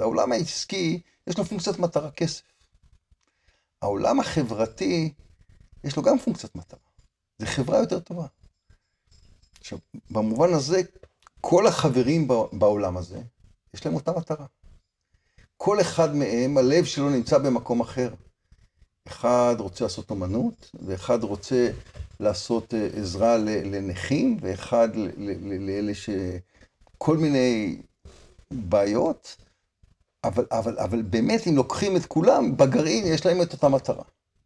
העולם העסקי, יש לו פונקציית מטרה, כסף. העולם החברתי, יש לו גם פונקציית מטרה. זה חברה יותר טובה. עכשיו, במובן הזה, כל החברים בעולם הזה, יש להם אותה מטרה. כל אחד מהם, הלב שלו נמצא במקום אחר. אחד רוצה לעשות אומנות, ואחד רוצה לעשות עזרה לנכים, ואחד לאלה כל מיני בעיות, אבל באמת אם לוקחים את כולם, בגרעין יש להם את אותה מטרה.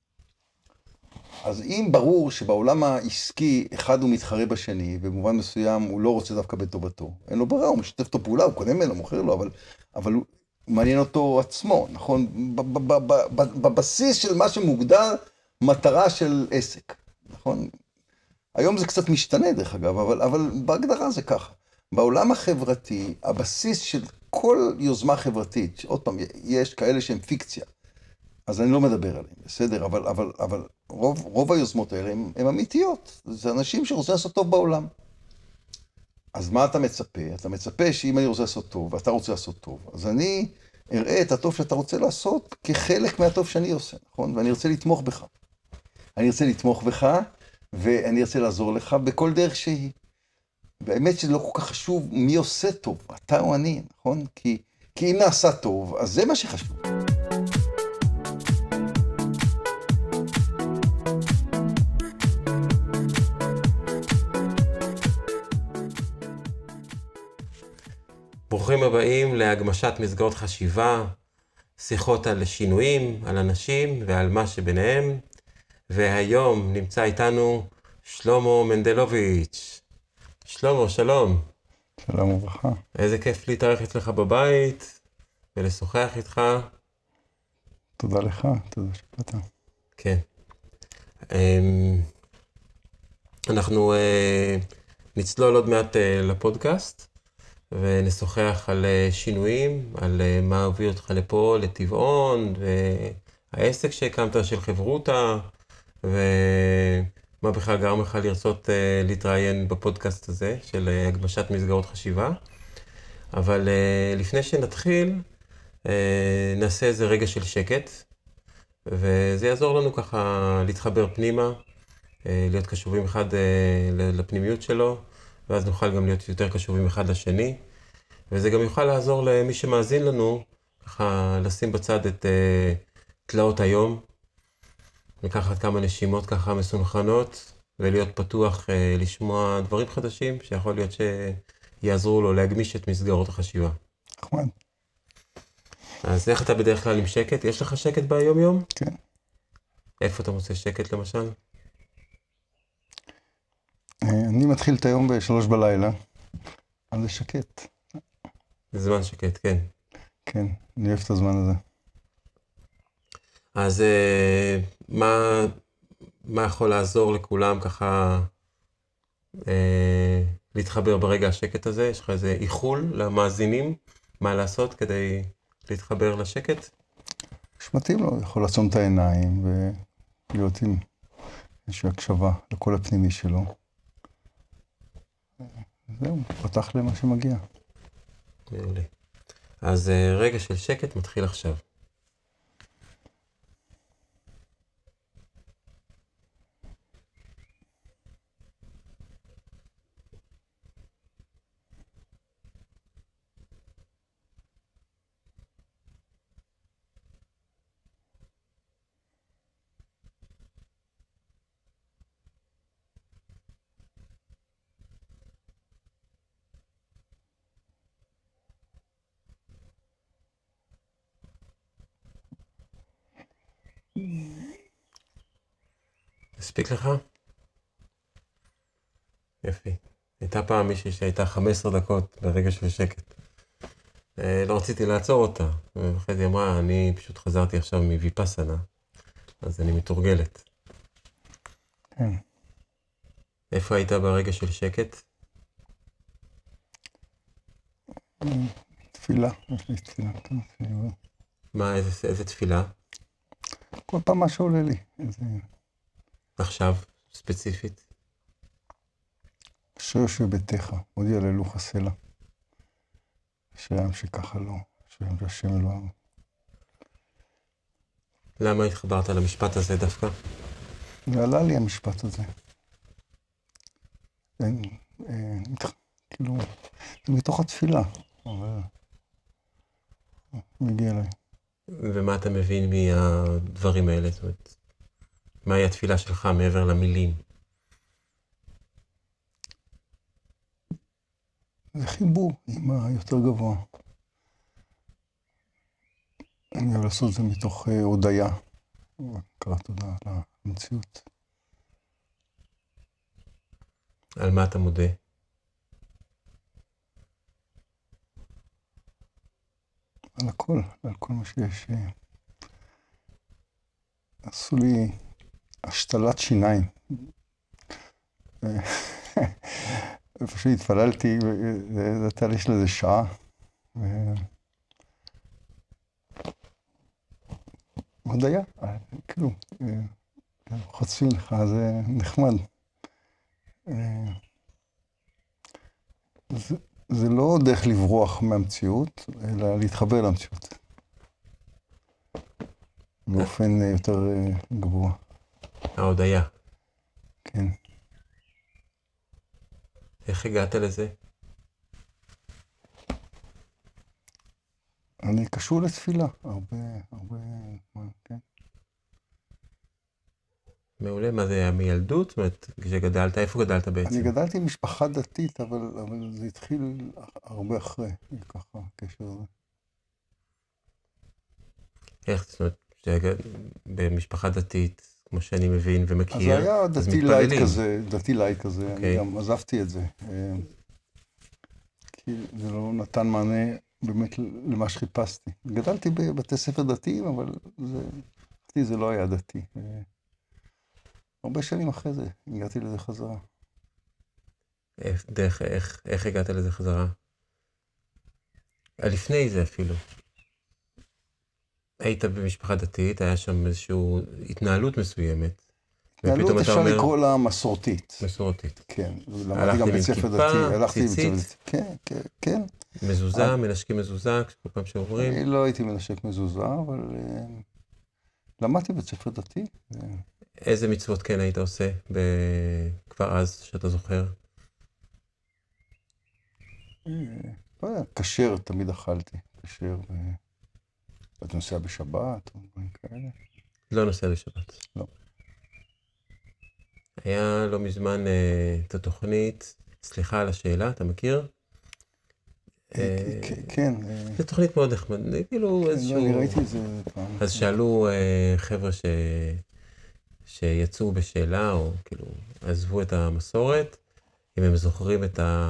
אז אם ברור שבעולם העסקי אחד הוא מתחרה בשני, ובמובן מסוים הוא לא רוצה דווקא בטובתו, אין לו ברירה, הוא משתף אותו פעולה, הוא קודם ממנו, מוכר לו, אבל הוא מעניין אותו עצמו, נכון? בבסיס של מה שמוגדר מטרה של עסק, נכון? היום זה קצת משתנה דרך אגב, אבל בהגדרה זה ככה. בעולם החברתי, הבסיס של כל יוזמה חברתית, עוד פעם, יש כאלה שהם פיקציה, אז אני לא מדבר עליהם, בסדר, אבל רוב היוזמות האלה הם אמיתיות, זה אנשים שרוצים לעשות טוב בעולם. אז מה אתה מצפה? אתה מצפה שאם אני רוצה לעשות טוב, ואתה רוצה לעשות טוב, אז אני אראה את הטוב שאתה רוצה לעשות כחלק מהטוב שאני עושה, נכון? ואני ארצה לתמוך בך. אני ארצה לתמוך בך, ואני ארצה לעזור לך בכל דרך שהיא. באמת שזה לא כל כך חשוב מי עושה טוב, אתה או אני, נכון? כי אם נעשה טוב, אז זה מה שחשוב. ברוכים הבאים להגמשת מסגרות חשיבה, שיחות על שינויים, על אנשים ועל מה שביניהם. והיום נמצא איתנו שלמה מנדלוביץ'. שלמה, שלום. שלום וברכה. איזה כיף להתארח אצלך בבית ולשוחח איתך. תודה לך, תודה שבאת. כן. אנחנו נצלול עוד מעט לפודקאסט. ונשוחח על שינויים, על מה הוביל אותך לפה, לטבעון, והעסק שהקמת של חברותה, ומה בכלל גרם לך לרצות להתראיין בפודקאסט הזה, של הגמשת מסגרות חשיבה. אבל לפני שנתחיל, נעשה איזה רגע של שקט, וזה יעזור לנו ככה להתחבר פנימה, להיות קשובים אחד לפנימיות שלו, ואז נוכל גם להיות יותר קשובים אחד לשני, וזה גם יוכל לעזור למי שמאזין לנו, ככה לשים בצד את תלאות היום, לקחת כמה נשימות ככה מסונכרנות, ולהיות פתוח לשמוע דברים חדשים, שיכול להיות שיעזרו לו להגמיש את מסגרות החשיבה. נחמד. אז איך אתה בדרך כלל עם שקט? יש לך שקט ביום יום? כן. איפה אתה מוצא שקט למשל? אני מתחיל את היום ב3 בלילה, אז זה שקט. זה זמן שקט, כן. כן, אני אוהב את הזמן הזה. אז מה יכול לעזור לכולם ככה להתחבר ברגע השקט הזה? יש לך איזה איחול למאזינים? מה לעשות כדי להתחבר לשקט? שמתאים לו, יכול לעצום את העיניים ולהיות עם איזושהי הקשבה לכל הפנימי שלו. זהו, פתח למה שמגיע. מעולה. אז רגע של שקט מתחיל עכשיו. הספיק לך? יפי. הייתה פעם מישהי שהייתה 15 דקות ברגע של שקט. לא רציתי לעצור אותה. ואחרי זה אמרה, אני פשוט חזרתי עכשיו מויפאסנה, אז אני מתורגלת. כן. איפה היית ברגע של שקט? תפילה, יש לי תפילה. מה, איזה תפילה? כל פעם מה שעולה לי. עכשיו, ספציפית? אשר יושב ביתך, עוד יעללוך הסלע. אשר ים שככה לו, שהשם לא... למה התחברת למשפט הזה דווקא? ועלה לי המשפט הזה. כאילו, זה מתוך התפילה, אבל מגיע אליי. ומה אתה מבין מהדברים האלה? זאת אומרת, מהי התפילה שלך מעבר למילים? זה חיבור עם היותר גבוה. אני אוהב לעשות את זה מתוך הודיה. קרא תודה על המציאות. על מה אתה מודה? על הכל, על כל מה שיש. עשו לי השתלת שיניים. איפה שהתפללתי, זה הייתה לי של איזה שעה. הודיה, כאילו, חוצפים לך, זה נחמד. זה לא דרך לברוח מהמציאות, אלא להתחבר למציאות. באופן יותר גבוה. ההודיה. כן. איך הגעת לזה? אני קשור לתפילה, הרבה, כן. מעולה, מה זה היה מילדות? זאת אומרת, כשגדלת, איפה גדלת בעצם? אני גדלתי עם משפחה דתית, אבל זה התחיל הרבה אחרי, ככה, הקשר הזה. איך, זאת אומרת, במשפחה דתית, כמו שאני מבין ומכיר, אז זה היה דתי לייט כזה, Okay. אני גם עזבתי את זה. כי זה לא נתן מענה באמת למה שחיפשתי. גדלתי בבתי ספר דתיים, אבל זה לא היה דתי. הרבה שנים אחרי זה הגעתי לזה חזרה. איך הגעת לזה חזרה? לפני זה אפילו. היית במשפחה דתית, היה שם איזושהי התנהלות מסוימת. התנהלות אפשר לקרוא לה מסורתית. מסורתית. כן, למדתי גם בית ספר דתי. הלכתי עם כיפה, ציצית. כן. מזוזה, מנשקים מזוזה, כל פעם שעוברים. אני לא הייתי מנשק מזוזה, אבל למדתי בית ספר דתי. איזה מצוות כן היית עושה כבר אז, שאתה זוכר? כשר תמיד אכלתי. כשר, אתה נוסע בשבת או דברים כאלה? לא נוסע בשבת. לא. היה לא מזמן את התוכנית, סליחה על השאלה, אתה מכיר? כן. זו תוכנית מאוד נחמד, כאילו איזשהו... אני ראיתי את זה פעם. אז שאלו חבר'ה שיצאו בשאלה, או כאילו עזבו את המסורת, אם הם זוכרים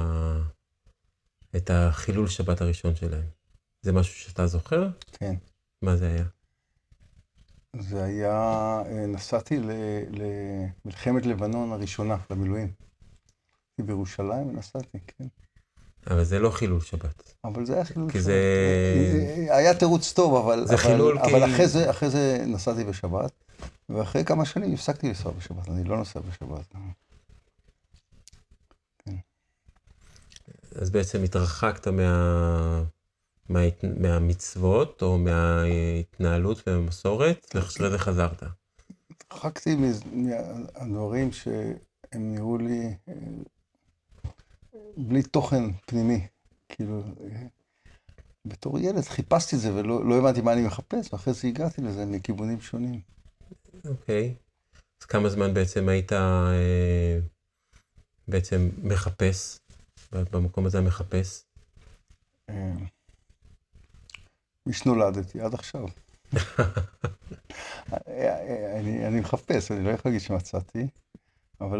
את החילול שבת הראשון שלהם. זה משהו שאתה זוכר? כן. מה זה היה? זה היה, נסעתי למלחמת לבנון הראשונה, למילואים. בירושלים ונסעתי, כן. אבל זה לא חילול שבת. אבל זה היה חילול כי שבת. זה... היה תירוץ טוב, אבל כי... אחרי זה נסעתי בשבת, ואחרי כמה שנים הפסקתי לנסוע בשבת, אני לא נוסע בשבת. כן. אז בעצם התרחקת מהמצוות, או מההתנהלות ומהמסורת, ואחרי זה חזרת. התרחקתי מהדברים שהם נראו לי בלי תוכן פנימי. כאילו, בתור ילד חיפשתי את זה ולא הבנתי מה אני מחפש, ואחרי זה הגעתי לזה מכיוונים שונים. אוקיי. אז כמה זמן בעצם היית בעצם מחפש, במקום הזה מחפש? משנולדתי עד עכשיו. אני מחפש, אני לא יכול להגיד שמצאתי, אבל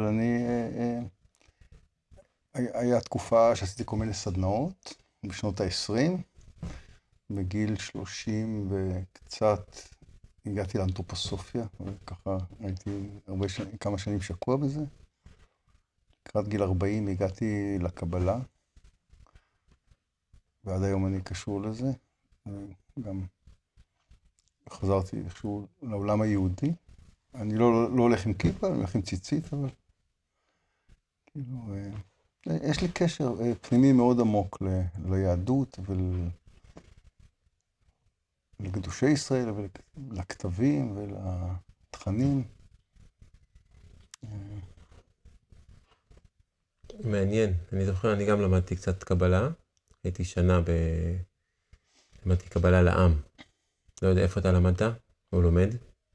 היה תקופה שעשיתי כל מיני סדנאות, בשנות ה-20, בגיל 30 וקצת הגעתי לאנתרופוסופיה, וככה הייתי כמה שנים שקוע בזה. לקראת גיל 40 הגעתי לקבלה, ועד היום אני קשור לזה. גם חזרתי איכשהו לעולם היהודי. אני לא הולך עם כיפה, אני הולך עם ציצית, אבל כאילו, יש לי קשר פנימי מאוד עמוק ליהדות לקדושי ישראל ולכתבים ולתכנים. מעניין. אני זוכר, אני גם למדתי קצת קבלה. הייתי שנה למדתי קבלה לעם. לא יודע איפה אתה למדת או לומד?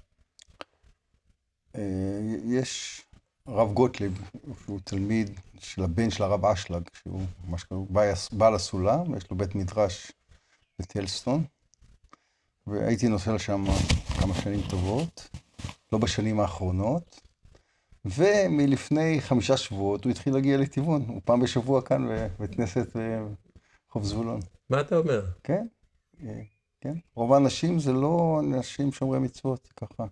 יש הרב גוטליב, שהוא תלמיד של הבן של הרב אשלג, שהוא מה שקוראים בעל הסולם, יש לו בית מדרש בטלסטון, והייתי נוסע לשם כמה שנים טובות, לא בשנים האחרונות, ומלפני 5 שבועות הוא התחיל להגיע לטבעון, הוא פעם בשבוע כאן בבית כנסת ברחוב זבולון. מה אתה אומר? כן, כן. רוב האנשים זה לא אנשים שומרי מצוות, ככה.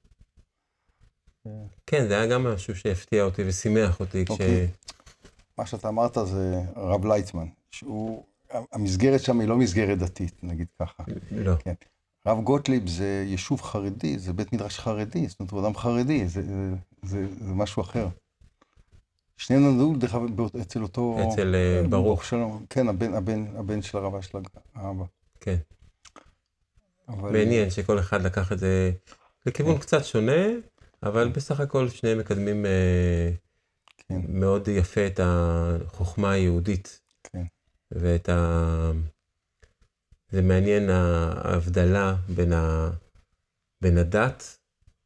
כן, זה היה גם משהו שהפתיע אותי ושימח אותי אוקיי. מה שאתה אמרת זה הרב לייטמן, המסגרת שם היא לא מסגרת דתית, נגיד ככה. לא. כן. הרב גוטליב זה יישוב חרדי, זה בית מדרש חרדי, זאת אומרת, הוא אדם חרדי, זה משהו אחר. שנינו נולדו דרך אגב אצל אותו... אצל ברוך. שלום. כן, הבן של הרב אשלג, האבא. כן. אבל... מעניין שכל אחד לקח את זה לכיוון קצת שונה, אבל בסך הכל שניהם מקדמים כן. מאוד יפה את החוכמה היהודית. כן. ואת זה מעניין ההבדלה בין הדת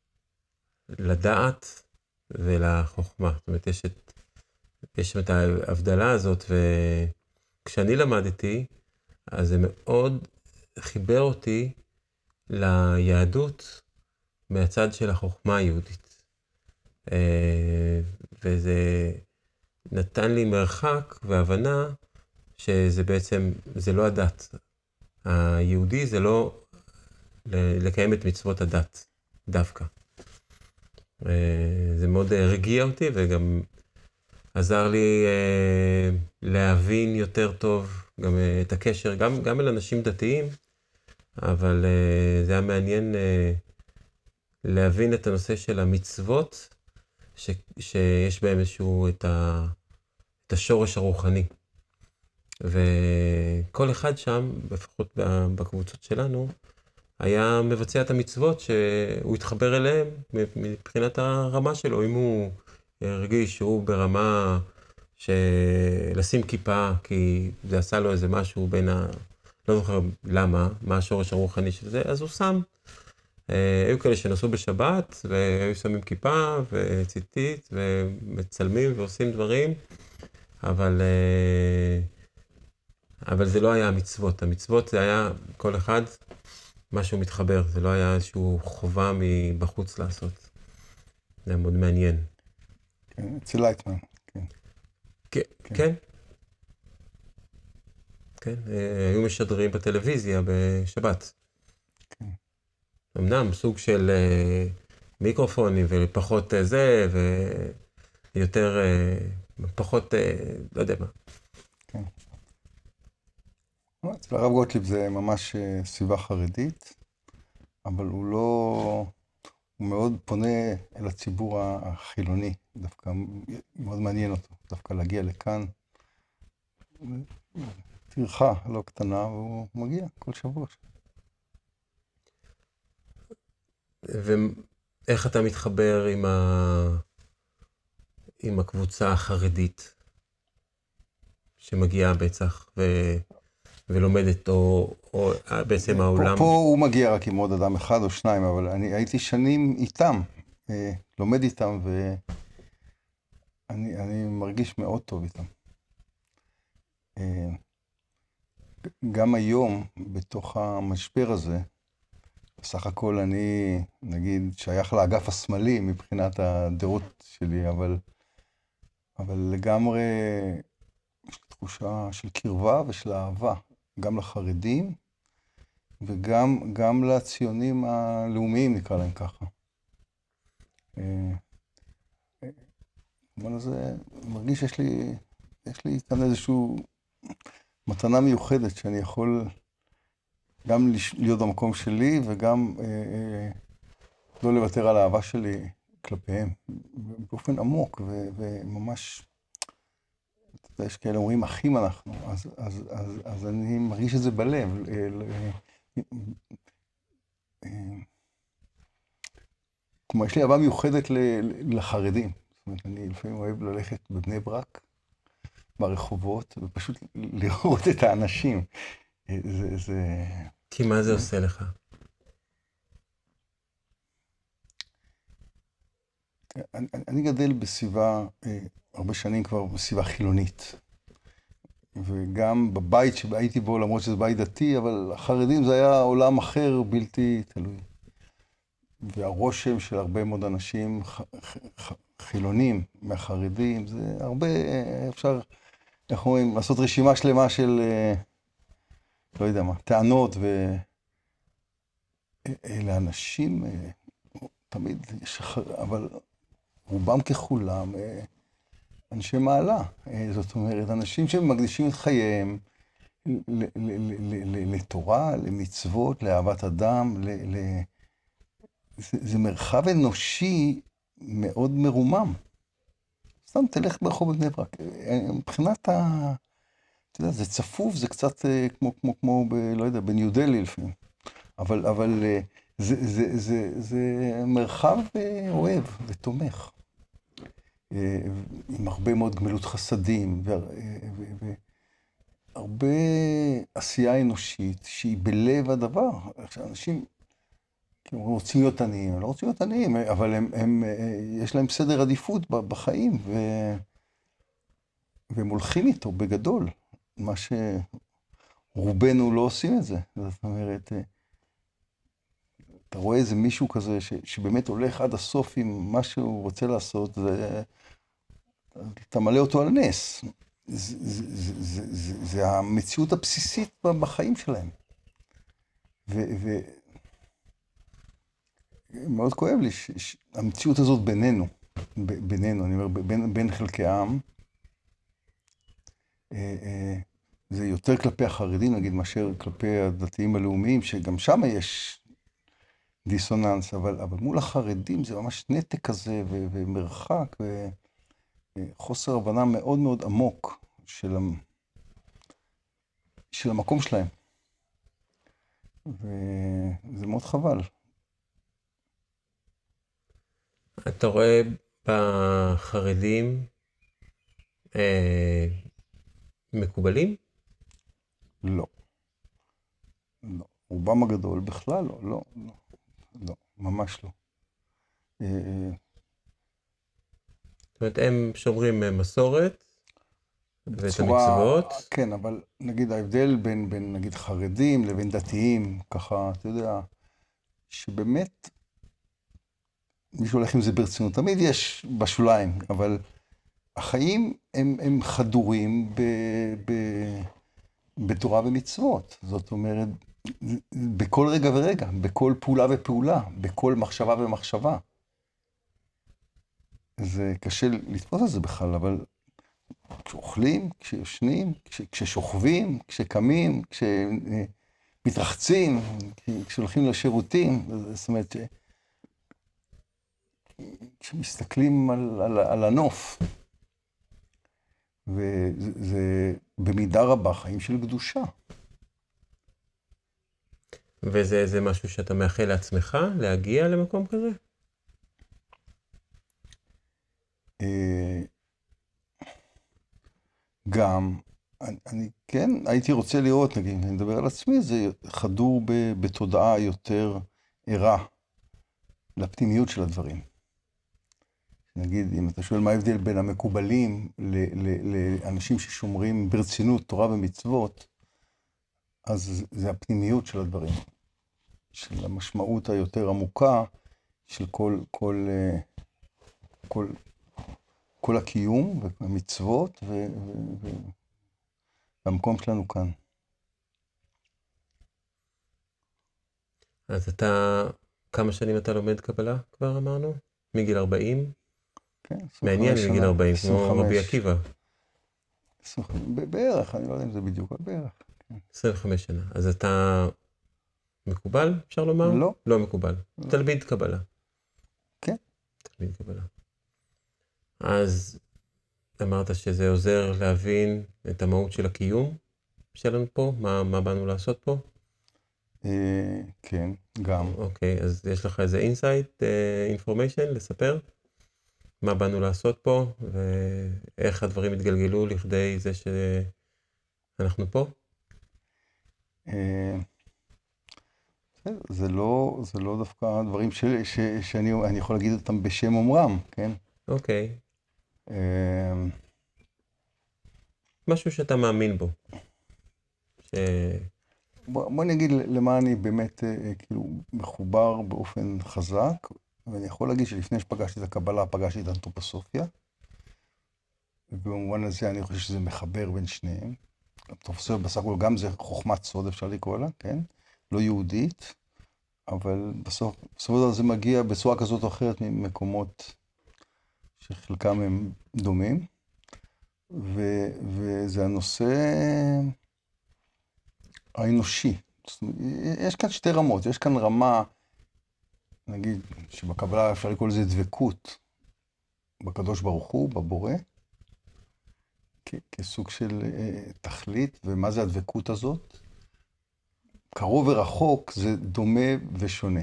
לדעת ולחוכמה. זאת אומרת, יש את ההבדלה הזאת, וכשאני למדתי, אז זה מאוד חיבר אותי ליהדות מהצד של החוכמה היהודית. וזה נתן לי מרחק והבנה שזה בעצם, זה לא הדת. היהודי זה לא לקיים את מצוות הדת, דווקא. זה מאוד הרגיע אותי וגם עזר לי להבין יותר טוב גם את הקשר, גם אל אנשים דתיים, אבל זה היה מעניין להבין את הנושא של המצוות, שיש בהם איזשהו את השורש הרוחני. וכל אחד שם, לפחות בקבוצות שלנו, היה מבצע את המצוות שהוא התחבר אליהם מבחינת הרמה שלו. אם הוא הרגיש שהוא ברמה לשים כיפה, כי זה עשה לו איזה משהו בין לא זוכר למה, מה השורש הרוחני של זה, אז הוא שם. היו כאלה שנסעו בשבת, והיו שמים כיפה וציטית, ומצלמים ועושים דברים, אבל זה לא היה המצוות. המצוות זה היה כל אחד משהו מתחבר, זה לא היה איזשהו חובה מבחוץ לעשות. זה היה מאוד מעניין. כן, אצל לייטמן, כן. כן. כן, היו משדרים בטלוויזיה בשבת. כן. אמנם סוג של מיקרופונים ופחות זה, ויותר, פחות, לא יודע מה. כן. אצל הרב גוטליב זה ממש סביבה חרדית, אבל הוא לא... הוא מאוד פונה אל הציבור החילוני, דווקא מאוד מעניין אותו, דווקא להגיע לכאן. טרחה לא קטנה, והוא מגיע כל שבוע. ואיך אתה מתחבר עם הקבוצה החרדית שמגיעה בצח ולומדת, או בעצם העולם? פה הוא מגיע רק עם עוד אדם אחד או שניים, אבל אני הייתי שנים איתם, לומד איתם, ואני מרגיש מאוד טוב איתם. גם היום, בתוך המשבר הזה, בסך הכל אני, נגיד, שייך לאגף השמאלי מבחינת הדעות שלי, אבל לגמרי יש לי תחושה של קרבה ושל אהבה, גם לחרדים וגם לציונים הלאומיים, נקרא להם ככה. אבל זה מרגיש שיש לי כאן איזשהו מתנה מיוחדת שאני יכול גם להיות במקום שלי וגם לא לוותר על האהבה שלי כלפיהם באופן עמוק וממש, אתה יודע, יש כאלה אומרים אחים אנחנו, אז אני מרגיש את זה בלב. כלומר, יש לי אהבה מיוחדת לחרדים. זאת אומרת, אני לפעמים אוהב ללכת בבני ברק, ברחובות, ופשוט לראות את האנשים. זה... כי מה זה עושה לך? אני גדל בסביבה, הרבה שנים כבר בסביבה חילונית. וגם בבית שהייתי בו, למרות שזה בית דתי, אבל החרדים זה היה עולם אחר, בלתי תלוי. והרושם של הרבה מאוד אנשים חילונים מהחרדים, זה הרבה, אפשר, איך אומרים, לעשות רשימה שלמה של, לא יודע מה, טענות, ואלה אנשים, תמיד יש, אבל רובם ככולם, אנשי מעלה. זאת אומרת, אנשים שמקדישים את חייהם לתורה, למצוות, לאהבת אדם, זה מרחב אנושי מאוד מרומם. סתם תלך ברחוב בבני ברק. מבחינת אתה יודע, זה צפוף, זה קצת כמו לא יודע, בניו דלי לפעמים. אבל זה מרחב אוהב ותומך. עם הרבה מאוד גמילות חסדים, והרבה עשייה אנושית שהיא בלב הדבר. אנשים רוצים להיות עניים, הם לא רוצים להיות עניים, אבל יש להם סדר עדיפות בחיים, והם הולכים איתו בגדול, מה שרובנו לא עושים את זה. זאת אומרת, אתה רואה איזה מישהו כזה שבאמת הולך עד הסוף עם מה שהוא רוצה לעשות, אתה מלא אותו על נס. זה המציאות הבסיסית בחיים שלהם. מאוד כואב לי שהמציאות הזאת בינינו, אני אומר, בין חלקי העם, זה יותר כלפי החרדים, נגיד, מאשר כלפי הדתיים הלאומיים, שגם שם יש דיסוננס, אבל מול החרדים זה ממש נתק כזה, ומרחק, וחוסר הבנה מאוד מאוד עמוק של המקום שלהם. וזה מאוד חבל. אתה רואה בחרדים מקובלים? לא. לא. רובם הגדול בכלל לא. לא, ממש לא. זאת אומרת, הם שומרים מסורת ואת המצוות. כן, אבל נגיד ההבדל בין נגיד חרדים לבין דתיים, ככה, אתה יודע, שבאמת מישהו הולך עם זה ברצינות. תמיד יש בשוליים, אבל החיים הם חדורים בתורה ומצוות. זאת אומרת, בכל רגע ורגע, בכל פעולה ופעולה, בכל מחשבה ומחשבה. זה קשה לתפוס את זה בכלל, אבל כשאוכלים, כשיושנים, כששוכבים, כשקמים, כשמתרחצים, כשהולכים לשירותים, זאת אומרת, כשמסתכלים על הנוף, וזה במידה רבה חיים של קדושה. וזה משהו שאתה מאחל לעצמך, להגיע למקום כזה? גם, אני כן הייתי רוצה לראות, נגיד, אני מדבר על עצמי, זה חדור בתודעה יותר ערה לפנימיות של הדברים. נגיד, אם אתה שואל מה ההבדל בין המקובלים לאנשים ששומרים ברצינות תורה ומצוות, אז זה הפנימיות של הדברים, של המשמעות היותר עמוקה של כל הקיום והמצוות והמקום שלנו כאן. אז כמה שנים אתה לומד קבלה כבר אמרנו? מגיל 40? כן, מעניין מגיל 40, כמו רבי עקיבא. בערך, אני לא יודע אם זה בדיוק, אבל בערך. 25 שנה. אז אתה מקובל, אפשר לומר? לא. לא מקובל. תלמיד קבלה. כן. תלמיד קבלה. אז אמרת שזה עוזר להבין את המהות של הקיום שלנו פה? מה באנו לעשות פה? כן. גם. אוקיי, אז יש לך איזה אינסייט, אינפורמיישן לספר? מה באנו לעשות פה, ואיך הדברים התגלגלו לכדי זה שאנחנו פה? זה לא דווקא דברים שאני יכול להגיד אותם בשם אומרם, כן? אוקיי. משהו שאתה מאמין בו. בוא נגיד למה אני באמת כאילו מחובר באופן חזק, ואני יכול להגיד שלפני שפגשתי את הקבלה, פגשתי את האנתרופוסופיה, ובמובן הזה אני חושב שזה מחבר בין שניהם. האנתרופוסופיה בסך הכל גם זה חוכמת סוד, אפשר לקרוא לה, כן? לא יהודית, אבל בסוף זה מגיע בצורה כזאת או אחרת ממקומות שחלקם הם דומים, וזה הנושא האנושי. יש כאן שתי רמות, יש כאן רמה, נגיד, שבקבלה אפשר לקרוא לזה דבקות בקדוש ברוך הוא, בבורא, כסוג של תכלית, ומה זה הדבקות הזאת? קרוב ורחוק זה דומה ושונה.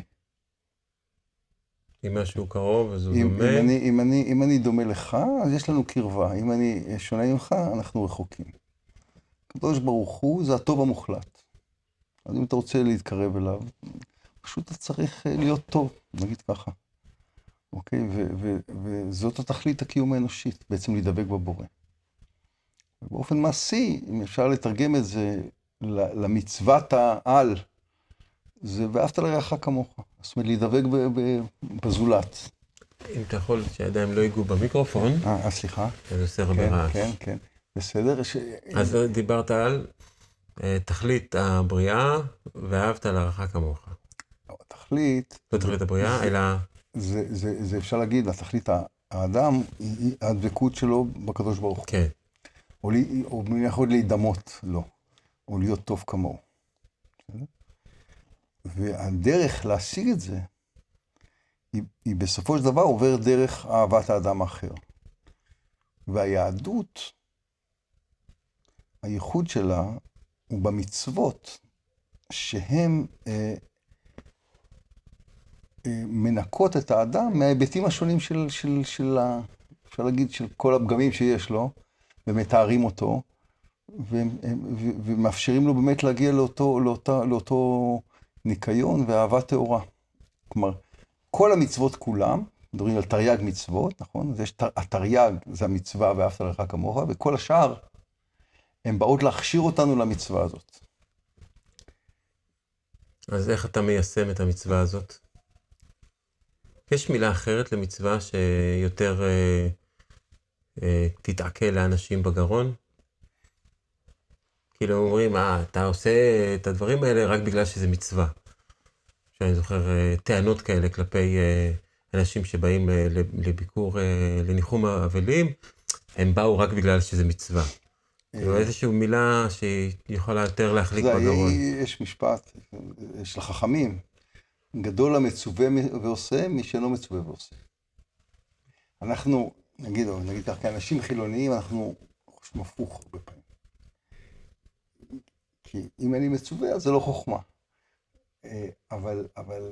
אם משהו קרוב, אז הוא דומה. אם אני דומה לך, אז יש לנו קרבה. אם אני שונה ממך, אנחנו רחוקים. הקדוש ברוך הוא זה הטוב המוחלט. אז אם אתה רוצה להתקרב אליו, פשוט אתה צריך להיות טוב, נגיד ככה. אוקיי? וזאת התכלית הקיום האנושית, בעצם להידבק בבורא. ובאופן מעשי, אם אפשר לתרגם את זה למצוות העל, זה ואהבת לרעך כמוך. זאת אומרת, להידבק בזולת. אם אתה יכול שהידיים לא ייגעו במיקרופון. סליחה. זה עושה הרבה רעש. כן. בסדר. אז דיברת על תכלית הבריאה, ואהבת לרעך כמוך. התכלית... לא תכלית הבריאה, אלא... זה אפשר להגיד, התכלית האדם, היא הדבקות שלו בקדוש ברוך הוא. כן. או יכול להידמות לו, או להיות טוב כמוהו. והדרך להשיג את זה, היא בסופו של דבר עוברת דרך אהבת האדם האחר. והיהדות, הייחוד שלה, הוא במצוות שהן מנקות את האדם מההיבטים השונים אפשר להגיד, של כל הפגמים שיש לו, ומתארים אותו, ומאפשרים לו באמת להגיע לאותו ניקיון ואהבה טהורה. כלומר, כל המצוות כולם, מדברים על תרי"ג מצוות, נכון? התרי"ג זה המצווה ואהבת לרעך כמוך, וכל השאר, הן באות להכשיר אותנו למצווה הזאת. אז איך אתה מיישם את המצווה הזאת? יש מילה אחרת למצווה שיותר תתעכל לאנשים בגרון? כאילו אומרים, אתה עושה את הדברים האלה רק בגלל שזה מצווה. שאני זוכר טענות כאלה כלפי אנשים שבאים לביקור, לניחום אבלים, הם באו רק בגלל שזה מצווה. כאילו איזושהי מילה שיכולה יותר להחליק בגרון. יש משפט של החכמים, גדול המצווה ועושה, מי שאינו מצווה ועושה. אנחנו, נגיד כך, כאנשים חילוניים, אנחנו חושבים הפוך הרבה פעמים. כי אם אני מצווה, אז זה לא חוכמה. אבל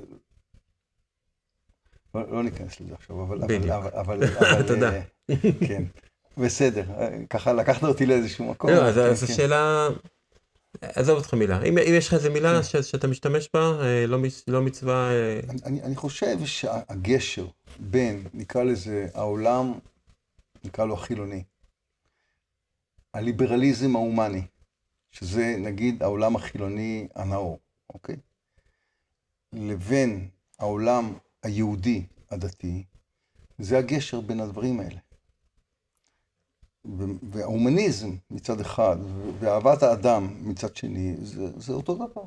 לא ניכנס לזה עכשיו, אבל תודה. כן, בסדר, ככה לקחת אותי לאיזשהו מקום. לא, אז השאלה, עזוב אותך מילה, אם יש לך איזה מילה שאתה משתמש בה, לא מצווה... אני חושב שהגשר בין, נקרא לזה, העולם, נקרא לו החילוני, הליברליזם ההומני, שזה נגיד העולם החילוני הנאור, אוקיי? לבין העולם היהודי הדתי, זה הגשר בין הדברים האלה. וההומניזם מצד אחד, ואהבת האדם מצד שני, זה אותו דבר.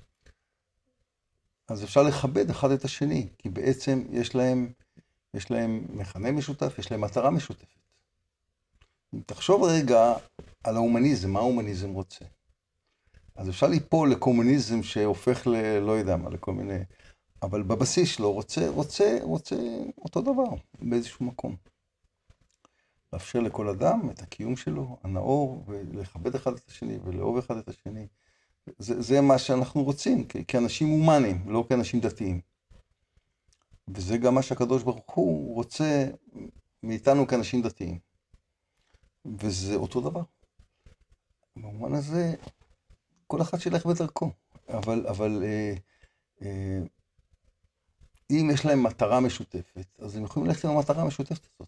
אז אפשר לכבד אחד את השני, כי בעצם יש להם מכנה משותף, יש להם מטרה משותפת. אם תחשוב רגע על ההומניזם, מה ההומניזם רוצה? אז אפשר ליפול לקומוניזם שהופך לא יודע מה, לכל מיני, אבל בבסיס שלו רוצה אותו דבר, באיזשהו מקום. לאפשר לכל אדם את הקיום שלו, הנאור, ולכבד אחד את השני, ולאהוב אחד את השני. זה מה שאנחנו רוצים, כאנשים הומניים, לא כאנשים דתיים. וזה גם מה שהקדוש ברוך הוא רוצה מאיתנו כאנשים דתיים. וזה אותו דבר. במובן הזה, כל אחד שילך בדרכו. אבל אה, אם יש להם מטרה משותפת, אז הם יכולים ללכת עם המטרה המשותפת הזאת.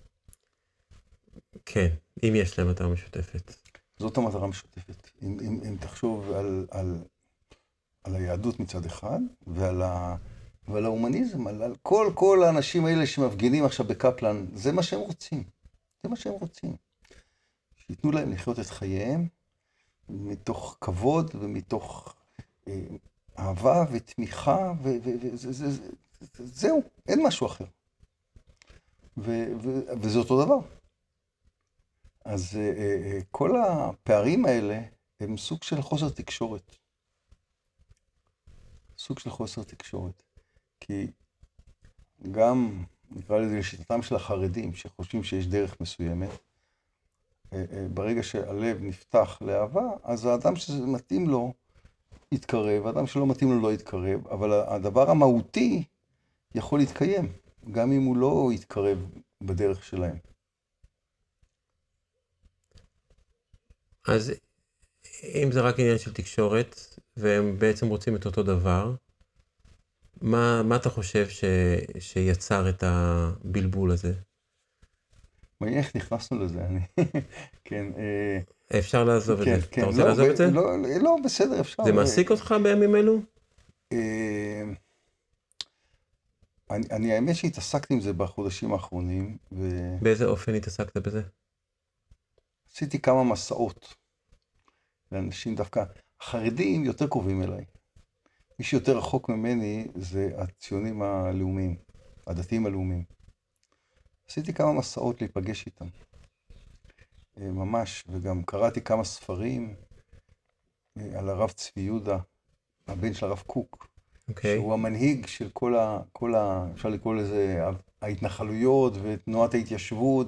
כן, אם יש להם מטרה משותפת. זאת המטרה המשותפת. אם תחשוב על היהדות מצד אחד, ועל ההומניזם, על כל האנשים האלה שמפגינים עכשיו בקפלן, זה מה שהם רוצים. זה מה שהם רוצים. שיתנו להם לחיות את חייהם, מתוך כבוד ומתוך אהבה ותמיכה, וזהו, אין משהו אחר. וזה אותו דבר. אז כל הפערים האלה הם סוג של חוסר תקשורת. סוג של חוסר תקשורת. כי גם, נקרא לזה לשיטתם של החרדים, שחושבים שיש דרך מסוימת, ברגע שהלב נפתח לאהבה, אז האדם שזה מתאים לו יתקרב, האדם שלא מתאים לו לא יתקרב, אבל הדבר המהותי יכול להתקיים, גם אם הוא לא יתקרב בדרך שלהם. אז אם זה רק עניין של תקשורת, והם בעצם רוצים את אותו דבר, מה אתה חושב שיצר את הבלבול הזה? מעניין איך נכנסנו לזה, כן. אפשר לעזוב את כן, זה. כן. אתה רוצה לעזוב את זה? לא, בסדר, אפשר. זה מעסיק אותך בימים אלו? אני האמת שהתעסקתי עם זה בחודשים האחרונים, באיזה אופן התעסקת בזה? ועשיתי כמה מסעות לאנשים דווקא. החרדים יותר קרובים אליי. מי שיותר רחוק ממני זה הציונים הלאומיים, הדתיים הלאומיים. עשיתי כמה מסעות להיפגש איתם. ממש, וגם קראתי כמה ספרים על הרב צבי יהודה, הבן של הרב קוק, שהוא המנהיג של כל אפשר לקרוא לזה, ההתנחלויות ותנועת ההתיישבות,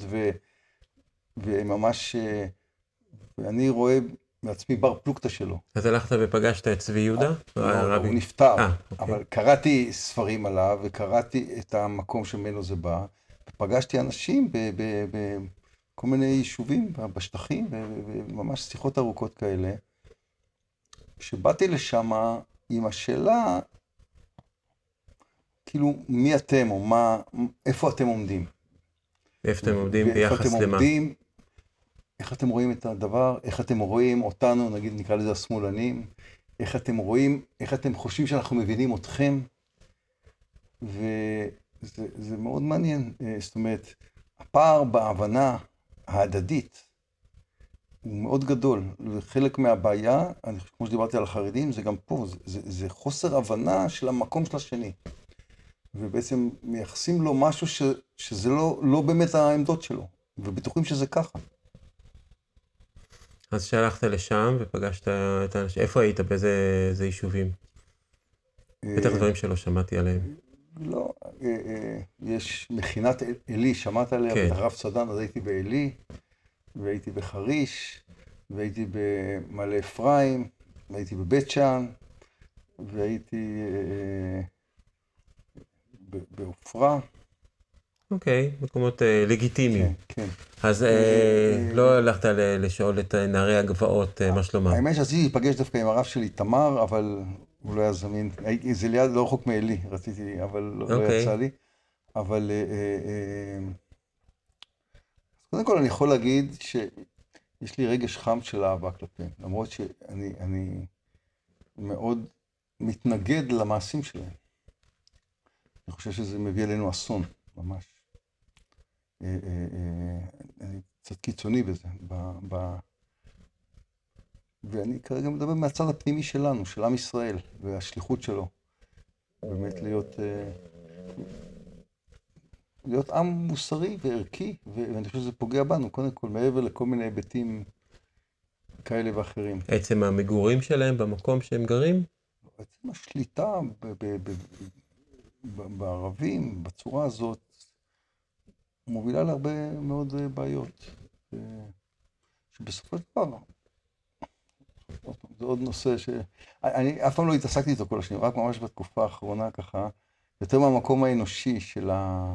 וממש, ואני רואה בעצמי בר פלוגתא שלו. אז הלכת ופגשת את צבי יהודה? לא, הוא נפטר, אבל קראתי ספרים עליו, וקראתי את המקום שממנו זה בא, ופגשתי אנשים בכל מיני יישובים בשטחים, וממש שיחות ארוכות כאלה. כשבאתי לשם עם השאלה, כאילו, מי אתם, או איפה אתם עומדים? איפה אתם עומדים ביחס למה? איך אתם רואים את הדבר, איך אתם רואים אותנו, נקרא לזה השמאלנים, איך אתם רואים, איך אתם חושבים שאנחנו מבינים אתכם, וזה מאוד מעניין. זאת אומרת, הפער בהבנה ההדדית הוא מאוד גדול, וחלק מהבעיה, כמו שדיברתי על החרדים, זה גם פה, זה חוסר הבנה של המקום של השני. ובעצם מייחסים לו משהו שזה לא באמת העמדות שלו, ובטוחים שזה ככה. אז שהלכת לשם ופגשת את האנשים, איפה היית? באיזה יישובים? בטח דברים שלא שמעתי עליהם. לא, יש מכינת עלי, שמעת עליה, כן. הרב צדן, אז הייתי בעלי, והייתי בחריש, והייתי במעלה אפרים, והייתי בבית שאן, והייתי בעופרה. אוקיי, מקומות לגיטימיים. כן, כן. אז לא הלכת לשאול את נערי הגבעות מה שלומם. האמת שרציתי להיפגש דווקא עם הרב שלי, תמר, אבל הוא לא היה זמין. זה ליד, לא רחוק מעלי, רציתי, אבל לא יצא לי. אבל קודם כל אני יכול להגיד שיש לי רגש חם של אהבה כלפיהם, למרות שאני מאוד מתנגד למעשים שלהם. אני חושב שזה מביא אלינו אסון, ממש. אני קצת קיצוני בזה, ואני כרגע מדבר מהצד הפנימי שלנו, של עם ישראל, והשליחות שלו. באמת להיות עם מוסרי וערכי, ואני חושב שזה פוגע בנו, קודם כל, מעבר לכל מיני היבטים כאלה ואחרים. עצם המגורים שלהם במקום שהם גרים? עצם השליטה בערבים, בצורה הזאת, מובילה להרבה מאוד בעיות. שבסופו של דבר, זה עוד נושא אני אף פעם לא התעסקתי איתו כל השנים, רק ממש בתקופה האחרונה ככה, יותר מהמקום האנושי של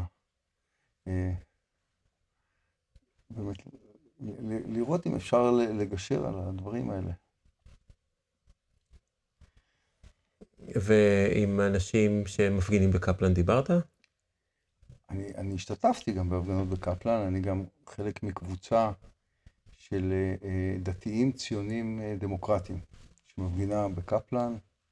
באמת, לראות אם אפשר לגשר על הדברים האלה. ועם אנשים שמפגינים בקפלן דיברת? אני השתתפתי גם בהפגנות בקפלן, אני גם חלק מקבוצה של דתיים ציונים דמוקרטיים, שמפגינה בקפלן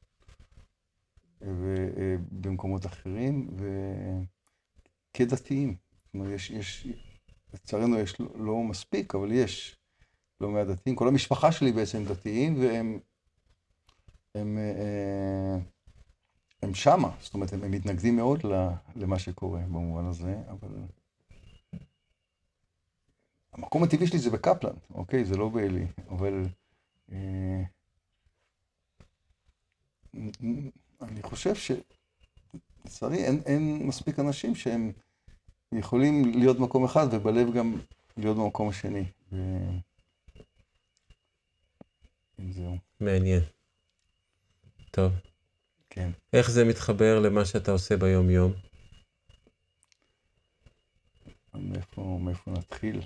ובמקומות אחרים, וכדתיים. זאת אומרת, לצערנו יש לא מספיק, אבל יש לא מעט דתיים. כל המשפחה שלי בעצם דתיים, הם שמה, זאת אומרת, הם מתנגדים מאוד למה שקורה במובן הזה, אבל המקום הטבעי שלי זה בקפלן, אוקיי? זה לא בעלי, אבל אני חושב לצערי אין מספיק אנשים שהם יכולים להיות במקום אחד ובלב גם להיות במקום השני. זהו. מעניין. טוב. כן. איך זה מתחבר למה שאתה עושה ביום-יום? מאיפה נתחיל?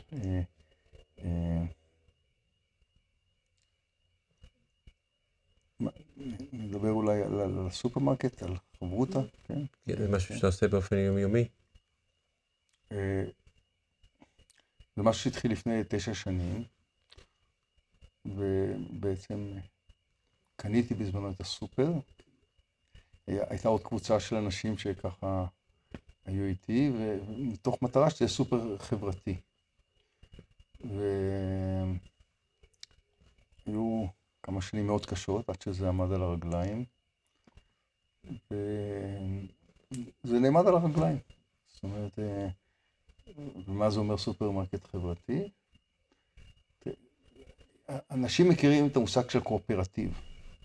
נדבר אולי על הסופרמרקט, על חברותה, כן? זה משהו שאתה עושה באופן יומיומי? זה משהו שהתחיל לפני 9 שנים, ובעצם קניתי בזמנו את הסופר. הייתה עוד קבוצה של אנשים שככה היו איתי, ומתוך מטרה שזה סופר חברתי. והיו כמה שנים מאוד קשות, עד שזה עמד על הרגליים. וזה נעמד על הרגליים. זאת אומרת, ומה זה אומר סופרמרקט חברתי? אנשים מכירים את המושג של קואופרטיב.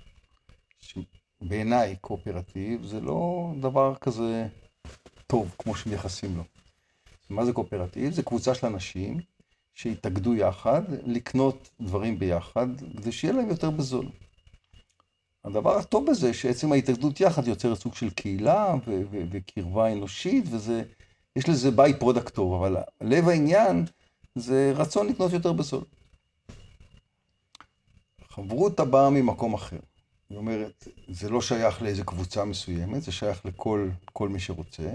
בעיניי קואופרטיב זה לא דבר כזה טוב כמו שמייחסים לו. מה זה קואופרטיב? זה קבוצה של אנשים שהתאגדו יחד, לקנות דברים ביחד, כדי שיהיה להם יותר בזול. הדבר הטוב בזה שעצם ההתאגדות יחד יוצרת סוג של קהילה וקרבה אנושית, יש לזה ביי פרודקט טוב, אבל לב העניין זה רצון לקנות יותר בזול. חברותה באה ממקום אחר. היא אומרת, זה לא שייך לאיזו קבוצה מסוימת, זה שייך לכל מי שרוצה.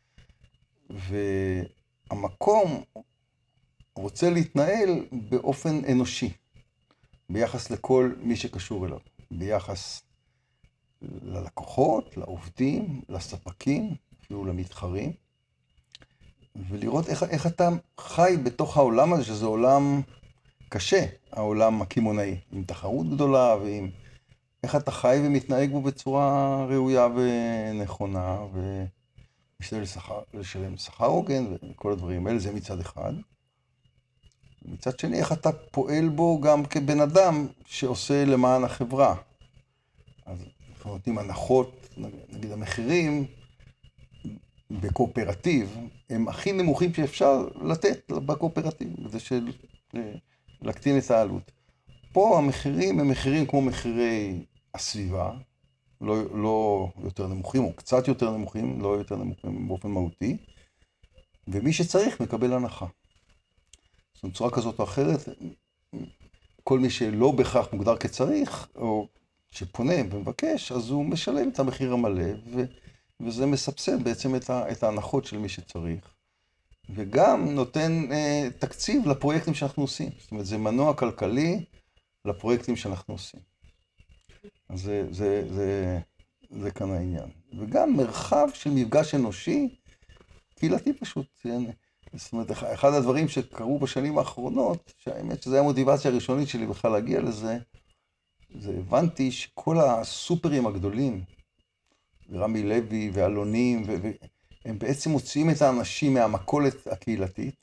והמקום רוצה להתנהל באופן אנושי, ביחס לכל מי שקשור אליו, ביחס ללקוחות, לעובדים, לספקים, אפילו למתחרים, ולראות איך אתה חי בתוך העולם הזה, שזה עולם קשה, העולם הקמעונאי, עם תחרות גדולה, ועם איך אתה חי ומתנהג בו בצורה ראויה ונכונה, ומשתדל לשלם שכר הוגן, וכל הדברים האלה, זה מצד אחד. מצד שני, איך אתה פועל בו גם כבן אדם שעושה למען החברה. אז אנחנו נותנים הנחות, נגיד המחירים בקואופרטיב, הם הכי נמוכים שאפשר לתת בקואופרטיב, כדי להקטין את העלות. פה המחירים הם מחירים כמו מחירי הסביבה, לא יותר נמוכים, או קצת יותר נמוכים, לא יותר נמוכים באופן מהותי, ומי שצריך מקבל הנחה. זאת אומרת, צורה כזאת או אחרת, כל מי שלא בהכרח מוגדר כצריך, או שפונה ומבקש, אז הוא משלם את המחיר המלא, וזה מסבסד בעצם את ההנחות של מי שצריך. וגם נותן תקציב לפרויקטים שאנחנו עושים. זאת אומרת, זה מנוע כלכלי לפרויקטים שאנחנו עושים. אז זה כאן העניין. וגם מרחב של מפגש אנושי, קהילתי פשוט. זאת אומרת, אחד הדברים שקרו בשנים האחרונות, שהאמת שזו המוטיבציה הראשונית שלי בכלל להגיע לזה, זה הבנתי שכל הסופרים הגדולים, רמי לוי ואלונים, הם בעצם מוציאים את האנשים מהמכולת הקהילתית,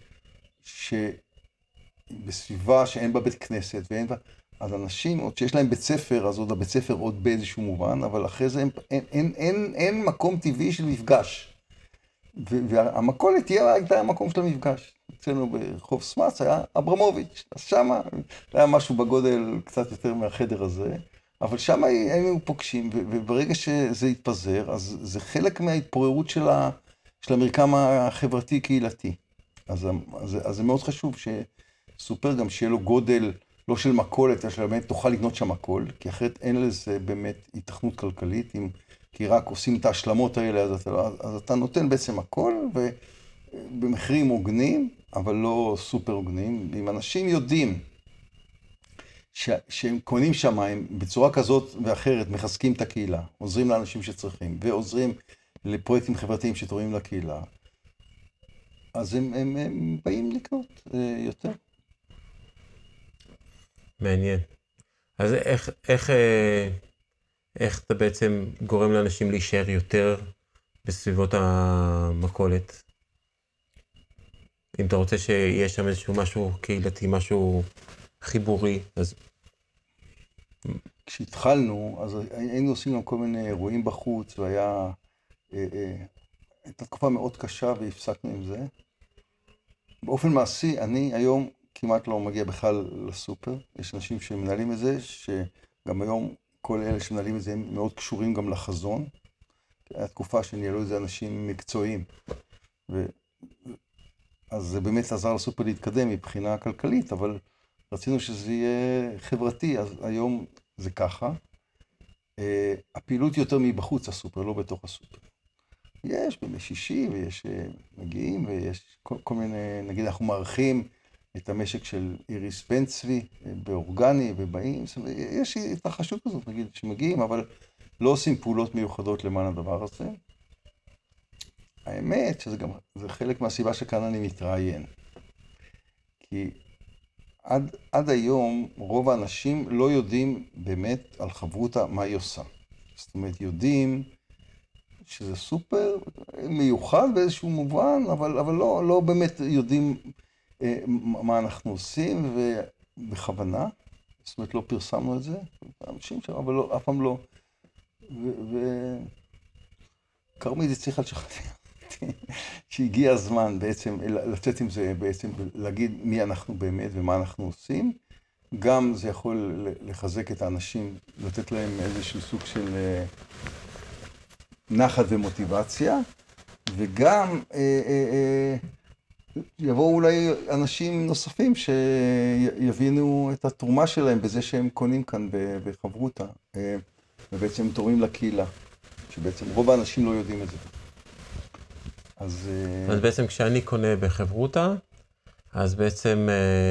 שבסביבה שאין בה בית כנסת ואין בה, אז אנשים, עוד שיש להם בית ספר, אז עוד הבית ספר עוד באיזשהו מובן, אבל אחרי זה אין מקום טבעי של מפגש. והמכולת הייתה המקום של המפגש. אצלנו ברחוב סמאץ היה אברמוביץ', אז שמה היה משהו בגודל קצת יותר מהחדר הזה, אבל שם היינו פוגשים, וברגע שזה התפזר, אז זה חלק מההתפוררות של המרקם החברתי-קהילתי. אז זה מאוד חשוב שסופר גם שיהיה לו גודל, לא של מכולת, אלא שבאמת תוכל לקנות שם הכל, כי אחרת אין לזה באמת התכנות כלכלית, כי רק עושים את ההשלמות האלה, אז אתה נותן בעצם הכל, ובמחירים הוגנים, אבל לא סופר הוגנים. אם אנשים יודעים שהם קונים שם, הם בצורה כזאת ואחרת מחזקים את הקהילה, עוזרים לאנשים שצריכים, ועוזרים לפרויקטים חברתיים שתורמים לקהילה, אז הם באים לקנות יותר. מעניין. אז איך אתה בעצם גורם לאנשים להישאר יותר בסביבות המכולת? אם אתה רוצה שיהיה שם איזשהו משהו קהילתי, משהו חיבורי, אז... כשהתחלנו, אז היינו עושים גם כל מיני אירועים בחוץ, הייתה תקופה מאוד קשה והפסקנו עם זה. באופן מעשי, אני היום כמעט לא מגיע בכלל לסופר. יש אנשים שמנהלים את זה, שגם היום כל אלה שמנהלים את זה הם מאוד קשורים גם לחזון. הייתה תקופה שניהלו את זה אנשים מקצועיים. אז זה באמת עזר לסופר להתקדם מבחינה כלכלית, אבל רצינו שזה יהיה חברתי, אז היום זה ככה. הפעילות יותר מבחוץ הסופר, לא בתוך הסופר. יש בימי שישי, ויש מגיעים, ויש כל מיני, נגיד אנחנו מארחים את המשק של איריס בן צבי, באורגני, ובאים, יש התרחשות כזאת, נגיד, שמגיעים, אבל לא עושים פעולות מיוחדות למען הדבר הזה. האמת שזה גם, זה חלק מהסיבה שכאן אני מתראיין. כי עד היום רוב האנשים לא יודעים באמת על חברותה מה היא עושה. זאת אומרת, יודעים שזה סופר מיוחד באיזשהו מובן, אבל לא באמת יודעים מה אנחנו עושים, ובכוונה, זאת אומרת, לא פרסמנו את זה, אנשים שם, אבל אף פעם לא. כרמית הצליחה לשכנע שהגיע הזמן בעצם לצאת עם זה, בעצם להגיד מי אנחנו באמת ומה אנחנו עושים. גם זה יכול לחזק את האנשים, לתת להם איזשהו סוג של נחת ומוטיבציה, וגם יבואו אולי אנשים נוספים שיבינו את התרומה שלהם בזה שהם קונים כאן בחברותה, ובעצם תורמים לקהילה, שבעצם רוב האנשים לא יודעים את זה. אז בעצם כשאני קונה בחברותה, אז בעצם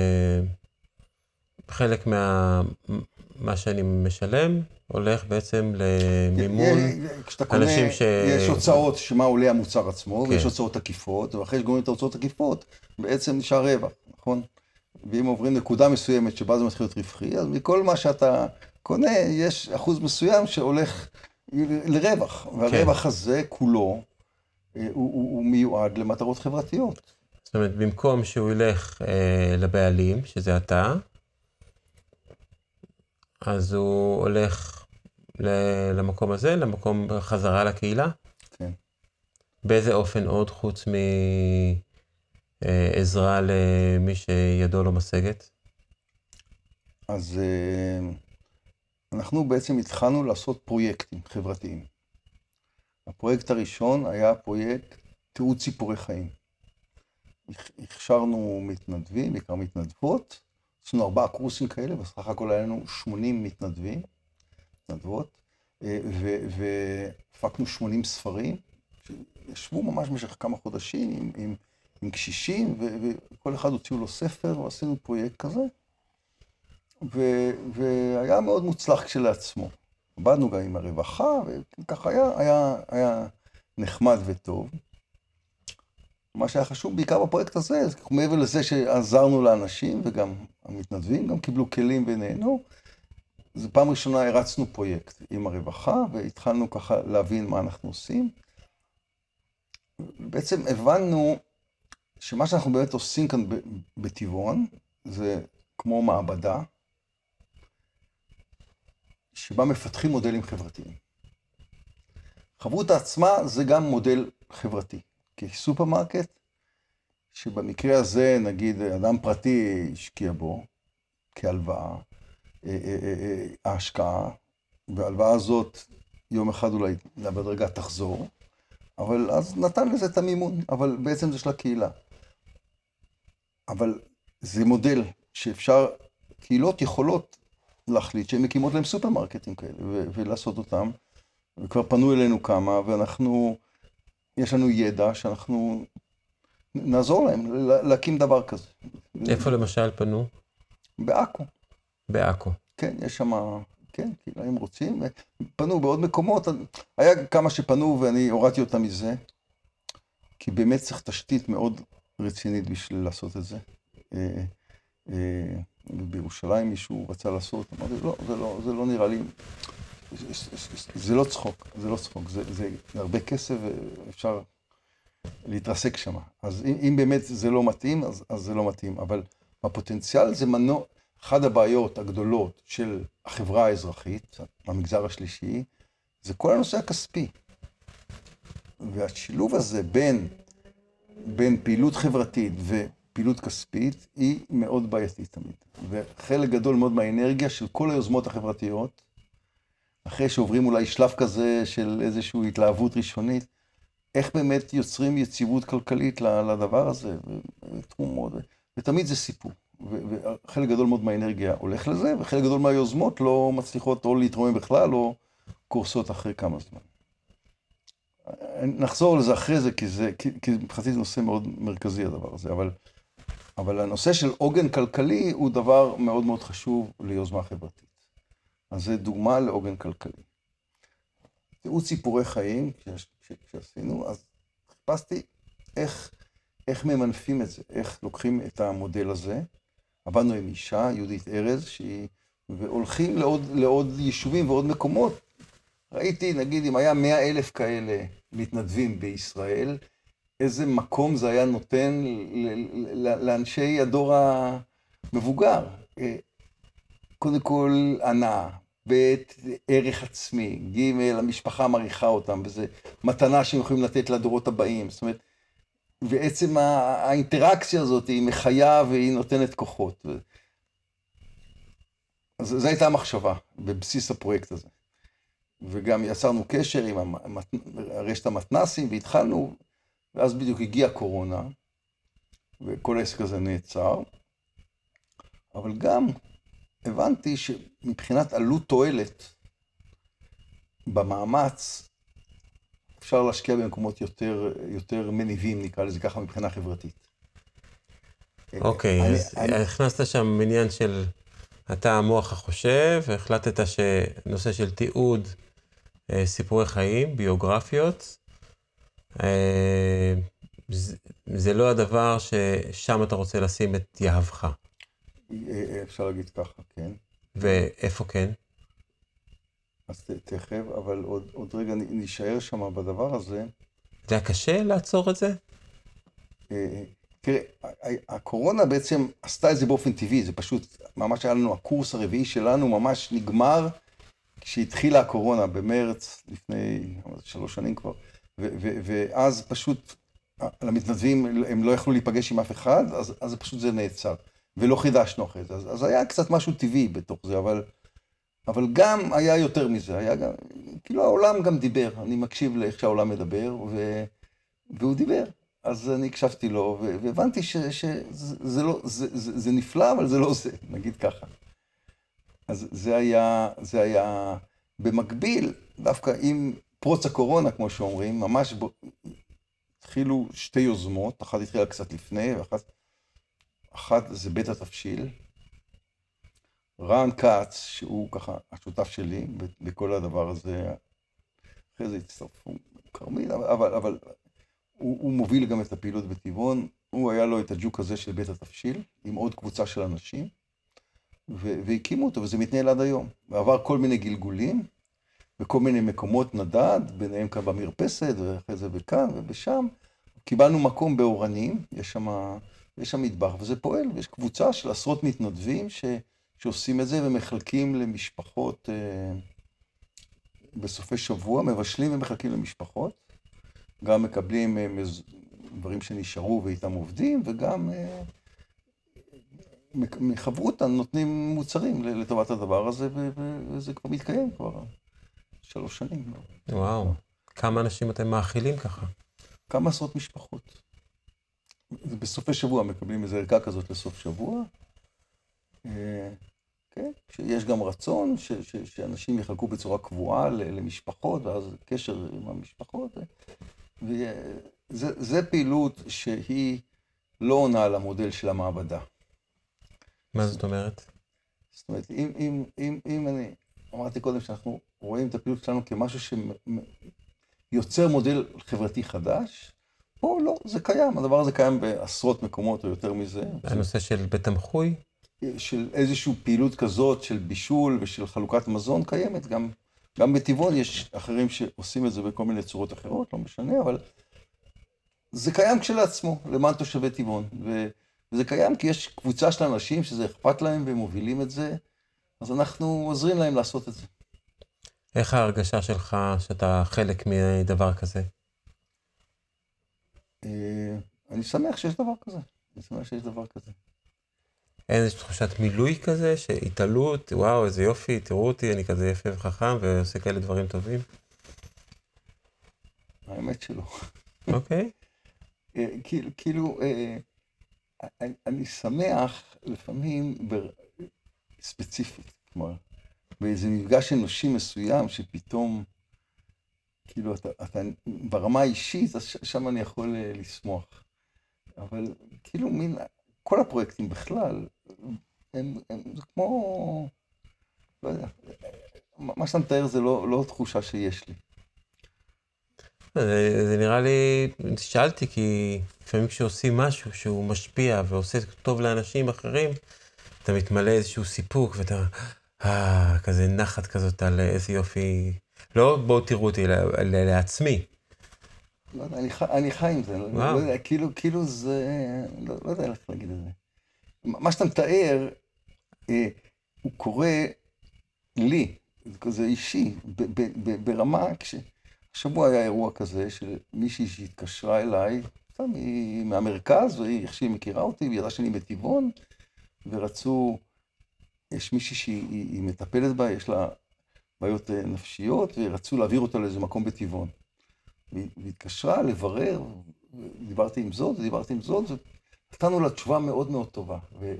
חלק מה שאני משלם הולך בעצם למימון כשאתה קונה, יש הוצאות שמה עולה המוצר עצמו, כן. ויש הוצאות עקיפות, ואחרי שגומרים את ההוצאות עקיפות, בעצם נשאר רווח, נכון? ואם עוברים נקודה מסוימת שבה זה מתחיל להיות רווחי, אז מכל מה שאתה קונה, יש אחוז מסוים שהולך לרווח, והרווח כן. הזה כולו, הוא מיועד למטרות חברתיות. זאת אומרת, במקום שהוא ילך לבעלים, שזה אתה, אז הוא הולך למקום הזה, למקום חזרה לקהילה? כן. באיזה אופן עוד חוץ מעזרה למי שידו לא משגת? אז אנחנו בעצם התחלנו לעשות פרויקטים חברתיים. הפרויקט הראשון היה פרויקט תיעוד סיפורי חיים. הכשרנו מתנדבים, בעיקר מתנדבות, עשינו 4 קורסים כאלה, בסך הכל היה לנו 80 מתנדבות, והפקנו 80 ספרים, שישבו ממש במשך כמה חודשים עם קשישים, וכל אחד הוציאו לו ספר, ועשינו פרויקט כזה, והיה מאוד מוצלח כשלעצמו. עבדנו גם עם הרווחה, וככה היה נחמד וטוב. מה שהיה חשוב בעיקר בפרויקט הזה, מעבר לזה שעזרנו לאנשים, וגם המתנדבים גם קיבלו כלים ונהנו, זו פעם ראשונה הרצנו פרויקט עם הרווחה, והתחלנו ככה להבין מה אנחנו עושים. בעצם הבנו שמה שאנחנו באמת עושים כאן בטבעון, זה כמו מעבדה, שבה מפתחים מודלים חברתיים. חברות עצמה זה גם מודל חברתי. כסופרמרקט, שבמקרה הזה, נגיד, אדם פרטי השקיע בו, כהלוואה, ההשקעה, וההלוואה הזאת יום אחד אולי בדרגה תחזור, אבל אז נתן לזה את המימון, אבל בעצם זה של הקהילה. אבל זה מודל שאפשר, קהילות יכולות להחליט שהן מקימות להם סופרמרקטים כאלה, ולעשות אותם, וכבר פנו אלינו כמה, יש לנו ידע שאנחנו נעזור להם להקים דבר כזה. איפה למשל פנו? בעכו. בעכו. כן, יש שם, כן, קהילה הם רוצים, פנו בעוד מקומות, היה כמה שפנו ואני הורדתי אותם מזה, כי באמת צריך תשתית מאוד רצינית בשביל לעשות את זה. בירושלים מישהו רצה לעשות, אמרתי, לא, זה לא נראה לי, זה לא צחוק, זה הרבה כסף ואפשר להתרסק שם. אז אם באמת זה לא מתאים, אז זה לא מתאים, אבל הפוטנציאל זה מנוע, אחת הבעיות הגדולות של החברה האזרחית, המגזר השלישי, זה כל הנושא הכספי. והשילוב הזה בין פעילות חברתית ופעילות כספית היא מאוד בעייתית תמיד. וחלק גדול מאוד מהאנרגיה של כל היוזמות החברתיות, אחרי שעוברים אולי שלב כזה של איזושהי התלהבות ראשונית, איך באמת יוצרים יציבות כלכלית לדבר הזה, ותרומות, ותמיד זה סיפור. וחלק גדול מאוד מהאנרגיה הולך לזה, וחלק גדול מהיוזמות לא מצליחות או להתרומם בכלל, או קורסות אחרי כמה זמן. נחזור לזה אחרי זה, כי מבחינתי זה נושא מאוד מרכזי הדבר הזה, אבל הנושא של עוגן כלכלי הוא דבר מאוד מאוד חשוב ליוזמה חברתית. אז זה דוגמה לעוגן כלכלי. תראו סיפורי חיים שעשינו, אז חיפשתי איך ממנפים את זה, איך לוקחים את המודל הזה. עבדנו עם אישה, יהודית ארז, והולכים לעוד יישובים ועוד מקומות. ראיתי, נגיד, אם היה 100,000 כאלה מתנדבים בישראל, איזה מקום זה היה נותן לאנשי הדור המבוגר. קודם כל, הנאה, ב' ערך עצמי, ג' המשפחה מעריכה אותם, וזה מתנה שהם יכולים לתת לדורות הבאים. זאת אומרת, ועצם האינטראקציה הזאת היא מחיה והיא נותנת כוחות. אז זו הייתה המחשבה בבסיס הפרויקט הזה. וגם יצרנו קשר עם רשת המתנסים והתחלנו, ואז בדיוק הגיעה קורונה, וכל העסק הזה נעצר. אבל גם הבנתי שמבחינת עלות תועלת במאמץ, אפשר להשקיע במקומות יותר מניבים, נקרא לזה ככה, מבחינה חברתית. אוקיי, אז הכנסת שם עניין של אתה המוח החושב, והחלטת שנושא של תיעוד סיפורי חיים, ביוגרפיות, זה לא הדבר ששם אתה רוצה לשים את יהבך. אפשר להגיד ככה, כן. ואיפה כן? אז תכף, אבל עוד רגע נשאר שם בדבר הזה. זה היה קשה לעצור את זה? תראה, הקורונה בעצם עשתה את זה באופן טבעי, זה פשוט, ממש היה לנו, הקורס הרביעי שלנו ממש נגמר, כשהתחילה הקורונה במרץ, לפני 3 שנים כבר, ואז פשוט, למתנדבים, הם לא יכלו להיפגש עם אף אחד, אז פשוט זה נעצר, ולא חידשנו אחרי זה, אז היה קצת משהו טבעי בתוך זה, אבל גם היה יותר מזה, היה גם, כאילו העולם גם דיבר, אני מקשיב לאיך שהעולם מדבר, והוא דיבר. אז אני הקשבתי לו, והבנתי שזה לא, זה נפלא, אבל זה לא זה, נגיד ככה. אז זה היה במקביל, דווקא עם פרוץ הקורונה, כמו שאומרים, ממש התחילו 2 יוזמות, אחת התחילה קצת לפני, ואחת זה בית התבשיל. רן כץ, שהוא ככה השותף שלי בכל הדבר הזה, אחרי זה הצטרפו כרמית, אבל הוא מוביל גם את הפעילות בטבעון, הוא היה לו את הג'וק הזה של בית התבשיל, עם עוד קבוצה של אנשים, והקימו אותו, וזה מתנהל עד היום. ועבר כל מיני גלגולים, וכל מיני מקומות נדד, ביניהם כאן במרפסת, ואחרי זה בכאן ובשם. קיבלנו מקום באורנים, יש שם מטבח, וזה פועל, ויש קבוצה של עשרות מתנדבים שעושים את זה, ומחלקים למשפחות בסופי שבוע, מבשלים ומחלקים למשפחות. גם מקבלים דברים שנשארו ואיתם עובדים, וגם מחברותא נותנים מוצרים לטובת הדבר הזה, וזה כבר מתקיים כבר 3 שנים. וואו, כמה אנשים אתם מאכילים ככה? כמה עשרות משפחות. בסופי שבוע מקבלים איזו ערכה כזאת לסוף שבוע. כן, שיש גם רצון שאנשים יחלקו בצורה קבועה למשפחות, ואז קשר עם המשפחות. וזה פעילות שהיא לא עונה על המודל של המעבדה. מה זאת אומרת? זאת אומרת, אם אני אמרתי קודם שאנחנו רואים את הפעילות שלנו כמשהו שיוצר מודל חברתי חדש, פה לא, זה קיים, הדבר הזה קיים בעשרות מקומות או יותר מזה. הנושא של בית תמחוי? של איזושהי פעילות כזאת של בישול ושל חלוקת מזון קיימת, גם בטבעון יש אחרים שעושים את זה בכל מיני צורות אחרות, לא משנה, אבל זה קיים כשלעצמו, למען תושבי טבעון, וזה קיים כי יש קבוצה של אנשים שזה אכפת להם והם מובילים את זה, אז אנחנו עוזרים להם לעשות את זה. איך ההרגשה שלך שאתה חלק מדבר כזה? אני שמח שיש דבר כזה, אין איזו תחושת מילוי כזה, שהתעלות, וואו, איזה יופי, תראו אותי, אני כזה יפה וחכם ועושה כאלה דברים טובים? האמת שלא. אוקיי. כאילו, אני שמח לפעמים ספציפית, כלומר, באיזה מפגש אנושי מסוים שפתאום, כאילו, אתה ברמה האישית, אז שם אני יכול לשמוח. אבל כאילו, כל הפרויקטים בכלל, הם זה כמו, לא יודע, מה שאתה מתאר זה לא תחושה שיש לי. זה נראה לי, שאלתי כי לפעמים כשעושים משהו שהוא משפיע ועושה טוב לאנשים אחרים, אתה מתמלא איזשהו סיפוק ואתה, כזה נחת כזאת על איזה יופי, לא בואו תראו אותי, לעצמי. לא יודע, אני חי עם זה, לא יודע, כאילו זה, לא יודע איך להגיד את זה. מה שאתה מתאר, הוא קורה לי, זה אישי, ברמה, השבוע היה אירוע כזה של מישהי שהתקשרה אליי, מהמרכז, ואיך שהיא מכירה אותי, וידעה שאני בטבעון, ורצו, יש מישהי שהיא מטפלת בה, יש לה בעיות נפשיות, ורצו להעביר אותה לאיזה מקום בטבעון. והתקשרה לברר, דיברתי עם זאת, ונתנו לה תשובה מאוד מאוד טובה.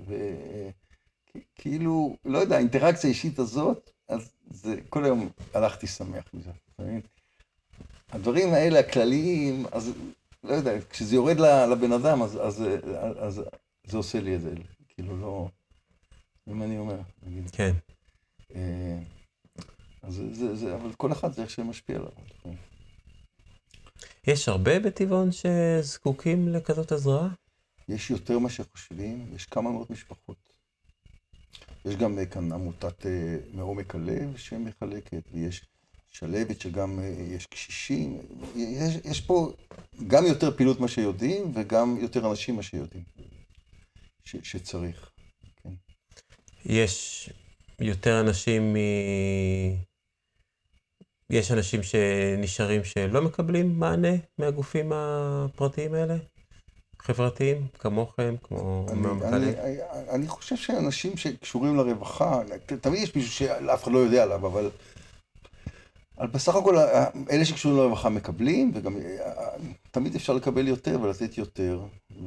וכאילו, לא יודע, האינטראקציה האישית הזאת, אז זה, כל היום הלכתי שמח מזה. הדברים האלה הכלליים, אז לא יודע, כשזה יורד לבן אדם, אז זה עושה לי את זה, כאילו לא, אם אני אומר, נגיד. כן. אז זה, אבל כל אחד זה איך שמשפיע עליו. יש הרבה בטבעון שזקוקים לכזאת עזרה? יש יותר מה שחושבים, יש כמה מאות משפחות. יש גם כאן עמותת מעומק הלב שמחלקת, ויש שלבת שגם יש קשישים. יש פה גם יותר פעילות מה שיודעים, וגם יותר אנשים מה שיודעים, שצריך. כן. יש יותר אנשים יש אנשים שנשארים שלא מקבלים מענה מהגופים הפרטיים האלה? חברתיים, כמוכם, כמו מעומק-הלב? אני חושב שאנשים שקשורים לרווחה, תמיד יש מישהו שאף אחד לא יודע עליו, אבל בסך הכל אלה שקשורים לרווחה מקבלים, וגם תמיד אפשר לקבל יותר ולתת יותר,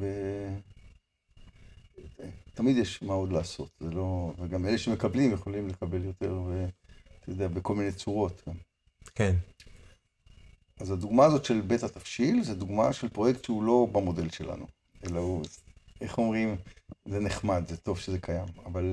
ותמיד יש מה עוד לעשות, וגם אלה שמקבלים יכולים לקבל יותר, ואתה יודע, בכל מיני צורות. כן. אז הדוגמה הזאת של בית התבשיל, זה דוגמה של פרויקט שהוא לא במודל שלנו, אלא הוא, איך אומרים, זה נחמד, זה טוב שזה קיים, אבל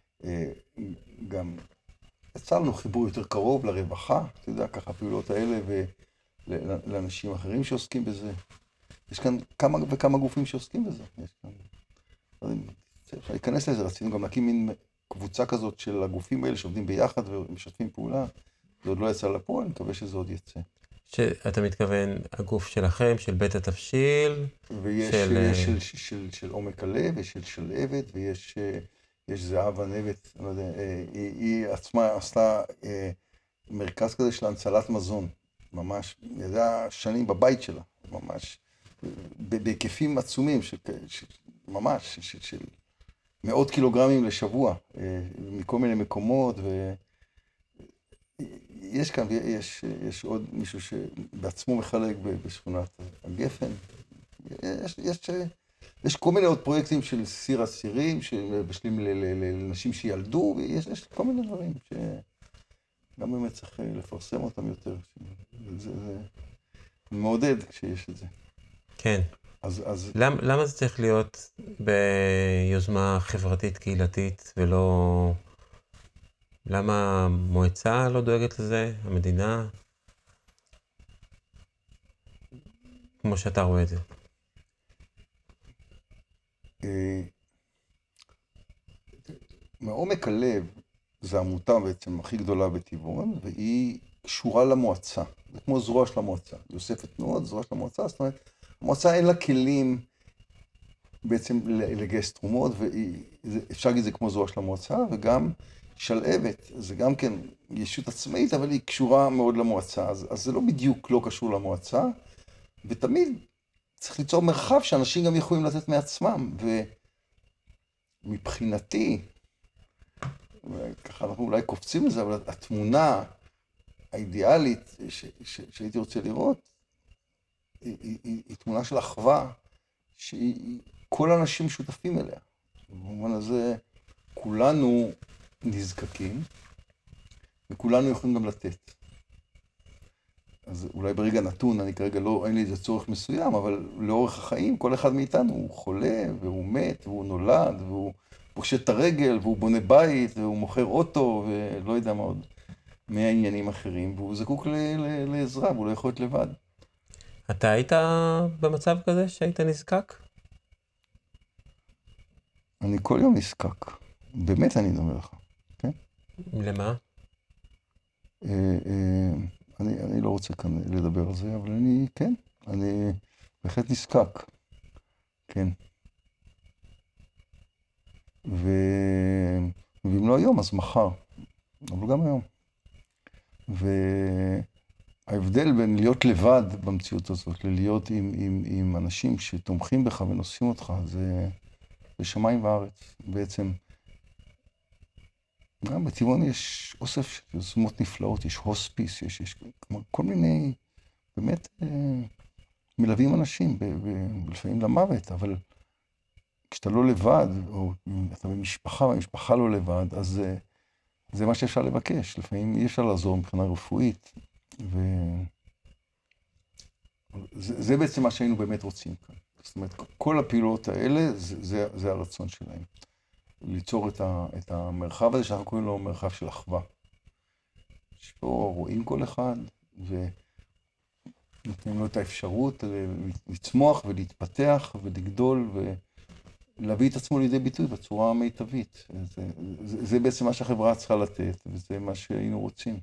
גם יצרנו חיבור יותר קרוב לרווחה, אתה יודע, ככה הפעולות האלה, ולאנשים אחרים שעוסקים בזה. יש כאן כמה וכמה גופים שעוסקים בזה. יש כאן, אפשר להיכנס לזה, רצינו גם להקים מין קבוצה כזאת של הגופים האלה שעובדים ביחד ומשתפים פעולה. זה עוד לא יצא לפועל, אני מקווה שזה עוד יצא. שאתה מתכוון, הגוף שלכם, של בית התבשיל, ויש של עומק הלב, ויש של שלהבת, ויש זהבה נבט, לא יודע, היא עצמה עשתה מרכז כזה של הנצלת מזון, ממש, ידעה שנים בבית שלה, ממש, בהיקפים עצומים, ממש, של מאות קילוגרמים לשבוע, מכל מיני מקומות, ויש כאן, יש עוד מישהו שבעצמו מחלק בשכונת הגפן. יש כל מיני עוד פרויקטים של סיר אסירים, שבשלים לנשים שילדו, ויש כל מיני דברים שגם באמת צריך לפרסם אותם יותר. זה מעודד כשיש את זה. כן. אז למה זה צריך להיות ביוזמה חברתית קהילתית ולא... למה המועצה לא דואגת לזה? המדינה? כמו שאתה רואה את זה. מעומק הלב, זו העמותה בעצם הכי גדולה בטבעון, והיא קשורה למועצה. זה כמו זרוע של המועצה. היא אוספת תנועות, זרוע של המועצה, זאת אומרת, המועצה אין לה כלים בעצם לגייס תרומות, ואפשר להגיד זה כמו זרוע של המועצה, וגם שלהבת, זה גם כן ישות עצמאית, אבל היא קשורה מאוד למועצה, אז זה לא בדיוק לא קשור למועצה, ותמיד צריך ליצור מרחב שאנשים גם יכולים לתת מעצמם, ומבחינתי, ככה אנחנו אולי קופצים לזה, אבל התמונה האידיאלית שהייתי רוצה לראות, היא תמונה של אחווה, שכל האנשים שותפים אליה. במובן הזה, כולנו נזקקים, וכולנו יכולים גם לתת. אז אולי ברגע נתון, אני כרגע אין לי איזה צורך מסוים, אבל לאורך החיים, כל אחד מאיתנו הוא חולה, והוא מת, והוא נולד, והוא פושט את הרגל, והוא בונה בית, והוא מוכר אוטו, ולא יודע מה עוד, מהעניינים אחרים, והוא זקוק לעזרה, והוא לא יכול להיות לבד. אתה היית במצב כזה שהיית נזקק? אני כל יום נזקק. באמת אני אומר לך, כן? למה? אני לא רוצה כאן לדבר על זה, אבל אני בהחלט נזקק, כן. ואם לא היום, אז מחר, אבל גם היום. וההבדל בין להיות לבד במציאות הזאת, ללהיות עם אנשים שתומכים בך ונושאים אותך, זה בשמיים וארץ. בעצם, גם בטבעון יש אוסף של יוזמות נפלאות, יש הוספיס, יש כל מיני, באמת, מלווים אנשים, לפעמים למוות, אבל כשאתה לא לבד, או אתה במשפחה, והמשפחה לא לבד, אז זה מה שאפשר לבקש. לפעמים אי אפשר לעזור מבחינה רפואית, וזה בעצם מה שהיינו באמת רוצים כאן. זאת אומרת, כל הפעילות האלה, זה הרצון שלהם. ליצור את המרחב הזה שאנחנו קוראים לו מרחב של אחווה. שפה רואים כל אחד, ונותנים לו את האפשרות לצמוח ולהתפתח ולגדול ולהביא את עצמו לידי ביטוי בצורה המיטבית. זה בעצם מה שהחברה צריכה לתת, וזה מה שהיינו רוצים.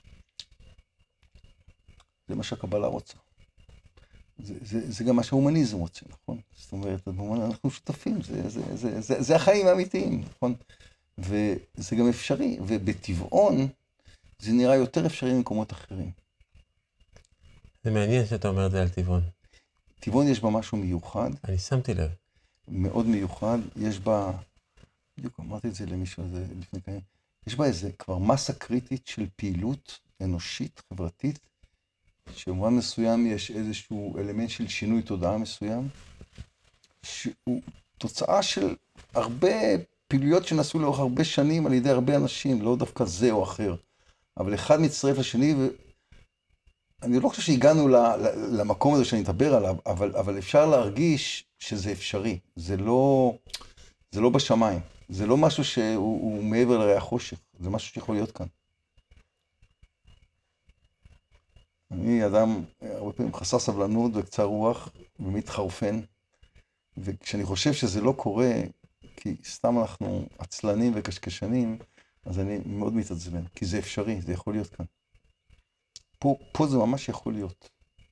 זה מה שהקבלה רוצה. זה גם מה שההומניזם רוצה, נכון? זאת אומרת, אנחנו שותפים, זה החיים האמיתיים, נכון? וזה גם אפשרי, ובטבעון זה נראה יותר אפשרי ממקומות אחרים. זה מעניין שאתה אומר את זה על טבעון. טבעון יש בה משהו מיוחד. אני שמתי לב. מאוד מיוחד, יש בה, בדיוק אמרתי את זה למישהו הזה לפני כמה, יש בה איזה כבר מסה קריטית של פעילות אנושית, חברתית, שבמובן מסוים יש איזשהו אלמנט של שינוי תודעה מסוים, שהוא תוצאה של הרבה פעילויות שנעשו לאורך הרבה שנים על ידי הרבה אנשים, לא דווקא זה או אחר, אבל אחד מצטרף לשני, ואני לא חושב שהגענו למקום הזה שאני אדבר עליו, אבל אפשר להרגיש שזה אפשרי, זה לא בשמיים, זה לא משהו שהוא מעבר לריח החושך, זה משהו שיכול להיות כאן. אני אדם הרבה פעמים חסר סבלנות וקצר רוח ומתחרפן, וכשאני חושב שזה לא קורה, כי סתם אנחנו עצלנים וקשקשנים, אז אני מאוד מתעצבן, כי זה אפשרי, זה יכול להיות כאן. פה זה ממש יכול להיות.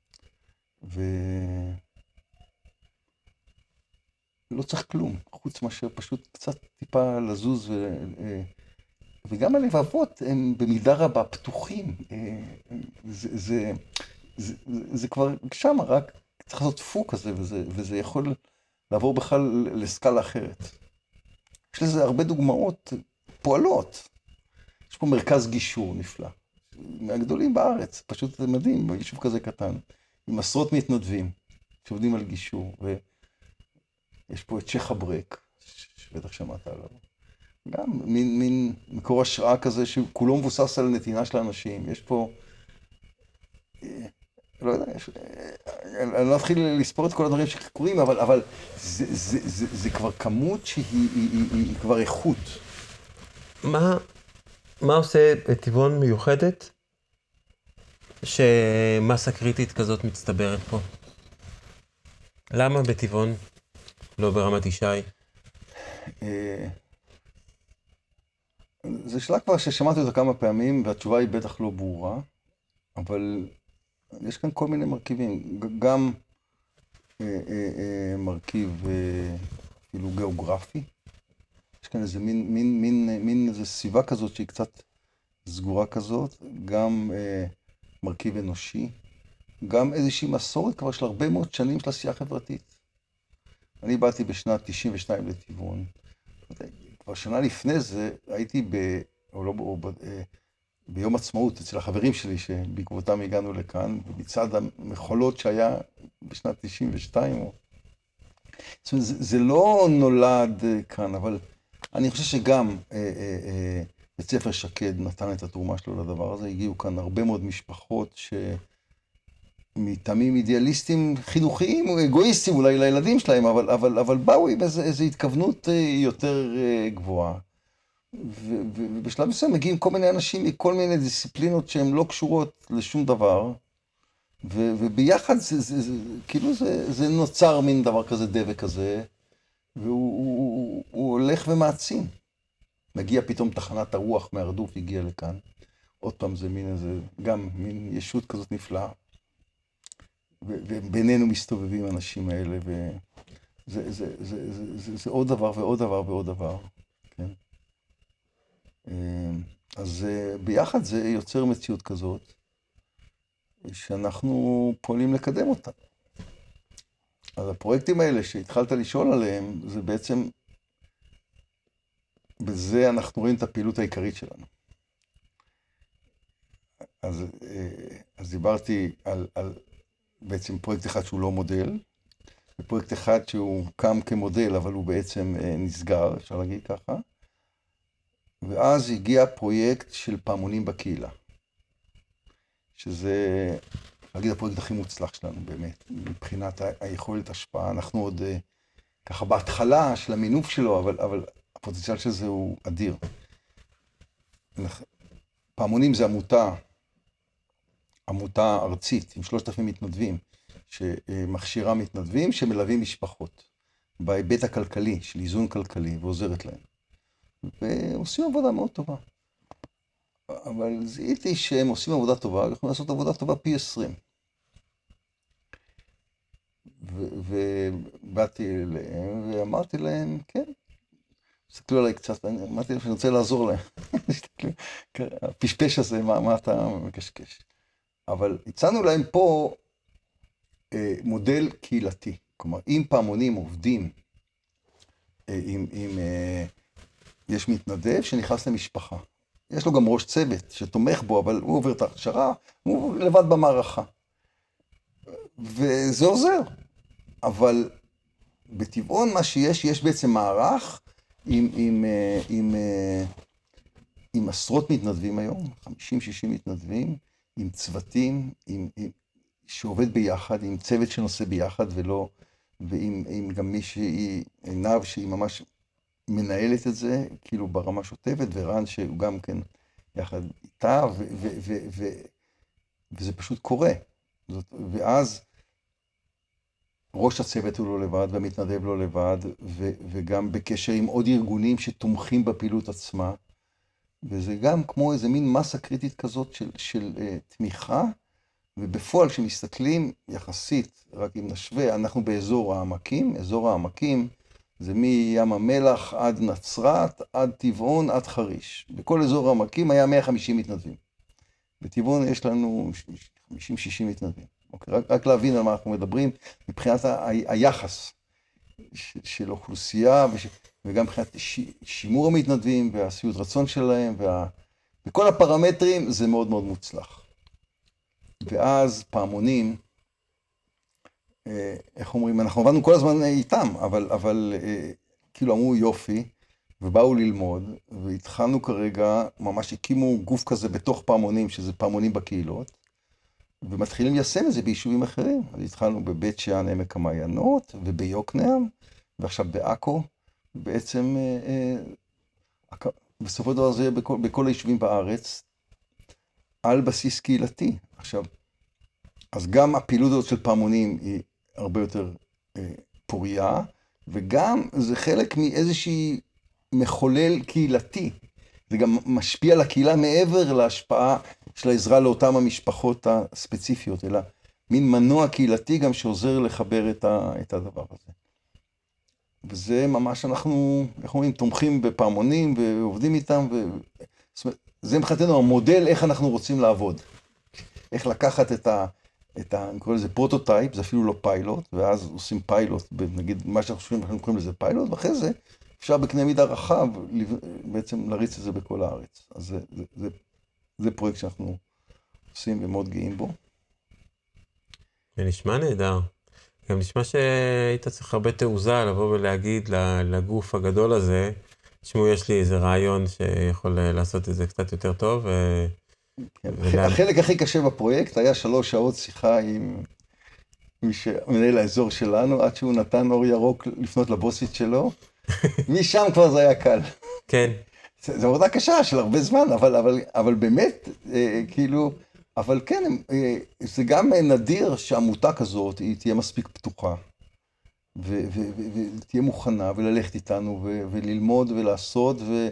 ולא צריך כלום, חוץ מאשר פשוט קצת טיפה לזוז וגם הלבבות הם במידה רבה פתוחים, זה כבר שם, רק צריך לעשות דפוק כזה, וזה יכול לעבור בכלל לסקאלה אחרת. יש לזה הרבה דוגמאות פועלות. יש פה מרכז גישור נפלא. מהגדולים בארץ, פשוט זה מדהים, יישוב כזה קטן, עם עשרות מתנדבים שעובדים על גישור, ויש פה את שייח אברק, שבטח שמעת עליו. גם מין מקור השראה כזה שכולו מבוסס על נתינה של האנשים. יש פה, לא יודע, אני לא אתחיל לספור את כל הדברים שקורים, אבל זה כבר כמות שהיא כבר איכות. מה עושה טבעון מיוחדת שמסה קריטית כזאת מצטברת פה? למה בטבעון, לא ברמת ישי? זה שאלה כבר ששמעתי אותה כמה פעמים, והתשובה היא בטח לא ברורה, אבל יש כאן כל מיני מרכיבים, גם מרכיב אפילו גיאוגרפי. יש כאן איזה מין איזה סביבה כזאת שהיא קצת סגורה כזאת, גם מרכיב אנושי, גם איזושהי מסורת כבר של הרבה מאוד שנים של עשייה חברתית. אני באתי בשנת 92 לטבעון, כבר שנה לפני זה הייתי ביום עצמאות אצל החברים שלי שבעקבותם הגענו לכאן, מצד המחולות שהיה בשנת 92. זאת אומרת, זה לא נולד כאן, אבל אני חושב שגם בית ספר שקד נתן את התרומה שלו לדבר הזה. הגיעו כאן הרבה מאוד משפחות שמטעמים אידיאליסטים חינוכיים או אגואיסטים אולי לילדים שלהם, אבל באו עם איזו התכוונות יותר גבוהה. ובשלב מסוים מגיעים כל מיני אנשים מכל מיני דיסציפלינות שהן לא קשורות לשום דבר, וביחד כאילו זה נוצר מין דבר כזה, דבק כזה, והוא הולך ומעצים. מגיע פתאום תחנת הרוח מהרדוף, הגיע לכאן. עוד פעם זה מין איזה, גם מין ישות כזאת נפלאה. ובינינו מסתובבים האנשים האלה, וזה עוד דבר ועוד דבר ועוד דבר, כן? אז ביחד זה יוצר מציאות כזאת, שאנחנו פועלים לקדם אותה. אז הפרויקטים האלה שהתחלת לשאול עליהם, זה בעצם, בזה אנחנו רואים את הפעילות העיקרית שלנו. אז דיברתי על בעצם פרויקט אחד שהוא לא מודל, ופרויקט אחד שהוא קם כמודל, אבל הוא בעצם נסגר, אפשר להגיד ככה. ואז הגיע פרויקט של פעמונים בקהילה, שזה, נגיד, הפרויקט הכי מוצלח שלנו באמת, מבחינת היכולת השפעה. אנחנו עוד ככה בהתחלה של המינוף שלו, אבל הפוטנציאל של זה הוא אדיר. פעמונים זה עמותה ארצית עם 3,000 מתנדבים, שמכשירה מתנדבים שמלווים משפחות, בהיבט הכלכלי, של איזון כלכלי, ועוזרת להם. ועושים עבודה מאוד טובה. אבל זיהיתי שהם עושים עבודה טובה, יכולים לעשות עבודה טובה פי 20. ובאתי אליהם ואמרתי להם, כן, הסתכלו עליי קצת, אמרתי להם שאני רוצה לעזור להם. הפשפש הזה, מה אתה מקשקש? אבל הצענו להם פה מודל קהילתי. כלומר, אם פעמונים עובדים, יש מתנדב שנכנס למשפחה. יש לו גם ראש צוות שתומך בו, אבל הוא עובר את ההכשרה, הוא לבד במערכה. וזה עוזר. אבל בטבעון מה יש בעצם מערך עם עשרות מתנדבים היום, 50-60 מתנדבים, עם צוותים, שעובד ביחד, עם צוות שנושא ביחד, ועם גם מישהי עיניו שהיא ממש מנהלת את זה, כאילו ברמה שוטפת, ורן שהוא גם כן יחד איתה, וזה פשוט קורה. ואז ראש הצוות הוא לא לבד, והמתנדב לא לבד, וגם בקשר עם עוד ארגונים שתומכים בפעילות עצמה, וזה גם כמו איזה מין מסה קריטית כזאת של תמיכה, ובפועל שמסתכלים יחסית, רק אם נשווה, אנחנו באזור העמקים. אזור העמקים זה מים המלח עד נצרת, עד טבעון, עד חריש. בכל אזור העמקים היה 150 מתנדבים. בטבעון יש לנו 50-60 מתנדבים. אוקיי? רק להבין על מה אנחנו מדברים, מבחינת היחס של אוכלוסייה, וגם מבחינת שימור המתנדבים, והשביעות רצון שלהם, וכל הפרמטרים, זה מאוד מאוד מוצלח. ואז פעמונים, איך אומרים, אנחנו עבדנו כל הזמן איתם, אבל כאילו אמרו יופי, ובאו ללמוד, והתחלנו כרגע, ממש הקימו גוף כזה בתוך פעמונים, שזה פעמונים בקהילות, ומתחילים ליישם את זה ביישובים אחרים. אז התחלנו בבית שאן, עמק המעיינות, וביוקנעם, ועכשיו בעכו, בעצם בסופו של דבר זה יהיה בכל היישובים בארץ, על בסיס קהילתי. עכשיו, אז גם הפעילות הזאת של פעמונים היא הרבה יותר פוריה, וגם זה חלק מאיזושהי מחולל קהילתי. זה גם משפיע על הקהילה מעבר להשפעה של העזרה לאותם המשפחות הספציפיות, אלא מין מנוע קהילתי גם שעוזר לחבר את הדבר הזה. וזה ממש אנחנו, איך אומרים, תומכים בפעמונים ועובדים איתם, זאת אומרת, זה מבחינתנו המודל איך אנחנו רוצים לעבוד. איך לקחת אני קורא לזה פרוטוטייפ, זה אפילו לא פיילוט, ואז עושים פיילוט, נגיד מה שאנחנו קוראים לזה פיילוט, ואחרי זה אפשר בקנה מידה רחב בעצם להריץ את זה בכל הארץ. אז זה פרויקט שאנחנו עושים ומאוד גאים בו. זה נשמע נהדר. גם נשמע שהיית צריך הרבה תעוזה לבוא ולהגיד לגוף הגדול הזה, תשמעו, יש לי איזה רעיון שיכול לעשות את זה קצת יותר טוב. החלק הכי קשה בפרויקט היה 3 שעות שיחה עם מנהל האזור שלנו, עד שהוא נתן אור ירוק לפנות לבוסית שלו. משם כבר זה היה קל. כן. זו עבודה קשה של הרבה זמן, אבל באמת, כאילו, אבל כן, זה גם נדיר שעמותה כזאת, היא תהיה מספיק פתוחה, ותהיה מוכנה, וללכת איתנו, וללמוד, ולעשות,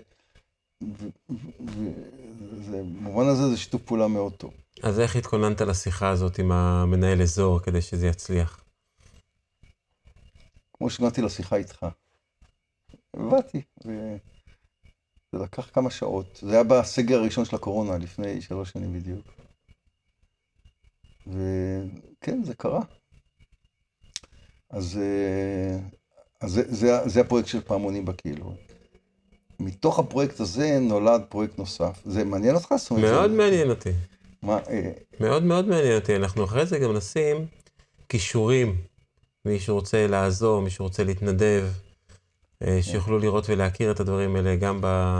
במובן הזה זה שיתוף פעולה מאוד טוב. אז איך התכוננת לשיחה הזאת עם המנהל אזור, כדי שזה יצליח? כמו שהגעתי לשיחה איתך. הבאתי, זה לקח כמה שעות. זה היה בסגר הראשון של הקורונה, לפני 3 שנים בדיוק. וכן, זה קרה. אז זה הפרויקט של פעמונים בקהילות. מתוך הפרויקט הזה נולד פרויקט נוסף. זה מעניין אותך? מאוד מעניין אותי. מה? מאוד מאוד מעניין אותי. אנחנו אחרי זה גם נשים קישורים. מי שרוצה לעזור, מי שרוצה להתנדב, שיוכלו לראות ולהכיר את הדברים האלה, גם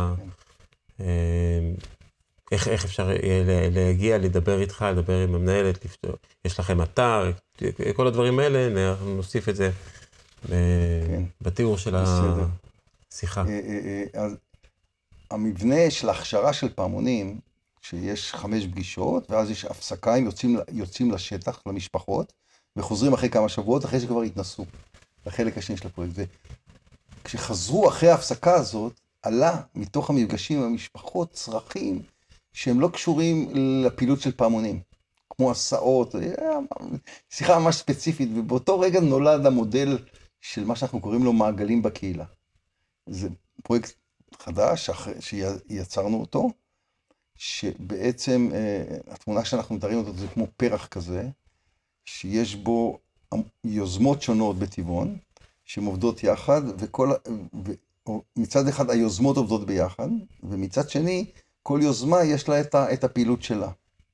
איך אפשר להגיע, לדבר איתך, לדבר עם המנהלת, יש לכם אתר, כל הדברים האלה, נוסיף את זה בתיאור של השיחה. אז המבנה של ההכשרה של פעמונים, שיש 5 פגישות, ואז יש הפסקה, הם יוצאים לשטח, למשפחות, וחוזרים אחרי כמה שבועות, אחרי שכבר התנסו, לחלק השני של הפרויקט. כשחזרו אחרי ההפסקה הזאת, עלה מתוך המפגשים עם המשפחות צרכים שהם לא קשורים לפעילות של פעמונים, כמו הסעות, שיחה ממש ספציפית, ובאותו רגע נולד המודל של מה שאנחנו קוראים לו מעגלים בקהילה. זה פרויקט חדש שיצרנו אותו, שבעצם התמונה שאנחנו מתארים אותו זה כמו פרח כזה, שיש בו יוזמות שונות בטבעון, שהן עובדות יחד, ומצד אחד היוזמות עובדות ביחד, ומצד שני, כל יוזמה יש לה את הפעילות שלה.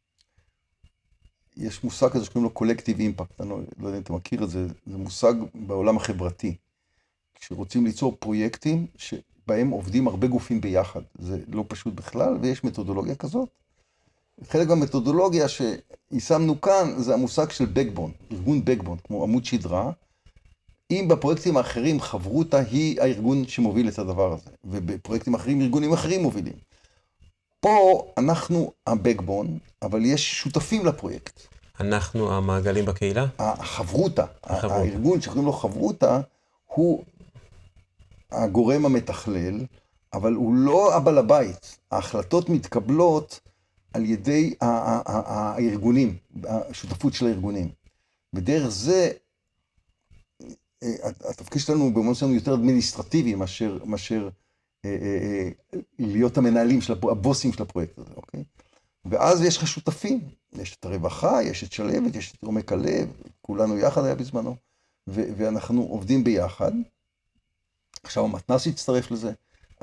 יש מושג כזה שקוראים לו קולקטיב אימפקט, אני לא יודע אם אתה מכיר את זה, זה מושג בעולם החברתי. כשרוצים ליצור פרויקטים שבהם עובדים הרבה גופים ביחד, זה לא פשוט בכלל, ויש מתודולוגיה כזאת. חלק מהמתודולוגיה שיישמנו כאן, זה המושג של בקבון, ארגון בקבון, כמו עמוד שדרה. אם בפרויקטים האחרים חברותה היא הארגון שמוביל את הדבר הזה, ובפרויקטים אחרים ארגונים אחרים מובילים. פה אנחנו הבקבון, אבל יש שותפים לפרויקט. אנחנו המעגלים בקהילה? החברותה, הארגון שקוראים לו חברותה, הוא הגורם המתכלל, אבל הוא לא הבעל הבית. ההחלטות מתקבלות על ידי הארגונים, השותפות של הארגונים. בדרך זה, התפקיד שלנו במובן שלנו יותר אדמיניסטרטיבי מאשר להיות המנהלים, הבוסים של הפרויקט הזה, אוקיי? ואז יש לך שותפים, יש את הרווחה, יש את שלבת, יש את עומק הלב, כולנו יחד היה בזמנו, ואנחנו עובדים ביחד. עכשיו המתנ"ס יצטרף לזה,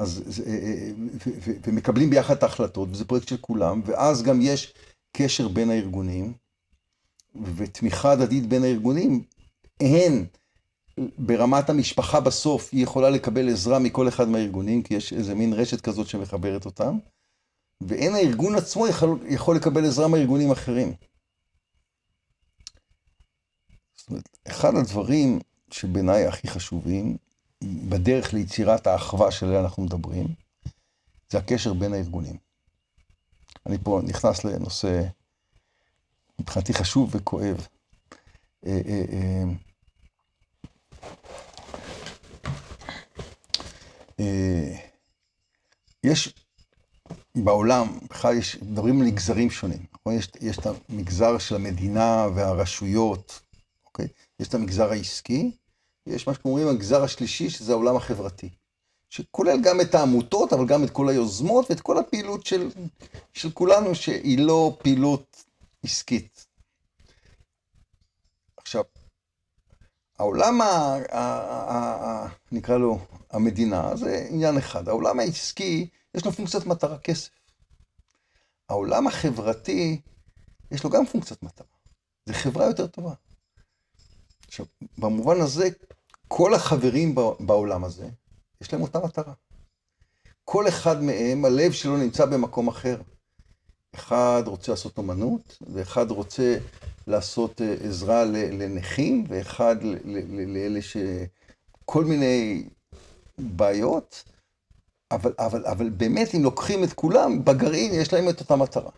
ומקבלים ביחד את ההחלטות, וזה פרויקט של כולם, ואז גם יש קשר בין הארגונים, ותמיכה הדדית בין הארגונים, הן ברמת המשפחה בסוף, היא יכולה לקבל עזרה מכל אחד מהארגונים, כי יש איזה מין רשת כזאת שמחברת אותם, ואין הארגון עצמו יכול לקבל עזרה מהארגונים אחרים. זאת אומרת, אחד הדברים שבעיניי הכי חשובים, בדרך ליצירת האחווה שליה אנחנו מדברים, זה הקשר בין הארגונים. אני פה נכנס לנושא מבחינתי חשוב וכואב. יש בעולם, בכלל יש מדברים על מגזרים שונים. יש את המגזר של המדינה והרשויות, אוקיי? יש את המגזר העסקי, ויש מה שאומרים המגזר השלישי, שזה העולם החברתי. שכולל גם את העמותות, אבל גם את כל היוזמות ואת כל הפעילות של כולנו, שהיא לא פעילות עסקית. עכשיו, העולם, נקרא לו המדינה, זה עניין אחד. העולם העסקי, יש לו פונקציית מטרה, כסף. העולם החברתי, יש לו גם פונקציית מטרה. זה חברה יותר טובה. עכשיו, במובן הזה, כל החברים בעולם הזה, יש להם אותה מטרה. כל אחד מהם, הלב שלו נמצא במקום אחר. אחד רוצה לעשות אומנות, ואחד רוצה לעשות עזרה לנכים, ואחד לאלה כל מיני בעיות, אבל באמת אם לוקחים את כולם, בגרעין יש להם את אותה מטרה.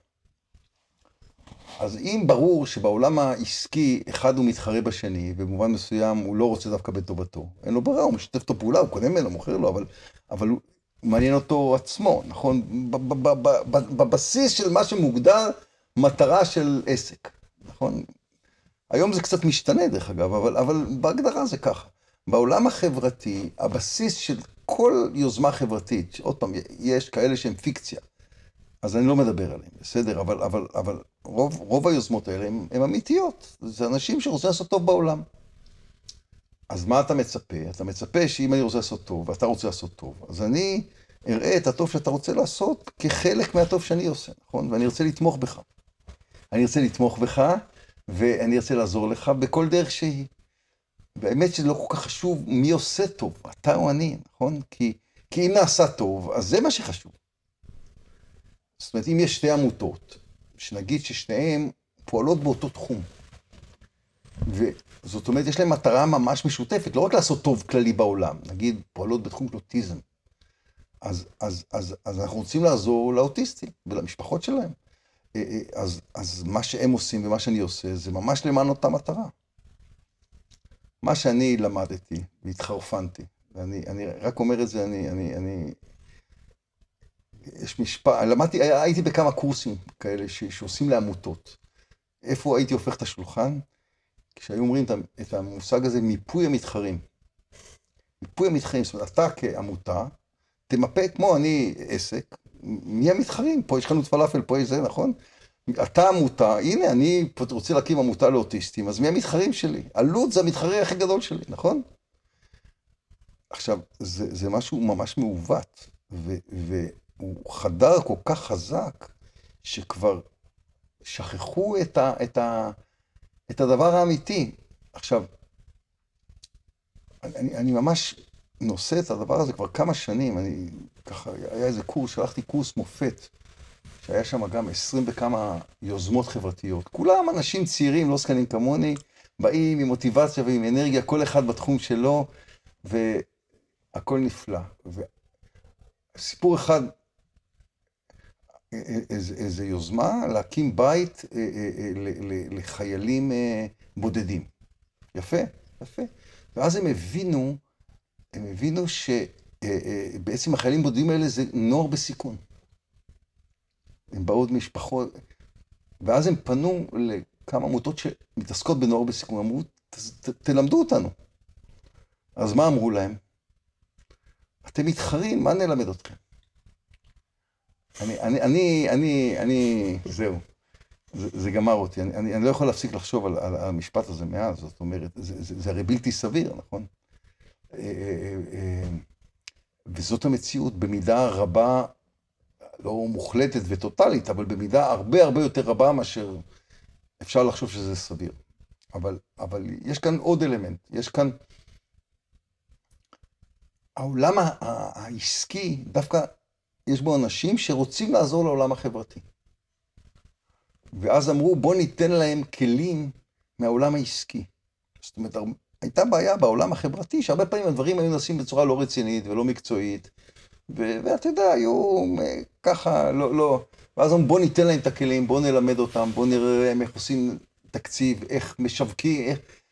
אז אם ברור שבעולם העסקי אחד הוא מתחרה בשני, ובמובן מסוים הוא לא רוצה דווקא בטובתו, אין לו ברירה, הוא משתף אותו פעולה, הוא קודם ממנו, מוכר לו, אבל הוא מעניין אותו עצמו, נכון? בבסיס של מה שמוגדר מטרה של עסק, נכון? היום זה קצת משתנה דרך אגב, אבל בהגדרה זה ככה. בעולם החברתי, הבסיס של כל יוזמה חברתית, עוד פעם, יש כאלה שהם פיקציה, אז אני לא מדבר עליהם, בסדר, אבל רוב היוזמות האלה הם אמיתיות, זה אנשים שרוצים לעשות טוב בעולם. אז מה אתה מצפה? אתה מצפה שאם אני רוצה לעשות טוב, ואתה רוצה לעשות טוב, אז אני אראה את הטוב שאתה רוצה לעשות כחלק מהטוב שאני עושה, נכון? ואני ארצה לתמוך בך. אני ארצה לתמוך בך, ואני ארצה לעזור לך בכל דרך שהיא. באמת שזה לא כל כך חשוב מי עושה טוב, אתה או אני, נכון? כי אם נעשה טוב, אז זה מה שחשוב. זאת אומרת, אם יש שתי עמותות, שנגיד ששניהם פועלות באותו תחום, וזאת אומרת, יש להם מטרה ממש משותפת, לא רק לעשות טוב כללי בעולם, נגיד, פועלות בתחום של אוטיזם, אז אנחנו רוצים לעזור לאוטיסטים ולמשפחות שלהם. אז מה שהם עושים ומה שאני עושה, זה ממש למען אותה מטרה. מה שאני למדתי והתחרפנתי, ואני רק אומר את זה, יש משפט, הייתי בכמה קורסים כאלה שעושים לעמותות. איפה הייתי הופך את השולחן? כשהיו אומרים את המושג הזה, מיפוי המתחרים. מיפוי המתחרים, זאת אומרת, אתה כעמותה, תמפה כמו אני עסק, מי המתחרים? פה יש חנות פלאפל, פה יש זה, נכון? אתה עמותה, הנה, אני רוצה להקים עמותה לאוטיסטים, אז מי המתחרים שלי? עלות זה המתחרה הכי גדול שלי, נכון? עכשיו, זה משהו ממש מעוות, והוא חדר כל כך חזק, שכבר שכחו את הדבר האמיתי. עכשיו, אני ממש נושא את הדבר הזה כבר כמה שנים, ככה, היה איזה קורס, שלחתי קורס מופת, שהיה שם גם 20 וכמה יוזמות חברתיות. כולם אנשים צעירים, לא זקנים כמוני, באים עם מוטיבציה ועם אנרגיה, כל אחד בתחום שלו, והכל נפלא. סיפור אחד, איזו יוזמה להקים בית לחיילים בודדים. יפה, יפה. ואז הם הבינו שבעצם החיילים בודדים האלה זה נוער בסיכון. הם באו עוד משפחות, ואז הם פנו לכמה עמותות שמתעסקות בנוער בסיכון, אמרו, תלמדו אותנו. אז מה אמרו להם? אתם מתחרים, מה נלמד אתכם? זהו. זה גמר אותי. אני לא יכול להפסיק לחשוב על המשפט הזה מאז. זאת אומרת, זה הרי בלתי סביר, נכון? וזאת המציאות במידה רבה, לא מוחלטת וטוטלית, אבל במידה הרבה הרבה יותר רבה מאשר אפשר לחשוב שזה סביר. אבל יש כאן עוד אלמנט. יש כאן העולם העסקי, דווקא יש בו אנשים שרוצים לעזור לעולם החברתי. ואז אמרו, בוא ניתן להם כלים מהעולם העסקי. זאת אומרת, הייתה בעיה בעולם החברתי, שהרבה פעמים הדברים היו נעשים בצורה לא רצינית ולא מקצועית, ואתה יודע, היו ככה, לא. ואז אמרו, בוא ניתן להם את הכלים, בוא נלמד אותם, בוא נראה איך עושים תקציב, איך משווקים,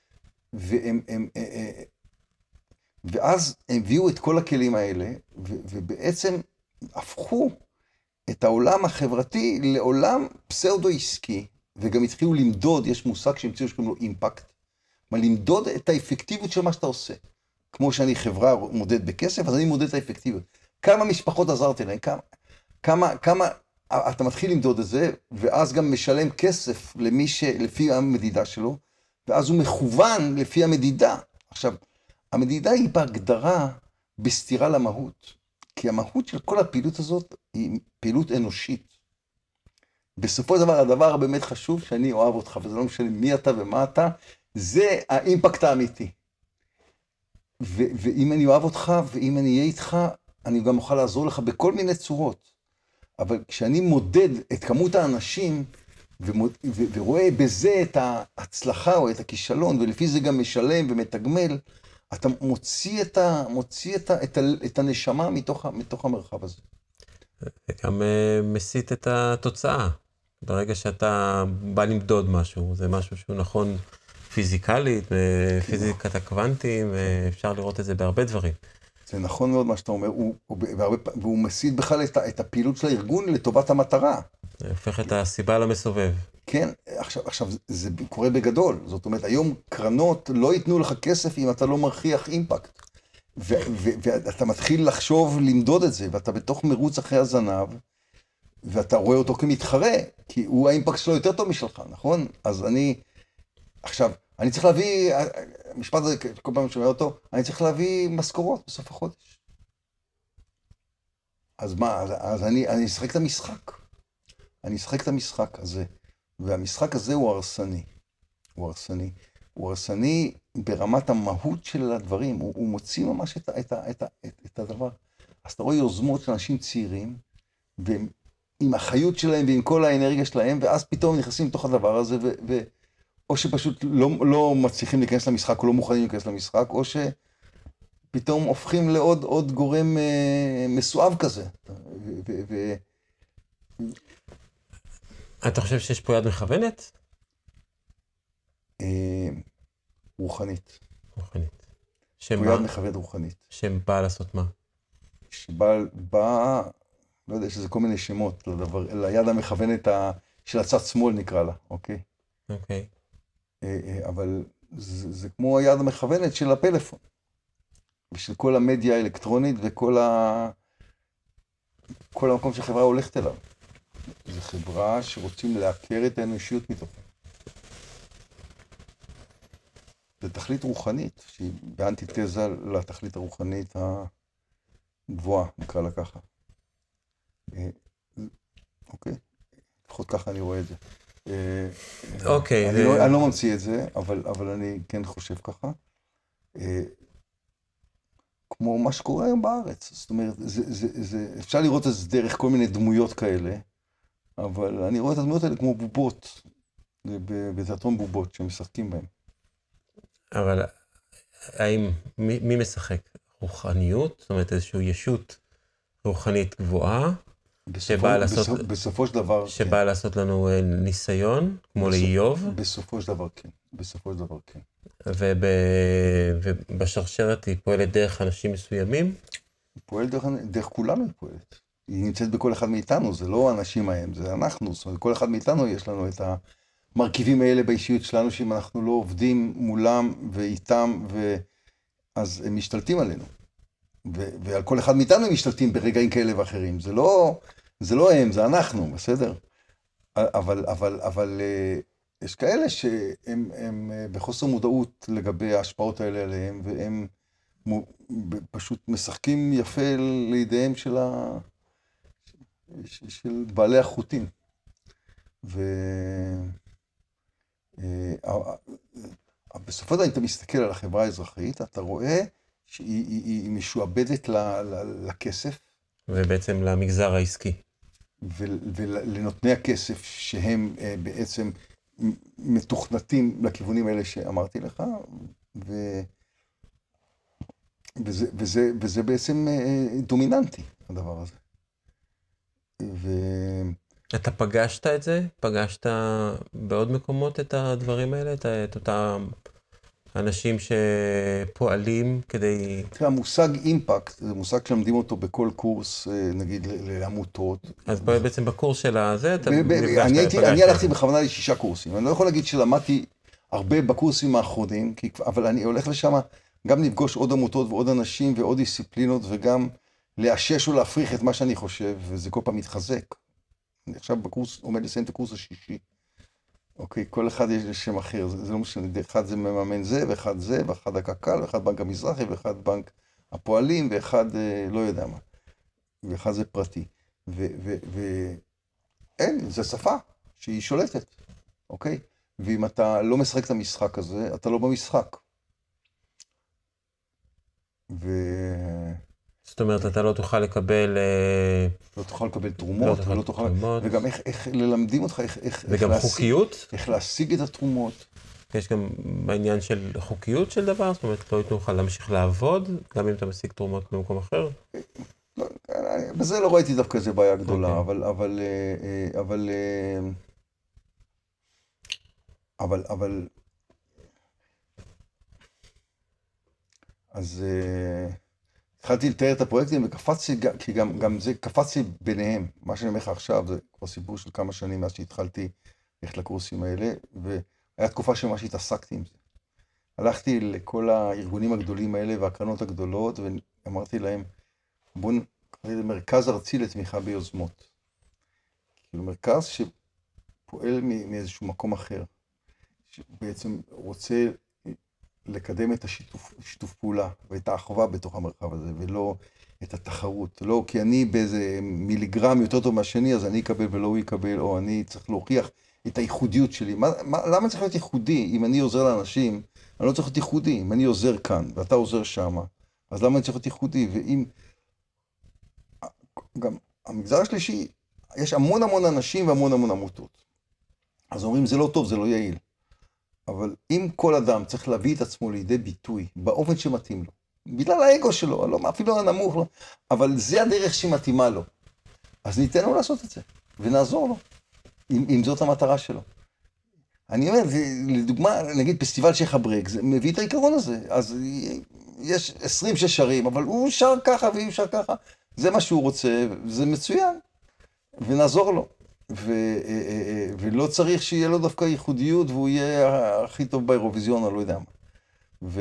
ואז הביאו את כל הכלים האלה, ובעצם הפכו את העולם החברתי לעולם פסאודו-עסקי, וגם התחילו למדוד, יש מושג שהמציאו שקוראים לו אימפקט, למדוד את האפקטיביות של מה שאתה עושה. כמו שאני חברה מודד בכסף, אז אני מודד את האפקטיביות. כמה משפחות עזרתי להן, כמה אתה מתחיל למדוד את זה, ואז גם משלם כסף לפי המדידה שלו, ואז הוא מכוון לפי המדידה. עכשיו, המדידה היא בהגדרה בסתירה למהות, כי המהות של כל הפעילות הזאת היא פעילות אנושית. בסופו של דבר, הדבר באמת חשוב שאני אוהב אותך, וזה לא משנה מי אתה ומה אתה, זה האימפקט האמיתי. ואם אני אוהב אותך, ואם אני אהיה איתך, אני גם אוכל לעזור לך בכל מיני צורות. אבל כשאני מודד את כמות האנשים, ורואה בזה את ההצלחה או את הכישלון, ולפי זה גם משלם ומתגמל, אתה מוציא את הנשמה מתוך המרחב הזה. וגם מסית את התוצאה. ברגע שאתה בא למדוד משהו, זה משהו שהוא נכון פיזיקלית, בפיזיקת הקוונטים, אפשר לראות את זה בהרבה דברים. זה נכון מאוד מה שאתה אומר, והוא מסית בכלל את הפעילות של הארגון לטובת המטרה. זה הופך את הסיבה למסובב. כן, עכשיו זה קורה בגדול, זאת אומרת, היום קרנות לא ייתנו לך כסף אם אתה לא מרחיח אימפקט. ואתה מתחיל לחשוב, למדוד את זה, ואתה בתוך מרוץ אחרי הזנב, ואתה רואה אותו כמתחרה, כי הוא האימפקט שלו יותר טוב משלך, נכון? אז אני צריך להביא, המשפט הזה, כל פעם שומע אותו, אני צריך להביא משכורות בסוף החודש. אז מה, אז אני אשחק את המשחק. אני אשחק את המשחק הזה. והמשחק הזה הוא הרסני. הוא הרסני ברמת המהות של הדברים. הוא מוציא ממש את הדבר. אז אתה רואה יוזמות של אנשים צעירים, עם החיות שלהם ועם כל האנרגיה שלהם, ואז פתאום נכנסים לתוך הדבר הזה, או שפשוט לא מצליחים להיכנס למשחק, או לא מוכנים להיכנס למשחק, או שפתאום הופכים לעוד גורם מסואב כזה. אתה חושב שיש פה יד מכוונת? רוחנית. רוחנית. פה יד מכוונת רוחנית. שבאה לעשות מה? שבאה, לא יודע, יש איזה כל מיני שמות ליד המכוונת של הצד שמאל נקרא לה, אוקיי? אוקיי. אבל זה כמו היד המכוונת של הפלאפון. ושל כל המדיה האלקטרונית וכל כל המקום שהחברה הולכת אליו. זו חברה שרוצים להכר את האנושיות מתוכה. זו תכלית רוחנית, שהיא באנטיתזה לתכלית הרוחנית הגבוהה, נקרא לה ככה. אוקיי, לפחות ככה אני רואה את זה. אוקיי. אני לא ממציא את זה, אבל אני כן חושב ככה. כמו מה שקורה היום בארץ. זאת אומרת, אפשר לראות את זה דרך כל מיני דמויות כאלה, אבל אני רואה את הדמויות האלה כמו בובות, בתיאטרון בובות שמשחקים בהם. אבל מי משחק? רוחניות? זאת אומרת, איזושהי ישות רוחנית גבוהה, בסופו של דבר, שבאה לעשות לנו ניסיון, כמו לאיוב? בסופו של דבר כן. ובשרשרת היא פועלת דרך אנשים מסוימים? היא פועלת דרך כולנו היא פועלת. היא נמצאת בכל אחד מאיתנו, זה לא האנשים ההם, זה אנחנו. זאת אומרת, כל אחד מאיתנו יש לנו את המרכיבים האלה באישיות שלנו, שאם אנחנו לא עובדים מולם ואיתם, אז הם משתלטים עלינו. ועל כל אחד מאיתנו הם משתלטים ברגעים כאלה ואחרים. זה לא זה לא הם, זה אנחנו, בסדר? אבל יש כאלה שהם בחוסר מודעות לגבי ההשפעות האלה עליהם, והם פשוט משחקים יפה לידיהם של בעלי החוטים. ובסופו של דבר, אם אתה מסתכל על החברה האזרחית, אתה רואה שהיא משועבדת לכסף. ובעצם למגזר העסקי. ולנותני הכסף שהם בעצם מתוכנתים לכיוונים האלה שאמרתי לך, וזה בעצם דומיננטי, הדבר הזה. אתה פגשת את זה? פגשת בעוד מקומות את הדברים האלה? את אותם אנשים שפועלים כדי... תראה, המושג אימפקט, זה מושג שלמדים אותו בכל קורס, נגיד לעמותות. אז בעצם בקורס של הזה, אתה פגשת. אני הלכתי בכוונה ל6 קורסים. אני לא יכול להגיד שלמדתי הרבה בקורסים האחרונים, אבל אני הולך לשם גם לפגוש עוד עמותות ועוד אנשים ועוד דיסציפלינות, וגם לאשש או להפריך את מה שאני חושב, וזה כל פעם מתחזק. אני עכשיו בקורס, עומד לסיים את הקורס השישי. אוקיי, כל אחד יש שם אחר, זה לא משנה, אחד זה מממן זה, ואחד זה, ואחד הקק"ל, ואחד בנק המזרחי, ואחד בנק הפועלים, ואחד לא יודע מה. ואחד זה פרטי. ואין, זה שפה שהיא שולטת, אוקיי? ואם אתה לא משחק את המשחק הזה, אתה לא במשחק. זאת אומרת, אתה לא תוכל לקבל... לא תוכל לקבל תרומות, ולא תוכל... וגם איך ללמדים אותך, וגם חוקיות? איך להשיג את התרומות. יש גם בעניין של חוקיות של דבר, זאת אומרת, לא ייתנו לך להמשיך לעבוד, גם אם אתה משיג תרומות במקום אחר? בזה לא ראיתי דווקא איזה בעיה גדולה, אבל... אז... התחלתי לתאר את הפרויקטים וקפצתי, כי גם זה קפצתי ביניהם. מה שאני אומר לך עכשיו זה כבר סיפור של כמה שנים מאז שהתחלתי ללכת לקורסים האלה, והיה תקופה שממש התעסקתי עם זה. הלכתי לכל הארגונים הגדולים האלה והקרנות הגדולות, ואמרתי להם, בואו נקרא לזה מרכז ארצי לתמיכה ביוזמות. כאילו מרכז שפועל מאיזשהו מקום אחר, שבעצם רוצה לקדם את השיתוף פעולה ואת האחווה בתוך המרחב הזה, ולא את התחרות. לא כי אני באיזה מיליגרם יותר טוב מהשני, אז אני אקבל ולא הוא יקבל, או אני צריך להוכיח את הייחודיות שלי. למה צריך להיות ייחודי? אם אני עוזר לאנשים, אני לא צריך להיות ייחודי. אם אני עוזר כאן ואתה עוזר שם, אז למה אני צריך להיות ייחודי? ואם... גם המגזר השלישי, יש המון אנשים והמון עמותות. אז אומרים, זה לא טוב, זה לא יעיל. אבל אם כל אדם צריך להביא את עצמו לידי ביטוי באופן שמתאים לו, בגלל האגו שלו, אפילו הנמוך לו, אבל זה הדרך שמתאימה לו, אז ניתן לו לעשות את זה, ונעזור לו, אם זאת המטרה שלו. אני אומר, לדוגמה, נגיד פסטיבל שייח אברק, זה מביא את העיקרון הזה, אז יש 20 ששרים, אבל הוא שר ככה והוא שר ככה, זה מה שהוא רוצה, זה מצוין, ונעזור לו. ולא צריך שיהיה לו דווקא ייחודיות, והוא יהיה הכי טוב באירוויזיון, או לא יודע מה.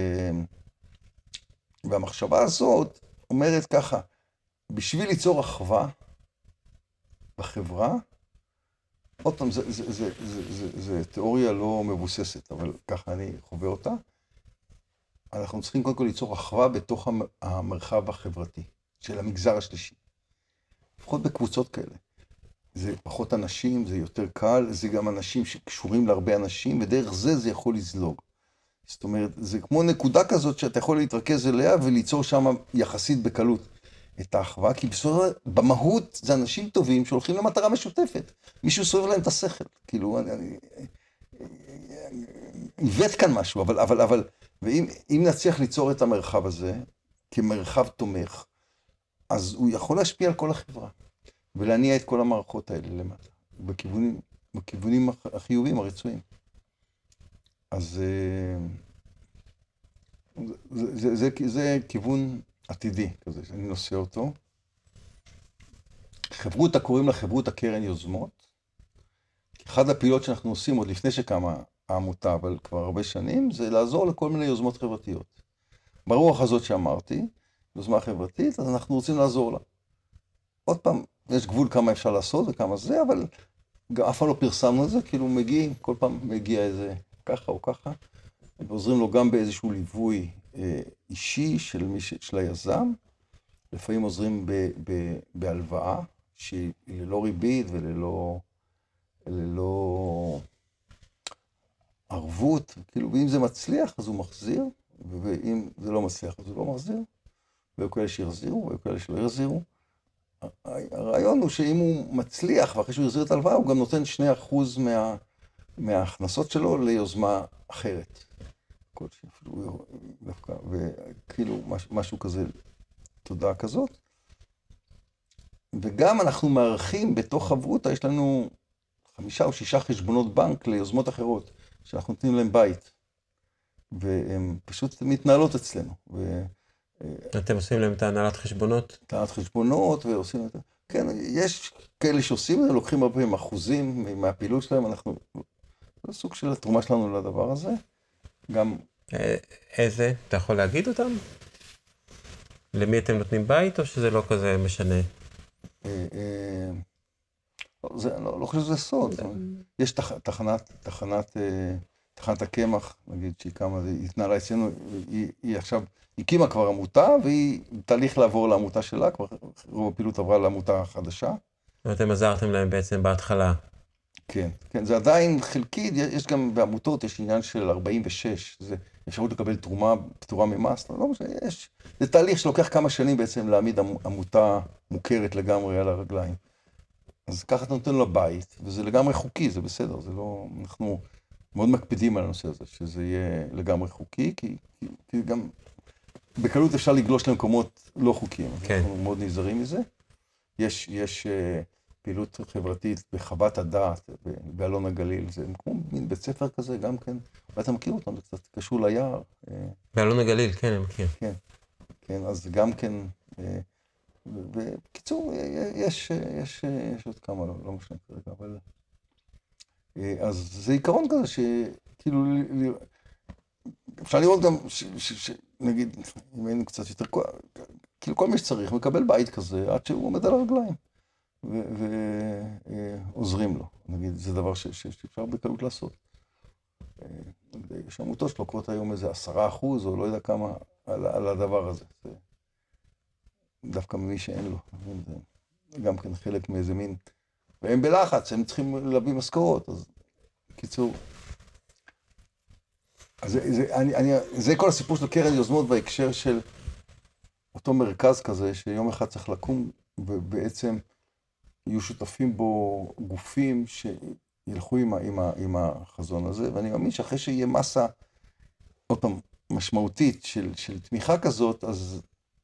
והמחשבה הזאת אומרת ככה, בשביל ליצור אחווה בחברה, עוד פעם, זה תיאוריה לא מבוססת, אבל ככה אני חווה אותה, אנחנו צריכים קודם כל ליצור אחווה בתוך המרחב החברתי, של המגזר השלישי. לפחות בקבוצות כאלה. זה פחות אנשים, זה יותר קל, זה גם אנשים שקשורים להרבה אנשים, ודרך זה יכול לזלוג. זאת אומרת, זה כמו נקודה כזאת שאתה יכול להתרכז אליה וליצור שם יחסית בקלות את האחווה, כי בסופו במהות זה אנשים טובים שהולכים למטרה משותפת. מישהו סובב להם את השכל. כאילו, אני הבאת כאן משהו, אבל, ואם נצליח ליצור את המרחב הזה כמרחב תומך, אז הוא יכול להשפיע על כל החברה. ולהניע את כל המערכות האלה למטה, בכיוונים החיוביים, הרצויים. אז זה כיוון עתידי כזה, שאני נושא אותו. חברות, קוראים לה חברות הקרן יוזמות. אחד הפעילות שאנחנו עושים עוד לפני שקמה העמותה, אבל כבר הרבה שנים, זה לעזור לכל מיני יוזמות חברתיות. ברוח הזאת שאמרתי, יוזמה חברתית, אז אנחנו רוצים לעזור לה. עוד פעם, יש גבול כמה אפשר לעשות וכמה זה, אבל גם אף פעם לא פרסמנו את זה, כאילו מגיעים, כל פעם מגיע איזה ככה או ככה, ועוזרים לו גם באיזשהו ליווי אישי של היזם, לפעמים עוזרים בהלוואה, שהיא ללא ריבית וללא ערבות, כאילו, ואם זה מצליח אז הוא מחזיר, ואם זה לא מצליח אז הוא לא מחזיר, והיו כאלה שיחזירו, והיו כאלה שלא יחזירו. הרעיון הוא שאם הוא מצליח, ואחרי שהוא יחזיר את ההלוואה, הוא גם נותן 2% מההכנסות שלו ליוזמה אחרת. וכאילו משהו כזה, תודה כזאת. וגם אנחנו מערכים בתוך חברותא, יש לנו 5 או 6 חשבונות בנק ליוזמות אחרות, שאנחנו נותנים להם בית. והן פשוט מתנהלות אצלנו. אתם עושים להם את הנהלת חשבונות? הנהלת חשבונות ועושים את זה. כן, יש כאלה שעושים את זה, לוקחים הרבה פעמים אחוזים מהפעילות שלהם, זה סוג של התרומה שלנו לדבר הזה. גם... איזה? אתה יכול להגיד אותם? למי אתם נותנים בית או שזה לא כזה משנה? לא חושב שזה סוד. יש תחנת הקמח, נגיד שהיא קמה, היא התנהלה אצלנו, היא עכשיו הקימה כבר עמותה, והיא תהליך לעבור לעמותה שלה, כבר רוב הפעילות עברה לעמותה החדשה. ואתם עזרתם להם בעצם בהתחלה. כן, כן, זה עדיין חלקית, יש גם בעמותות, יש עניין של 46, זה אפשרות לקבל תרומה, פטורה ממס, לא משנה, זה תהליך שלוקח כמה שנים בעצם להעמיד עמותה מוכרת לגמרי על הרגליים. אז ככה אתה נותן לו בית, וזה לגמרי חוקי, זה בסדר, זה לא, אנחנו מאוד מקפידים על הנושא הזה, שזה יהיה לגמרי חוקי, כי גם בקלות אפשר לגלוש למקומות לא חוקיים, כן. אנחנו מאוד נזהרים מזה. יש פעילות חברתית בחוות הדעת, באלון הגליל, זה כמו מין בית ספר כזה, גם כן, ואתה מכיר אותם, זה קצת קשור ליער. באלון הגליל, כן, אני מכיר. כן, כן, אז גם כן, בקיצור, יש עוד כמה, לא משנה כרגע, אבל... אז זה עיקרון כזה שכאילו, אפשר לראות גם, נגיד, אם היינו קצת יותר, כאילו כל מי שצריך מקבל בית כזה עד שהוא עומד על הרגליים, ועוזרים לו. נגיד, זה דבר שאפשר בקלות לעשות. יש עמותות שלוקחות היום איזה 10% או לא יודע כמה על הדבר הזה. דווקא ממי שאין לו. זה גם כן חלק מאיזה מין... והם בלחץ, הם צריכים להביא משכורות, אז בקיצור. אז זה כל הסיפור של קרן יוזמות בהקשר של אותו מרכז כזה, שיום אחד צריך לקום, ובעצם יהיו שותפים בו גופים שילכו עם החזון הזה, ואני מאמין שאחרי שיהיה מסה, עוד פעם, משמעותית של תמיכה כזאת, אז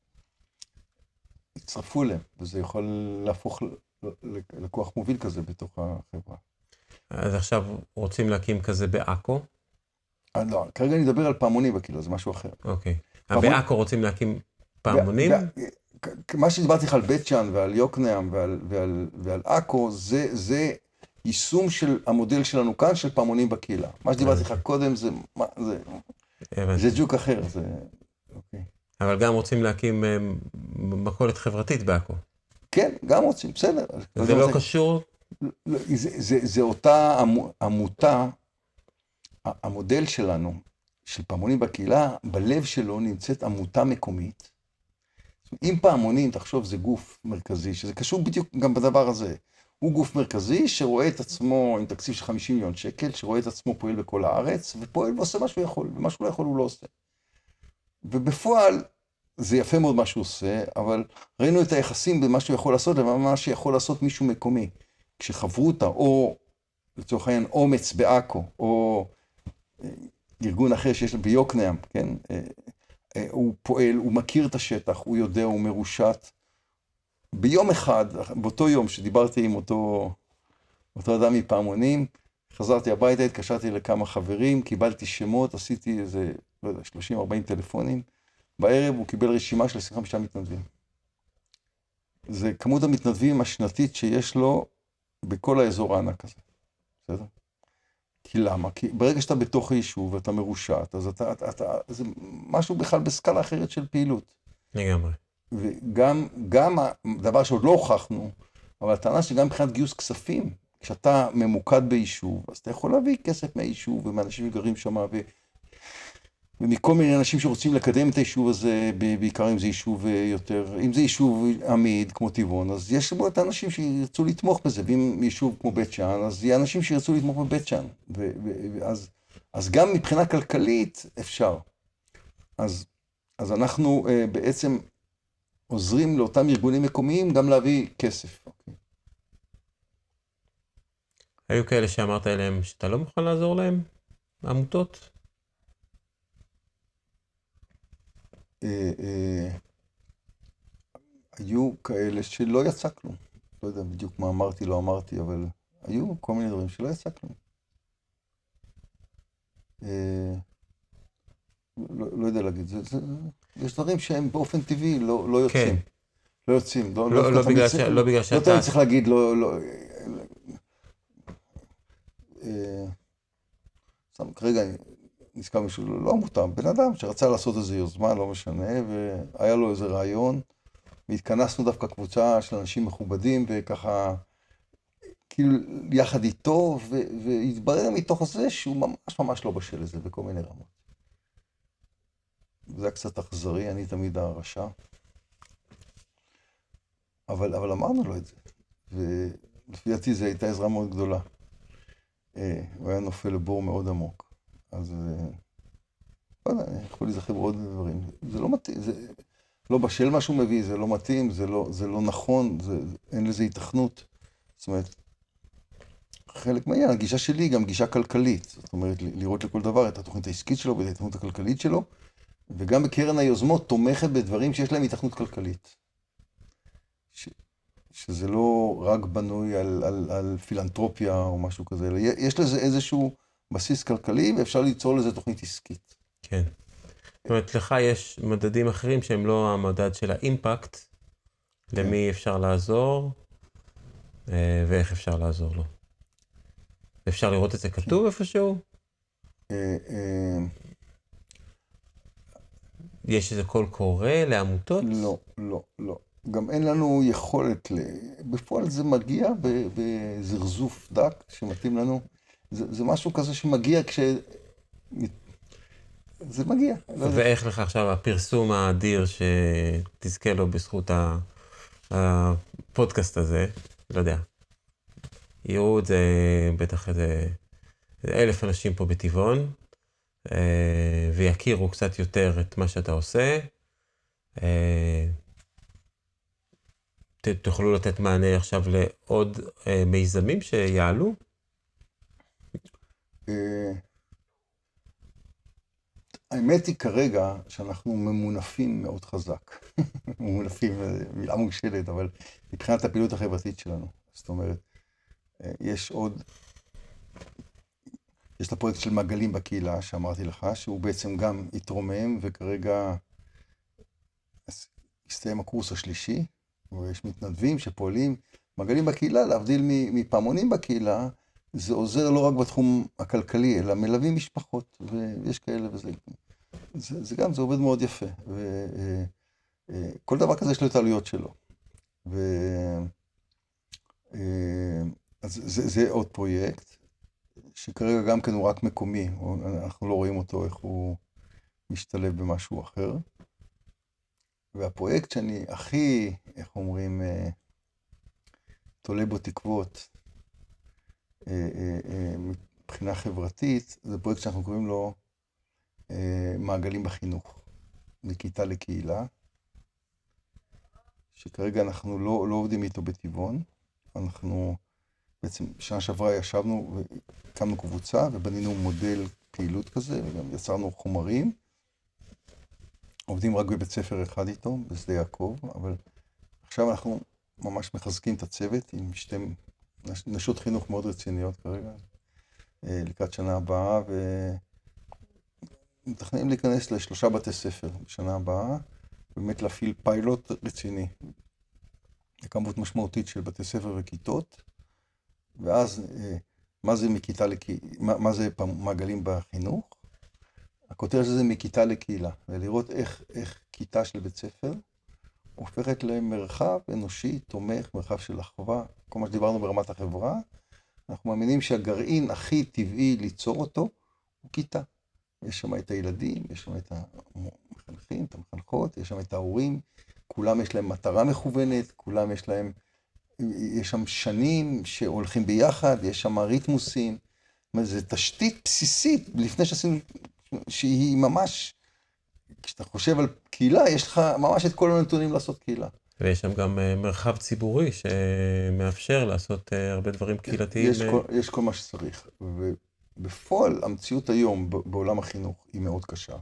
יצטרפו להם, וזה יכול להפוך לכוח מוביל כזה בתוך החברה. אז עכשיו רוצים להקים כזה בעכו? לא, כרגע אני אדבר על פעמונים בקהילה, זה משהו אחר. אוקיי. בעכו רוצים להקים פעמונים? מה שדיברתי לך על בית שאן ועל יוקנעם ועל עכו, זה יישום של המודל שלנו כאן, של פעמונים בקהילה. מה שדיברתי לך קודם זה ג'וק אחר, זה... אוקיי. אבל גם רוצים להקים מכולת חברתית בעכו. כן, גם רוצים, בסדר. זה לא קשור? זה אותה עמותה, המודל שלנו, של פעמונים בקהילה, בלב שלו נמצאת עמותה מקומית. אם פעמונים, תחשוב, זה גוף מרכזי, שזה קשור בדיוק גם בדבר הזה. הוא גוף מרכזי שרואה את עצמו עם תקציב של 50 מיליון שקל, שרואה את עצמו פועל בכל הארץ, ופועל ועושה מה שהוא יכול, ומה שהוא לא יכול הוא לא עושה. ובפועל, זה יפה מאוד מה שהוא עושה, אבל ראינו את היחסים בין מה שהוא יכול לעשות, למה שיכול לעשות מישהו מקומי. כשחברותא, או לצורך העניין אומץ בעכו, או ארגון אחר שיש ביוקנעם, כן? הוא פועל, הוא מכיר את השטח, הוא יודע, הוא מרושת. ביום אחד, באותו יום שדיברתי עם אותו אדם מפעמונים, חזרתי הביתה, התקשרתי לכמה חברים, קיבלתי שמות, עשיתי איזה, לא יודע, 30-40 טלפונים. בערב הוא קיבל רשימה של 25 מתנדבים. זה כמות המתנדבים השנתית שיש לו בכל האזור הענק הזה. בסדר? כי למה? כי ברגע שאתה בתוך היישוב ואתה מרושת, אז זה משהו בכלל בסקאלה אחרת של פעילות. לגמרי. וגם הדבר שעוד לא הוכחנו, אבל הטענה שגם מבחינת גיוס כספים, כשאתה ממוקד ביישוב, אז אתה יכול להביא כסף מהיישוב ומאנשים שגרים שם, ומכל מיני אנשים שרוצים לקדם את היישוב הזה, בעיקר אם זה יישוב יותר, אם זה יישוב עמיד כמו טבעון, אז יש בו את האנשים שירצו לתמוך בזה, ואם יישוב כמו בית שאן, אז יהיה אנשים שירצו לתמוך בבית שאן, אז גם מבחינה כלכלית אפשר. אז אנחנו בעצם עוזרים לאותם ארגונים מקומיים גם להביא כסף. היו כאלה שאמרת אליהם שאתה לא מוכן לעזור להם, עמותות? היו כאלה שלא יצא כלום. לא יודע בדיוק מה אמרתי, לא אמרתי, אבל היו כל מיני דברים שלא יצא כלום. לא יודע להגיד, יש דברים שהם באופן טבעי לא יוצאים. כן. לא יוצאים. לא בגלל שאתה... לא תמיד צריך להגיד, כרגע נזכר מישהו, לא עמותה, בן אדם שרצה לעשות איזו יוזמה, לא משנה, והיה לו איזה רעיון, והתכנסנו דווקא קבוצה של אנשים מכובדים, וככה, כאילו יחד איתו, והתברר מתוך זה שהוא ממש לא בשל לזה, בכל מיני רמות. זה היה קצת אכזרי, אני תמיד הרשע. אבל אמרנו לו את זה, ולפי דעתי זו הייתה עזרה מאוד גדולה. הוא היה נופל לבור מאוד עמוק. אז לא יודע, אני יכול להיזכר בעוד דברים. זה לא מתאים, זה לא בשל מה שהוא מביא, זה לא מתאים, זה לא נכון, אין לזה התכנות. זאת אומרת, חלק מהעניין, הגישה שלי היא גם גישה כלכלית. זאת אומרת, לראות לכל דבר את התוכנית העסקית שלו ואת ההתכנות הכלכלית שלו, וגם בקרן היוזמות תומכת בדברים שיש להם התכנות כלכלית. שזה לא רק בנוי על פילנטרופיה או משהו כזה, אלא יש לזה איזשהו בסיס כלכלי, ואפשר ליצור לזה תוכנית עסקית. כן. זאת אומרת, לך יש מדדים אחרים שהם לא המדד של האימפקט, למי אפשר לעזור, ואיך אפשר לעזור לו. אפשר לראות את זה כתוב איפשהו? יש איזה קול קורא לעמותות? לא. גם אין לנו יכולת, בפועל זה מגיע בזרזוף דק שמתאים לנו, זה משהו כזה שמגיע זה מגיע. ואיך לך עכשיו הפרסום האדיר שתזכה לו בזכות הפודקאסט הזה, לא יודע, יראו את זה בטח איזה 1,000 אנשים פה בטבעון, ויכירו קצת יותר את מה שאתה עושה, תוכלו לתת מענה עכשיו לעוד מיזמים שיעלו? האמת היא כרגע שאנחנו ממונפים מאוד חזק. ממונפים, מילה מושלת, אבל מבחינת הפעילות החברתית שלנו. זאת אומרת, יש את הפרויקט של מעגלים בקהילה, שאמרתי לך, שהוא בעצם גם התרומם, וכרגע הסתיים הקורס השלישי, ויש מתנדבים שפועלים, מעגלים בקהילה, להבדיל מפעמונים בקהילה, זה עוזר לא רק בתחום הכלכלי, אלא מלווים משפחות, ויש כאלה וזה. זה עובד מאוד יפה, וכל דבר כזה יש לו את העלויות שלו. אז זה עוד פרויקט, שכרגע גם כן הוא רק מקומי, אנחנו לא רואים אותו איך הוא משתלב במשהו אחר. והפרויקט שאני הכי, איך אומרים, תולה בו תקוות, מבחינה חברתית, זה פרויקט שאנחנו קוראים לו מעגלים בחינוך, מכיתה לקהילה, שכרגע אנחנו לא עובדים איתו בטבעון, אנחנו בעצם שנה שעברה ישבנו והקמנו קבוצה ובנינו מודל פעילות כזה, וגם יצרנו חומרים, עובדים רק בבית ספר אחד איתו, בשדה יעקב, אבל עכשיו אנחנו ממש מחזקים את הצוות עם שתי נשות חינוך מאוד רציניות כרגע, לקראת שנה הבאה, ומתכננים להיכנס ל3 בתי ספר בשנה הבאה, באמת להפעיל פיילוט רציני, לכמות משמעותית של בתי ספר וכיתות, ואז מה זה מה זה מעגלים בחינוך? הכותרת של זה מכיתה לקהילה, ולראות איך כיתה של בית ספר הופכת למרחב אנושי, תומך, מרחב של אחווה, כל מה שדיברנו ברמת החברה. אנחנו מאמינים שהגרעין הכי טבעי ליצור אותו הוא כיתה. יש שם את הילדים, יש שם את המחנכים, את המחנכות, יש שם את ההורים, כולם יש להם מטרה מכוונת, כולם יש להם, יש שם שנים שהולכים ביחד, יש שם ריתמוסים, זו תשתית בסיסית, לפני שעשינו, שהיא ממש, כשאתה חושב על קהילה, יש לך ממש את כל הנתונים לעשות קהילה. ויש שם גם מרחב ציבורי שמאפשר לעשות הרבה דברים קהילתיים. יש כל מה שצריך, ובפועל המציאות היום בעולם החינוך היא מאוד קשה,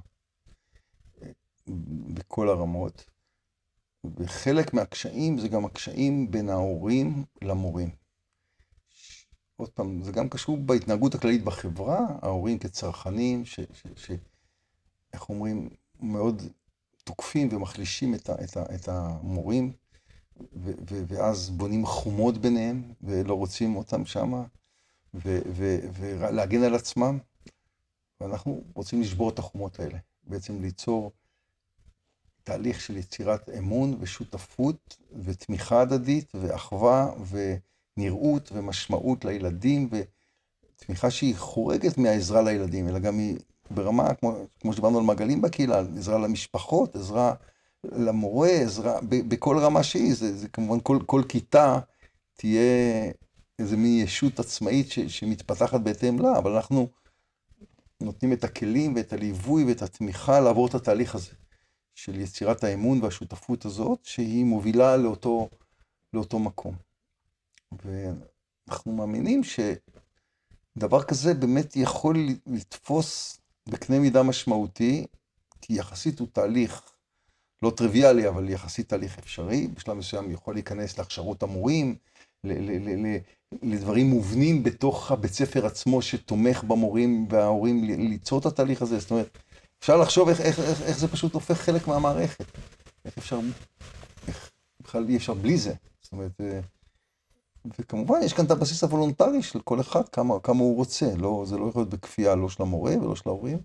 בכל הרמות, וחלק מהקשיים זה גם הקשיים בין ההורים למורים. עוד פעם, זה גם קשור בהתנהגות הכללית בחברה, ההורים כצרכנים, איך אומרים, מאוד תוקפים ומחלישים את המורים, ואז בונים חומות ביניהם, ולא רוצים אותם שם, ולהגן על עצמם, ואנחנו רוצים לשבור את החומות האלה, בעצם ליצור תהליך של יצירת אמון ושותפות, ותמיכה הדדית, ואחווה, ונראות ומשמעות לילדים, ותמיכה שהיא חורגת מהעזרה לילדים, אלא גם היא ברמה, כמו שדיברנו על מעגלים בקהילה, עזרה למשפחות, עזרה למורה, עזרה, בכל רמה שהיא, זה כמובן כל כיתה תהיה איזה מין ישות עצמאית שמתפתחת בהתאם לה, אבל אנחנו נותנים את הכלים ואת הליווי ואת התמיכה לעבור את התהליך הזה, של יצירת האמון והשותפות הזאת, שהיא מובילה לאותו מקום. ואנחנו מאמינים שדבר כזה באמת יכול לתפוס בקנה מידה משמעותי, כי יחסית הוא תהליך לא טריוויאלי, אבל יחסית תהליך אפשרי. בשלב מסוים יכול להיכנס להכשרות המורים, לדברים מובנים בתוך הבית ספר עצמו, שתומך במורים וההורים ליצור את התהליך הזה. זאת אומרת, אפשר לחשוב איך זה פשוט הופך חלק מהמערכת. איך בכלל אי אפשר בלי זה. זאת אומרת, וכמובן יש כאן את הבסיס הוולונטרי של כל אחד, כמה הוא רוצה. זה לא יכול להיות בכפייה, לא של המורה ולא של ההורים.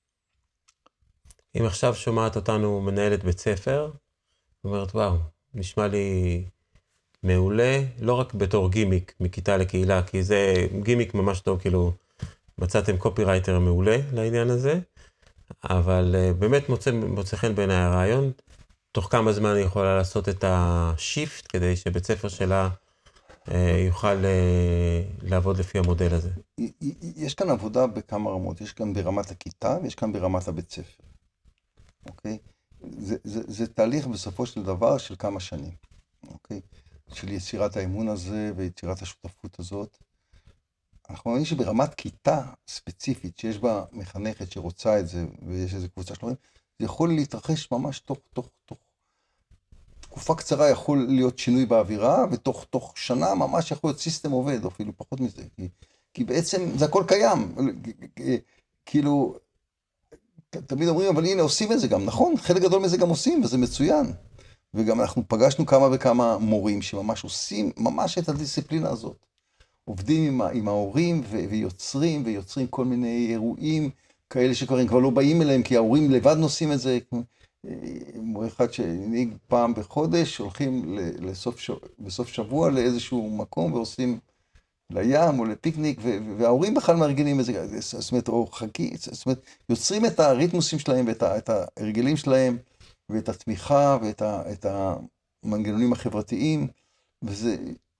אם עכשיו שומעת אותנו מנהלת בית ספר, אומרת, וואו, נשמע לי מעולה, לא רק בתור גימיק מכיתה לקהילה, כי זה גימיק ממש טוב, כאילו מצאתם קופירייטר מעולה לעניין הזה, אבל באמת מוצא חן בעיניי הרעיון, תוך כמה זמן היא יכולה לעשות את השיפט, כדי שבית ספר שלה יוכל לעבוד לפי המודל הזה. יש כאן עבודה בכמה רמות, יש כאן ברמת הכיתה ויש כאן ברמת הבית ספר. אוקיי? זה תהליך בסופו של דבר של כמה שנים, אוקיי? של יצירת האמון הזה ויצירת השותפות הזאת. אנחנו מאמינים שברמת כיתה ספציפית, שיש בה מחנכת שרוצה את זה, ויש איזו קבוצה של הורים, זה יכול להתרחש ממש תוך תקופה קצרה יכול להיות שינוי באווירה, ותוך שנה ממש יכול להיות סיסטם עובד, או אפילו פחות מזה. כי בעצם זה הכל קיים. כאילו, תמיד אומרים, אבל הנה עושים את זה גם, נכון? חלק גדול מזה גם עושים, וזה מצוין. וגם אנחנו פגשנו כמה וכמה מורים שממש עושים ממש את הדיסציפלינה הזאת. עובדים עם ההורים ויוצרים כל מיני אירועים כאלה שכבר לא באים אליהם, כי ההורים לבד נושאים את זה. מורה אחד שנהיג פעם בחודש, הולכים בסוף שבוע לאיזשהו מקום ועושים לים או לפיקניק, וההורים בכלל מארגנים את זה, זאת אומרת, או חגי, זאת אומרת, יוצרים את הריתמוסים שלהם ואת ההרגלים שלהם, ואת התמיכה ואת המנגנונים החברתיים, וזה,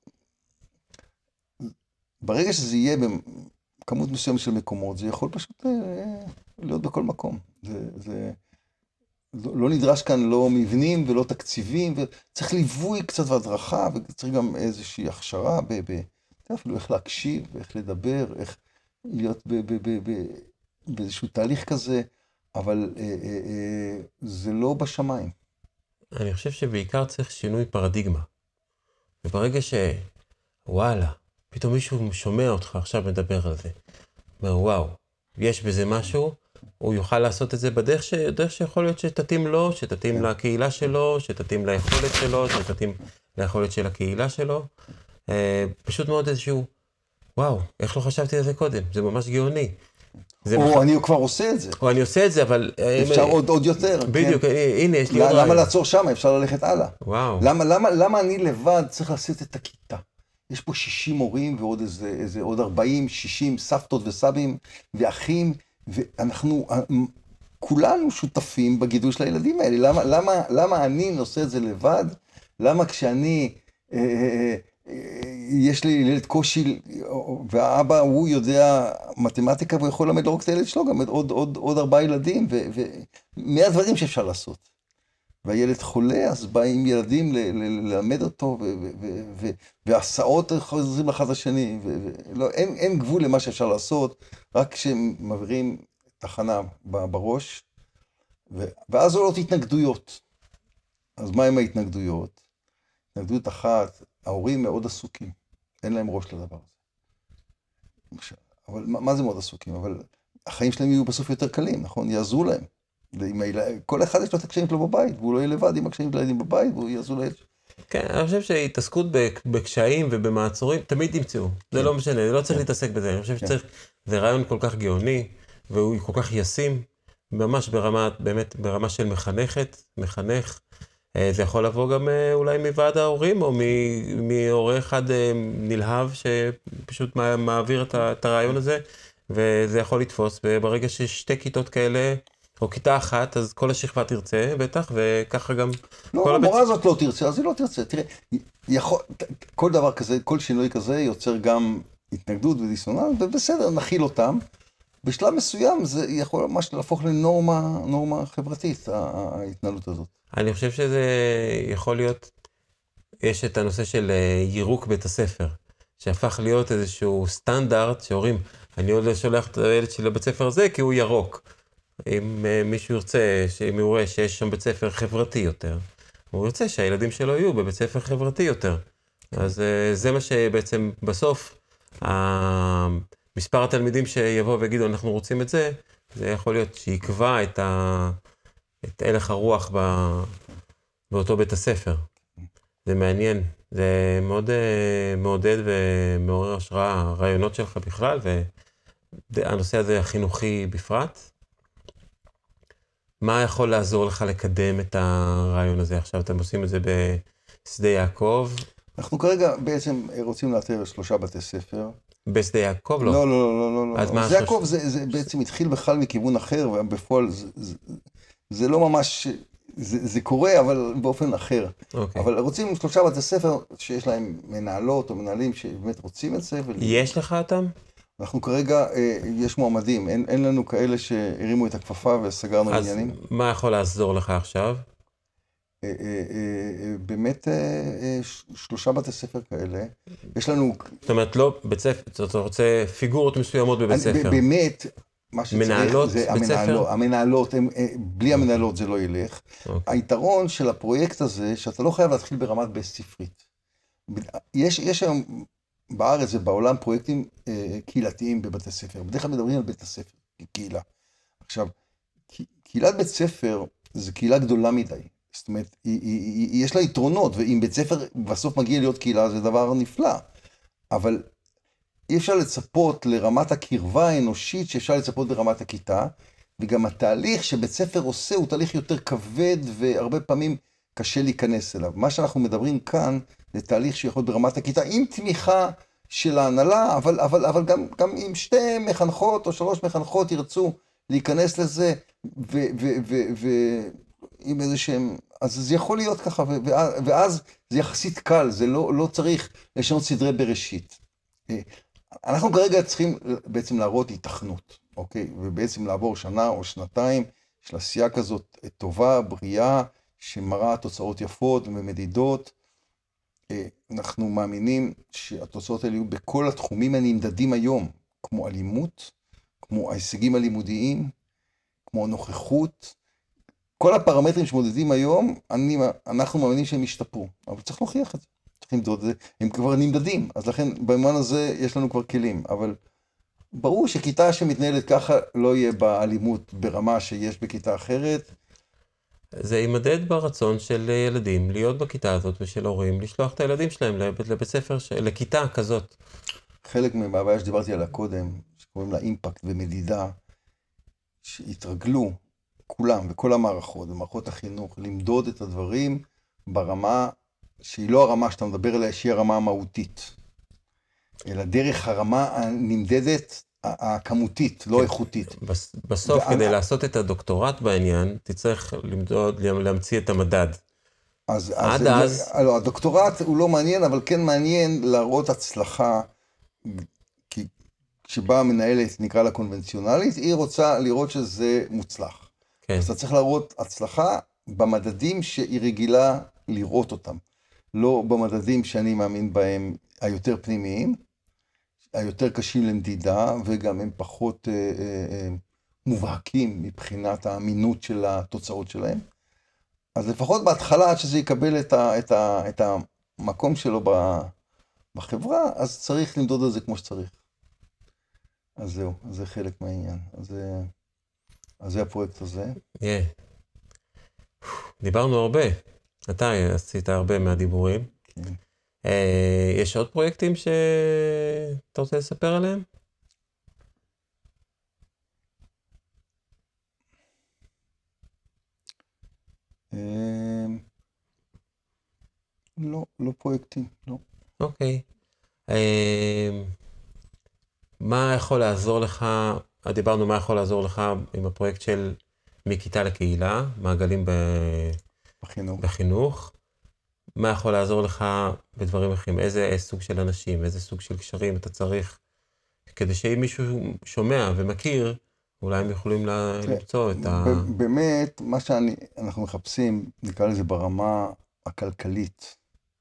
ברגע שזה יהיה בכמות מסוימת של מקומות, זה יכול פשוט להיות בכל מקום. זה לא נדרש כאן לא מבנים ולא תקציבים, וצריך ליווי קצת והדרכה, וצריך גם איזושהי הכשרה, אפילו איך להקשיב, ואיך לדבר, איך להיות באיזשהו תהליך כזה, אבל זה לא בשמיים. אני חושב שבעיקר צריך שינוי פרדיגמה. וברגע שוואלה, פתאום מישהו שומע אותך עכשיו מדבר על זה. אומר, וואו, יש בזה משהו, הוא יוכל לעשות את זה בדרך שיכול להיות שתתאים לו, שתתאים לקהילה שלו, שתתאים ליכולת שלו, שתתאים ליכולת של הקהילה שלו. פשוט מאוד איזשהו, וואו, איך לא חשבתי על זה קודם? זה ממש גאוני. או אני כבר עושה את זה. או אני עושה את זה, אבל... אפשר עוד יותר. בדיוק, הנה, יש לי עוד רעיון. למה לעצור שם? אפשר ללכת הלאה. וואו. למה אני לבד צריך לעשות את הכיתה? יש פה 60 הורים ועוד איזה עוד 40, 60 סבתות וסבים ואחים, ואנחנו כולנו שותפים בגידול של הילדים האלה. למה אני נושא את זה לבד? למה כשאני, יש לי ילד קושי, והאבא הוא יודע מתמטיקה, והוא יכול ללמד לא רק את הילד שלו, גם עוד 4 ילדים, ומאה דברים שאפשר לעשות. והילד חולה, אז באים ילדים ללמד אותו, והסעות חוזרים אחד לשני, אין גבול למה שאפשר לעשות, רק כשמעבירים תחנה בראש, ואז עולות התנגדויות. אז מה עם ההתנגדויות? התנגדות אחת, ההורים מאוד עסוקים, אין להם ראש לדבר הזה. אבל מה זה מאוד עסוקים? אבל החיים שלהם יהיו בסוף יותר קלים, נכון? יעזרו להם. כל אחד יש לו את הקשיים שלו בבית, והוא לא יהיה לבד עם הקשיים של הילדים בבית, והוא יעזור לילד. כן, אני חושב שהתעסקות בקשיים ובמעצורים, תמיד ימצאו. זה לא משנה, זה לא צריך להתעסק בזה. אני חושב שצריך, זה רעיון כל כך גאוני, והוא כל כך ישים, ממש באמת ברמה של מחנך. זה יכול לבוא גם אולי מוועד ההורים, או מהורה אחד נלהב, שפשוט מעביר את הרעיון הזה, וזה יכול לתפוס, וברגע ששתי כיתות כאלה, או כיתה אחת, אז כל השכבה תרצה, בטח, וככה גם... לא, המורה הזאת לא תרצה, אז היא לא תרצה. תראה, כל דבר כזה, כל שינוי כזה, יוצר גם התנגדות ודיסוננס, ובסדר, נכיל אותם. בשלב מסוים זה יכול ממש להפוך לנורמה חברתית, ההתנהלות הזאת. אני חושב שזה יכול להיות, יש את הנושא של ירוק בית הספר, שהפך להיות איזשהו סטנדרט, שהורים, אני עוד שולח את הילד שלי לבית ספר הזה, כי הוא ירוק. אם מישהו ירצה, אם הוא רואה שיש שם בית ספר חברתי יותר, הוא ירצה שהילדים שלו יהיו בבית ספר חברתי יותר. אז זה מה שבעצם בסוף, מספר התלמידים שיבואו ויגידו, אנחנו רוצים את זה, זה יכול להיות שיקבע את הלך הרוח באותו בית הספר. זה מעניין, זה מאוד מעודד ומעורר השראה, הרעיונות שלך בכלל, והנושא הזה החינוכי בפרט. מה יכול לעזור לך לקדם את הרעיון הזה? עכשיו אתם עושים את זה בשדה יעקב. אנחנו כרגע בעצם רוצים לאתר 3 בתי ספר. בשדה יעקב? לא. לא. שדה יעקב זה בעצם התחיל בכלל מכיוון אחר, ובפועל זה לא ממש, זה קורה, אבל באופן אחר. אבל רוצים 3 בתי ספר שיש להם מנהלות או מנהלים שבאמת רוצים את זה. יש לך אותם? אנחנו כרגע, יש מועמדים, אין לנו כאלה שהרימו את הכפפה וסגרנו עניינים. אז מה יכול לעזור לך עכשיו? באמת 3 בתי ספר כאלה. יש לנו... זאת אומרת, לא בית ספר, אתה רוצה פיגורות מסוימות בבית ספר. באמת, מה שצריך זה המנהלות, בלי המנהלות זה לא ילך. היתרון של הפרויקט הזה, שאתה לא חייב להתחיל ברמת בית ספרית. יש היום בארץ ובעולם פרויקטים קהילתיים בבתי ספר. בדרך כלל מדברים על בית הספר, קהילה. עכשיו, קהילת בית ספר זה קהילה גדולה מדי. זאת אומרת, יש לה יתרונות, ואם בית ספר בסוף מגיע להיות קהילה, זה דבר נפלא. אבל אי אפשר לצפות לרמת הקרבה האנושית שאפשר לצפות ברמת הכיתה, וגם התהליך שבית ספר עושה הוא תהליך יותר כבד, והרבה פעמים קשה להיכנס אליו. מה שאנחנו מדברים כאן, זה תהליך שיכול ברמת הכיתה, עם תמיכה של ההנהלה, אבל גם אם 2 מחנכות או 3 מחנכות ירצו להיכנס לזה, עם איזה שהם, אז זה יכול להיות ככה, ואז זה יחסית קל, זה לא צריך לשנות סדרי בראשית. אנחנו כרגע צריכים בעצם להראות התכנות, אוקיי? ובעצם לעבור 1 או 2 של עשייה כזאת טובה, בריאה, שמראה תוצאות יפות ומדידות. אנחנו מאמינים שהתוצאות האלה יהיו בכל התחומים הנמדדים היום, כמו אלימות, כמו ההישגים הלימודיים, כמו נוכחות, כל הפרמטרים שמודדים היום, אנחנו מאמינים שהם ישתפרו, אבל צריך להוכיח את זה. צריך למדוד את זה, הם כבר נמדדים, אז לכן במובן הזה יש לנו כבר כלים, אבל ברור שכיתה שמתנהלת ככה לא יהיה בה אלימות ברמה שיש בכיתה אחרת. זה יימדד ברצון של ילדים להיות בכיתה הזאת ושל הורים, לשלוח את הילדים שלהם לבית ספר, לכיתה כזאת. חלק מהבעיה שדיברתי עליה קודם, שקוראים לה אימפקט ומדידה, שהתרגלו כולם וכל המערכות, במערכות החינוך, למדוד את הדברים ברמה שהיא לא הרמה שאתה מדבר עליה, שהיא הרמה המהותית, אלא דרך הרמה הנמדדת הכמותית, לא איכותית. בסוף, כדי לעשות את הדוקטורט בעניין, תצטרך להמציא את המדד. עד אז... לא, הדוקטורט הוא לא מעניין, אבל כן מעניין להראות הצלחה, כי כשבאה מנהלת, נקרא לה קונבנציונלית, היא רוצה לראות שזה מוצלח. כן. אז אתה צריך להראות הצלחה במדדים שהיא רגילה לראות אותם. לא במדדים שאני מאמין בהם היותר פנימיים, היותר קשים למדידה, וגם הם פחות מובהקים מבחינת האמינות של התוצאות שלהם. אז לפחות בהתחלה, עד שזה יקבל את המקום שלו בחברה, אז צריך למדוד את זה כמו שצריך. אז זהו, אז זה חלק מהעניין. אז זה הפרויקט הזה. דיברנו הרבה. אתה עשית הרבה מהדיבורים. כן. יש עוד פרויקטים שאתה רוצה לספר עליהם? לא פרויקטים, לא. אוקיי. מה יכול לעזור לך, דיברנו מה יכול לעזור לך עם הפרויקט של מכיתה לקהילה, מעגלים בחינוך. מה יכול לעזור לך בדברים אחרים? איזה סוג של אנשים, איזה סוג של קשרים אתה צריך, כדי שאם מישהו שומע ומכיר, אולי הם יכולים למצוא את באמת, מה שאנחנו מחפשים, נקרא לזה ברמה הכלכלית,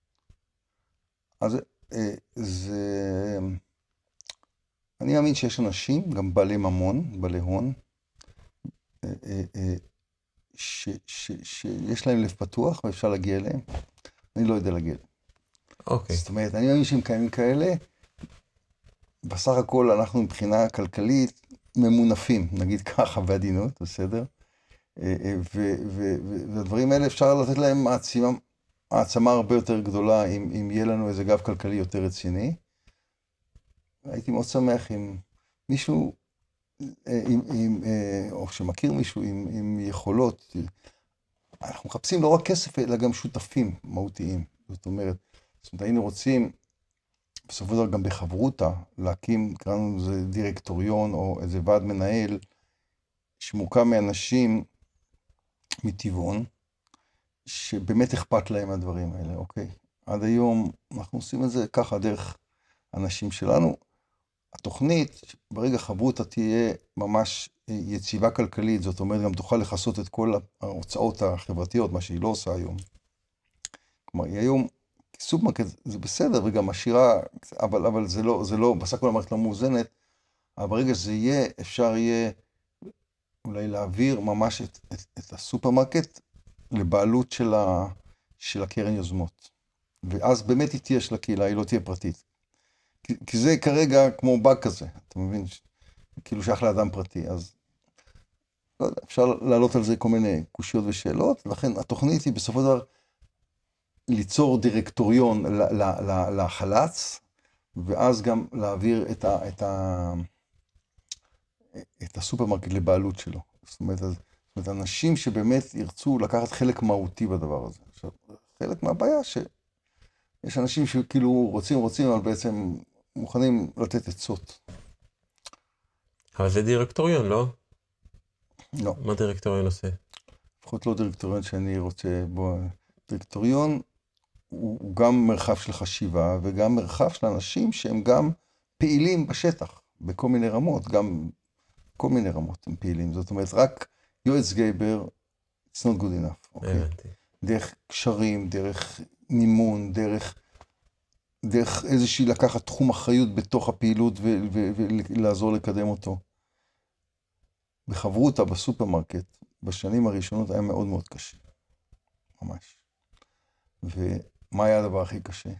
אז אני מאמין שיש אנשים, גם בעלי ממון, בעלי הון, שיש להם לב פתוח ואפשר להגיע אליהם. אני לא יודע להגיע. אוקיי. זאת אומרת, אני מאמין שהם קיימים כאלה, בסך הכל אנחנו מבחינה כלכלית ממונפים, נגיד ככה בעדינות, בסדר? והדברים האלה אפשר לתת להם העצמה הרבה יותר גדולה, אם יהיה לנו איזה גב כלכלי יותר רציני. הייתי מאוד שמח אם מישהו, או שמכיר מישהו עם יכולות, אנחנו מחפשים לא רק כסף, אלא גם שותפים מהותיים. זאת אומרת, היינו רוצים, בסופו של דבר גם בחברותה, להקים, קראנו לזה דירקטוריון, או איזה ועד מנהל, שמורכב מאנשים מטבעון, שבאמת אכפת להם הדברים האלה, אוקיי? עד היום אנחנו עושים את זה ככה, דרך אנשים שלנו. התוכנית, ברגע חברותה תהיה ממש יציבה כלכלית, זאת אומרת, גם תוכל לחסות את כל ההוצאות החברתיות, מה שהיא לא עושה היום. כלומר, היא היום, סופרמרקט זה בסדר, וגם עשירה, אבל זה לא, בסך הכל המערכת לא מאוזנת, אבל ברגע שזה יהיה, אפשר יהיה אולי להעביר ממש את הסופרמרקט לבעלות של הקרן יוזמות. ואז באמת היא תהיה של הקהילה, היא לא תהיה פרטית. כי זה כרגע כמו באג כזה, אתה מבין? כאילו שייך לאדם פרטי, אז לא יודע, אפשר לעלות על זה כל מיני קושיות ושאלות, ולכן התוכנית היא בסופו של דבר ליצור דירקטוריון לחלץ, ואז גם להעביר את הסופרמרקט לבעלות שלו. זאת אומרת, אנשים שבאמת ירצו לקחת חלק מהותי בדבר הזה. עכשיו, חלק מהבעיה שיש אנשים שכאילו רוצים, אבל בעצם מוכנים לתת עצות. אבל זה דירקטוריון, לא? לא. מה דירקטוריון עושה? לפחות לא דירקטוריון שאני רוצה בו. דירקטוריון הוא גם מרחב של חשיבה, וגם מרחב של אנשים שהם גם פעילים בשטח, בכל מיני רמות, גם כל מיני רמות הם פעילים. זאת אומרת, רק יועץ גייבר, it's not good enough. אוקיי? דרך קשרים, דרך מימון, דרך איזושהי לקחת תחום אחריות בתוך הפעילות ולעזור לקדם אותו. בחברותה בסופרמרקט, בשנים הראשונות היה מאוד מאוד קשה. ממש. ומה היה הדבר הכי קשה?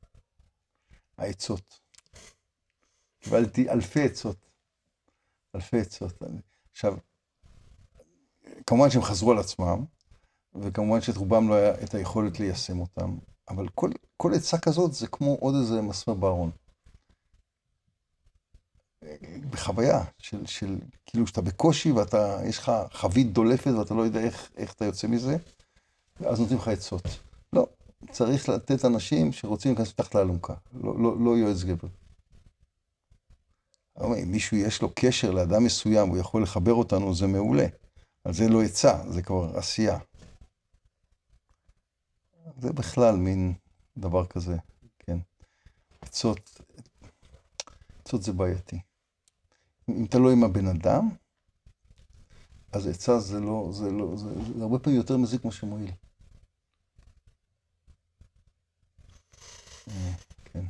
העצות. קיבלתי אלפי עצות. עכשיו, כמובן שהם חזרו על עצמם, וכמובן שאת רובם לא היה את היכולת ליישם אותם, אבל כל עצה כזאת זה כמו עוד איזה מסמר בארון. בחוויה של כאילו שאתה בקושי ואתה, יש לך חבית דולפת ואתה לא יודע איך אתה יוצא מזה, ואז נותנים לך עצות. לא, צריך לתת אנשים שרוצים להיכנס מתחת לאלונקה, לא יועץ גבר. אבל אם מישהו יש לו קשר לאדם מסוים, הוא יכול לחבר אותנו, זה מעולה. על זה לא עצה, זה כבר עשייה. זה בכלל מין דבר כזה, כן. עצות זה בעייתי. אם אתה לא עם הבן אדם, אז עצה זה הרבה פעמים יותר מזיק כמו שמועיל. כן.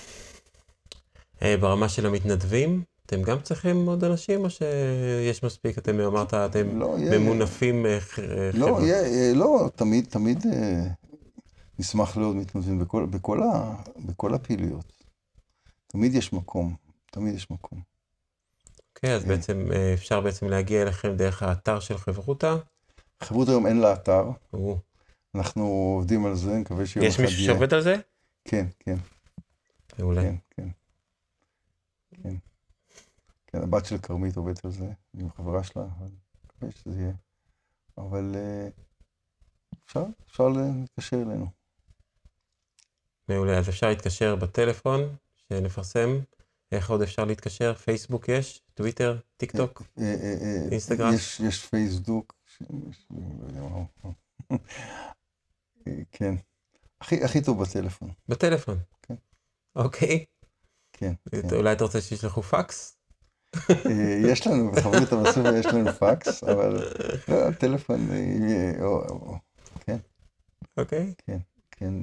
ברמה של המתנדבים, אתם גם צריכים עוד אנשים, או שיש מספיק, אתם אמרת, אתם ממונפים לא, חבר'ה? לא, תמיד נשמח לעוד מתנדבים בכל הפעילויות. תמיד יש מקום. אוקיי, אז בעצם אפשר בעצם להגיע אליכם דרך האתר של חברותא. חברות היום אין לה אתר. או. אנחנו עובדים על זה, נקווה שיום יש אחד מישהו שעובד על זה? כן. מעולה. כן. כן, הבת של כרמית עובדת על זה, עם חברה שלה, אבל נקווה שזה יהיה. אבל אפשר להתקשר אלינו. מעולה, אז אפשר להתקשר בטלפון שנפרסם. איך עוד אפשר להתקשר? פייסבוק יש? טוויטר? טיק טוק? אינסטגרם? יש פייסבוק. כן. הכי טוב בטלפון. בטלפון? כן. אוקיי. כן. אולי אתה רוצה שישלחו פקס? יש לנו, בחברות המסובה יש לנו פקס, אבל לא, הטלפון, כן. אוקיי. כן.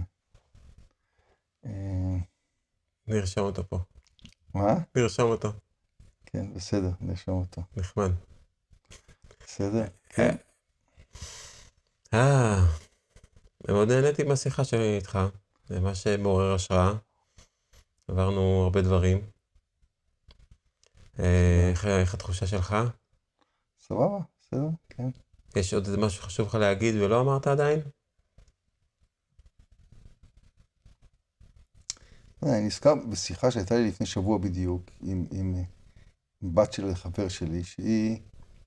נרשום אותו פה. מה? נרשום אותו. כן, בסדר, נרשום אותו. נחמד. בסדר? כן. מאוד נהניתי מהשיחה שלי איתך. זה מה שמעורר השראה. עברנו הרבה דברים. איך התחושה שלך? סבבה, בסדר, כן. יש עוד איזה משהו חשוב לך להגיד ולא אמרת עדיין? אני נזכר בשיחה שהייתה לי לפני שבוע בדיוק עם בת של חבר שלי, שהיא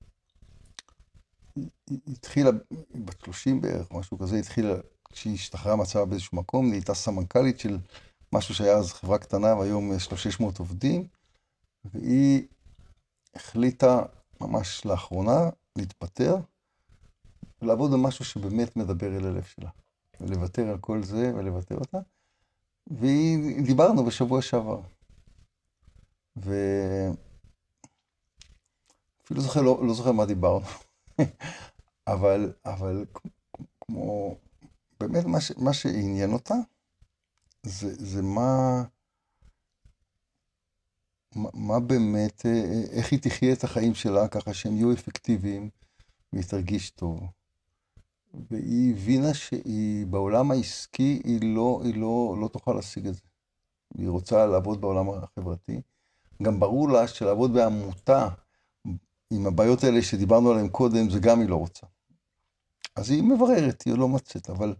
התחילה, בת 30 בערך, משהו כזה, התחילה, כשהיא השתחררה מצבה באיזשהו מקום, נהייתה סמנכ"לית של משהו שהיה אז חברה קטנה, והיום יש לה 600 עובדים, והיא החליטה ממש לאחרונה להתפטר, ולעבוד במשהו שבאמת מדבר אל הלב שלה, ולוותר על כל זה ולוותר אותה. ודיברנו בשבוע שעבר. ואפילו לא זוכר מה דיברנו. אבל כמו, באמת מה שעניין אותה, זה מה באמת, איך היא תחיה את החיים שלה ככה שהם יהיו אפקטיביים, והיא תרגיש טוב. והיא הבינה שהיא בעולם העסקי, היא לא תוכל להשיג את זה. היא רוצה לעבוד בעולם החברתי. גם ברור לה שלעבוד בעמותה, עם הבעיות האלה שדיברנו עליהן קודם, זה גם היא לא רוצה. אז היא מבררת, היא לא מצאת, אבל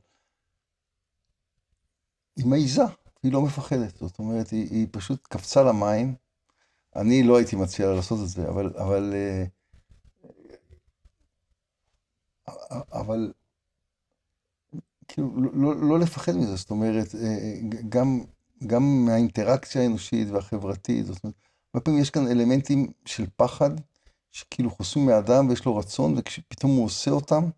היא מעיזה, היא לא מפחדת. זאת אומרת, היא פשוט קפצה למים. אני לא הייתי מציע לה לעשות את זה, אבל כאילו, לא לפחד מזה, זאת אומרת, גם מהאינטראקציה האנושית והחברתית, זאת אומרת, הרבה פעמים יש כאן אלמנטים של פחד, שכאילו חוסמים מהאדם ויש לו רצון, וכשפתאום הוא עושה אותם,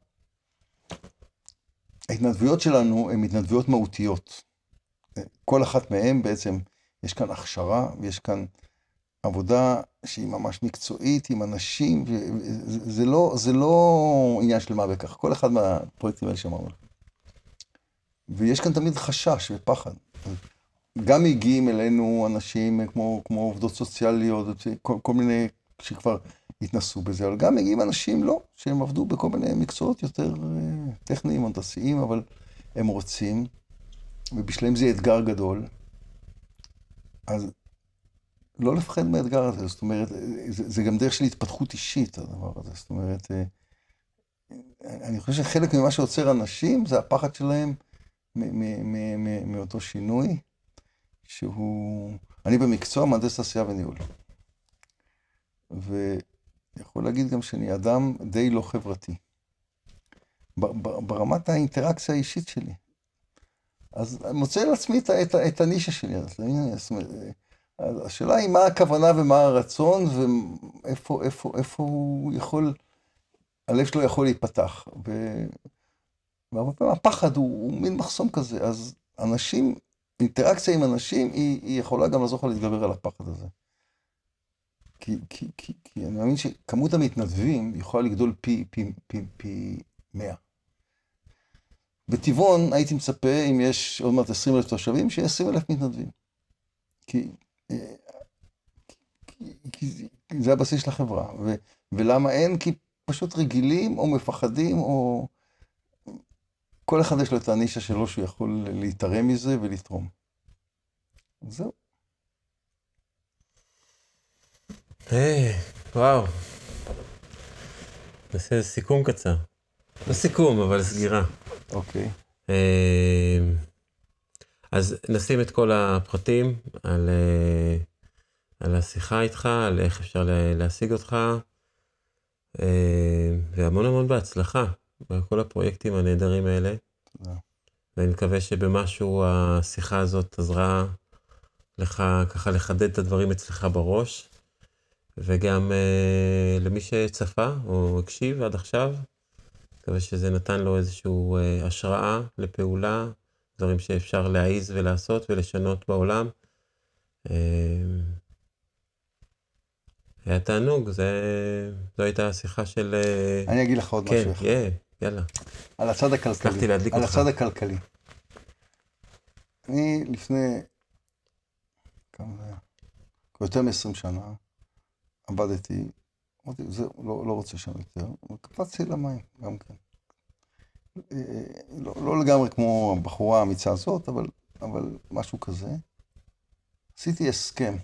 ההתנדבויות שלנו הן התנדבויות מהותיות. כל אחת מהן בעצם, יש כאן הכשרה, ויש כאן עבודה שהיא ממש מקצועית, עם אנשים, זה לא עניין של מה בכך, כל אחד מהפרויקטים האלה שאמרנו. ויש כאן תמיד חשש ופחד. גם מגיעים אלינו אנשים כמו עובדות סוציאליות, כל מיני שכבר התנסו בזה, אבל גם מגיעים אנשים לא, שהם עבדו בכל מיני מקצועות יותר טכניים, הנדסיים, אבל הם רוצים, ובשלהם זה אתגר גדול. אז לא לפחד מהאתגר הזה, זאת אומרת, זה גם דרך של התפתחות אישית, הדבר הזה. זאת אומרת, אני חושב שחלק ממה שעוצר אנשים, זה הפחד שלהם מאותו שינוי, שהוא... אני במקצוע מהנדס תעשייה וניהול. ויכול להגיד גם שאני אדם די לא חברתי. ברמת האינטראקציה האישית שלי. אז אני מוצא לעצמי את הנישה שלי. השאלה היא מה הכוונה ומה הרצון, ואיפה הוא יכול, הלב שלו יכול להיפתח. והרבה פעמים הפחד הוא מין מחסום כזה, אז אנשים, אינטראקציה עם אנשים, היא יכולה גם לעזור לך להתגבר על הפחד הזה. כי אני מאמין שכמות המתנדבים יכולה לגדול פי 100. בטבעון הייתי מצפה, אם יש עוד מעט 20,000 תושבים, שיהיה 20,000 מתנדבים. כי זה הבסיס של החברה. ולמה אין? כי פשוט רגילים או מפחדים, או כל אחד יש לו את הנישה שלו שהוא יכול להתערם מזה ולתרום. זהו. וואו. נעשה סיכום קצר. לא סיכום, אבל סגירה. אוקיי. אז נשים את כל הפרטים על השיחה איתך, על איך אפשר להשיג אותך, והמון המון בהצלחה בכל הפרויקטים הנהדרים האלה. תודה. ואני מקווה שבמשהו השיחה הזאת עזרה לך ככה לחדד את הדברים אצלך בראש, וגם למי שצפה או הקשיב עד עכשיו, מקווה שזה נתן לו איזשהו השראה לפעולה, דברים שאפשר להעיז ולעשות ולשנות בעולם. היה תענוג, זו הייתה השיחה של... אני אגיד לך עוד משהו אחד. כן, יאללה. על הצד הכלכלי. הצלחתי להדליק על אותך. הצד הכלכלי. אני לפני כמה זה היה? יותר מ-20 שנה עבדתי, אמרתי, זה לא רוצה שם יותר, וקפצתי למים גם כן. לא לגמרי כמו הבחורה האמיצה הזאת, אבל משהו כזה. עשיתי הסכם.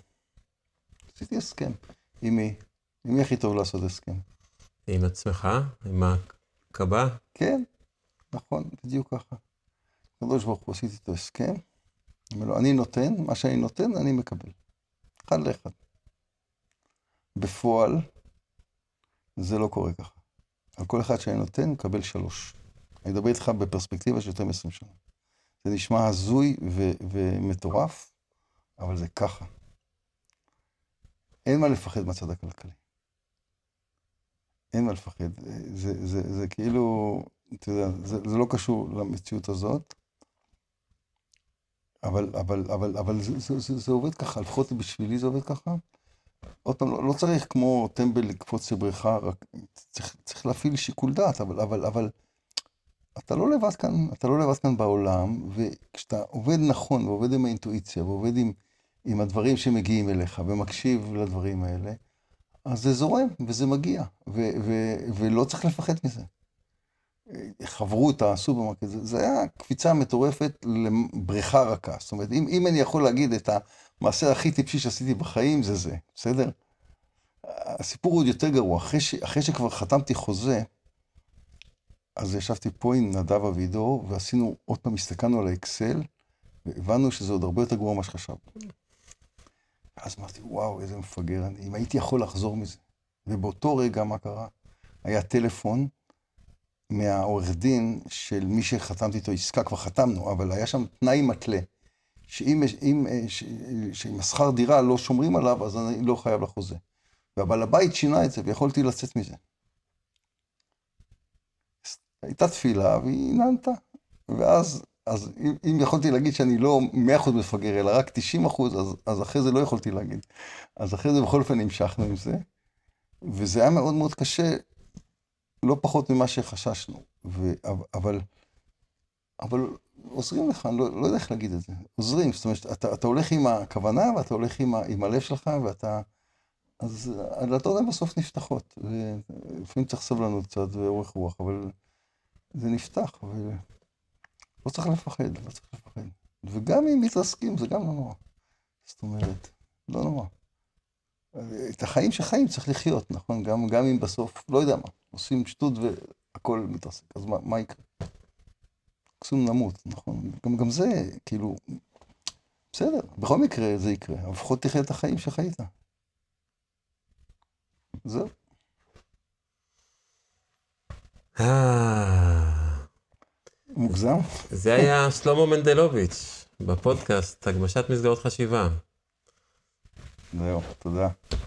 עם מי? עם מי הכי טוב לעשות הסכם? עם עצמך? עם הקב"א? כן, נכון, בדיוק ככה. הקדוש ברוך הוא עשיתי איתו הסכם, אומר לו, אני נותן, מה שאני נותן, אני מקבל. אחד לאחד. בפועל, זה לא קורה ככה. על כל אחד שאני נותן, מקבל 3. אני מדבר איתך בפרספקטיבה של יותר מ-20 שנה. זה נשמע הזוי ומטורף, אבל זה ככה. אין מה לפחד מהצד הכלכלי. אין מה לפחד. זה כאילו, אתה יודע, זה לא קשור למציאות הזאת, אבל זה עובד ככה, לפחות בשבילי זה עובד ככה. עוד פעם, לא צריך כמו טמבל לקפוץ לבריכה, רק צריך להפעיל שיקול דעת, אבל אתה לא לבד כאן בעולם, וכשאתה עובד נכון, ועובד עם האינטואיציה, ועובד עם הדברים שמגיעים אליך, ומקשיב לדברים האלה, אז זה זורם, וזה מגיע, ולא צריך לפחד מזה. חברו את הסופרמרקט, זה היה קפיצה מטורפת לבריכה רכה. זאת אומרת, אם אני יכול להגיד את המעשה הכי טיפשי שעשיתי בחיים, זה, בסדר? הסיפור הוא עוד יותר גרוע. אחרי שכבר חתמתי חוזה, אז ישבתי פה עם נדב אבידור, ועשינו, עוד פעם הסתכלנו על האקסל, והבנו שזה עוד הרבה יותר גרוע מה שחשבנו. אז אמרתי, וואו, איזה מפגר אני, אם הייתי יכול לחזור מזה. ובאותו רגע, מה קרה? היה טלפון מהעורך דין של מי שחתמתי איתו עסקה, כבר חתמנו, אבל היה שם תנאי מתלה, שאם השכר דירה לא שומרים עליו, אז אני לא חייב לחוזה. והבעל הבית שינה את זה, ויכולתי לצאת מזה. הייתה תפילה, והיא נענתה. ואז, אם יכולתי להגיד שאני לא 100% מפגר, אלא רק 90%, אז אחרי זה לא יכולתי להגיד. אז אחרי זה בכל אופן המשכנו עם זה, וזה היה מאוד מאוד קשה, לא פחות ממה שחששנו. אבל עוזרים לך, אני לא יודע איך להגיד את זה. עוזרים, זאת אומרת, אתה הולך עם הכוונה, ואתה הולך עם הלב שלך, אז הדלתות הן בסוף נפתחות. לפעמים צריך סבלנות קצת ואורך רוח, אבל זה נפתח, ולא צריך לפחד, וגם אם מתרסקים, זה גם לא נורא. זאת אומרת, לא נורא. את החיים שחיים צריך לחיות, נכון? גם אם בסוף, לא יודע מה, עושים שטות והכל מתרסק. אז מה יקרה? קסום נמות, נכון? גם זה, כאילו, בסדר, בכל מקרה זה יקרה, אבל לפחות תחיה את החיים שחיית. זהו. מוגזם? זה היה שלמה מנדלוביץ' בפודקאסט הגמשת מסגרות חשיבה. זהו, תודה.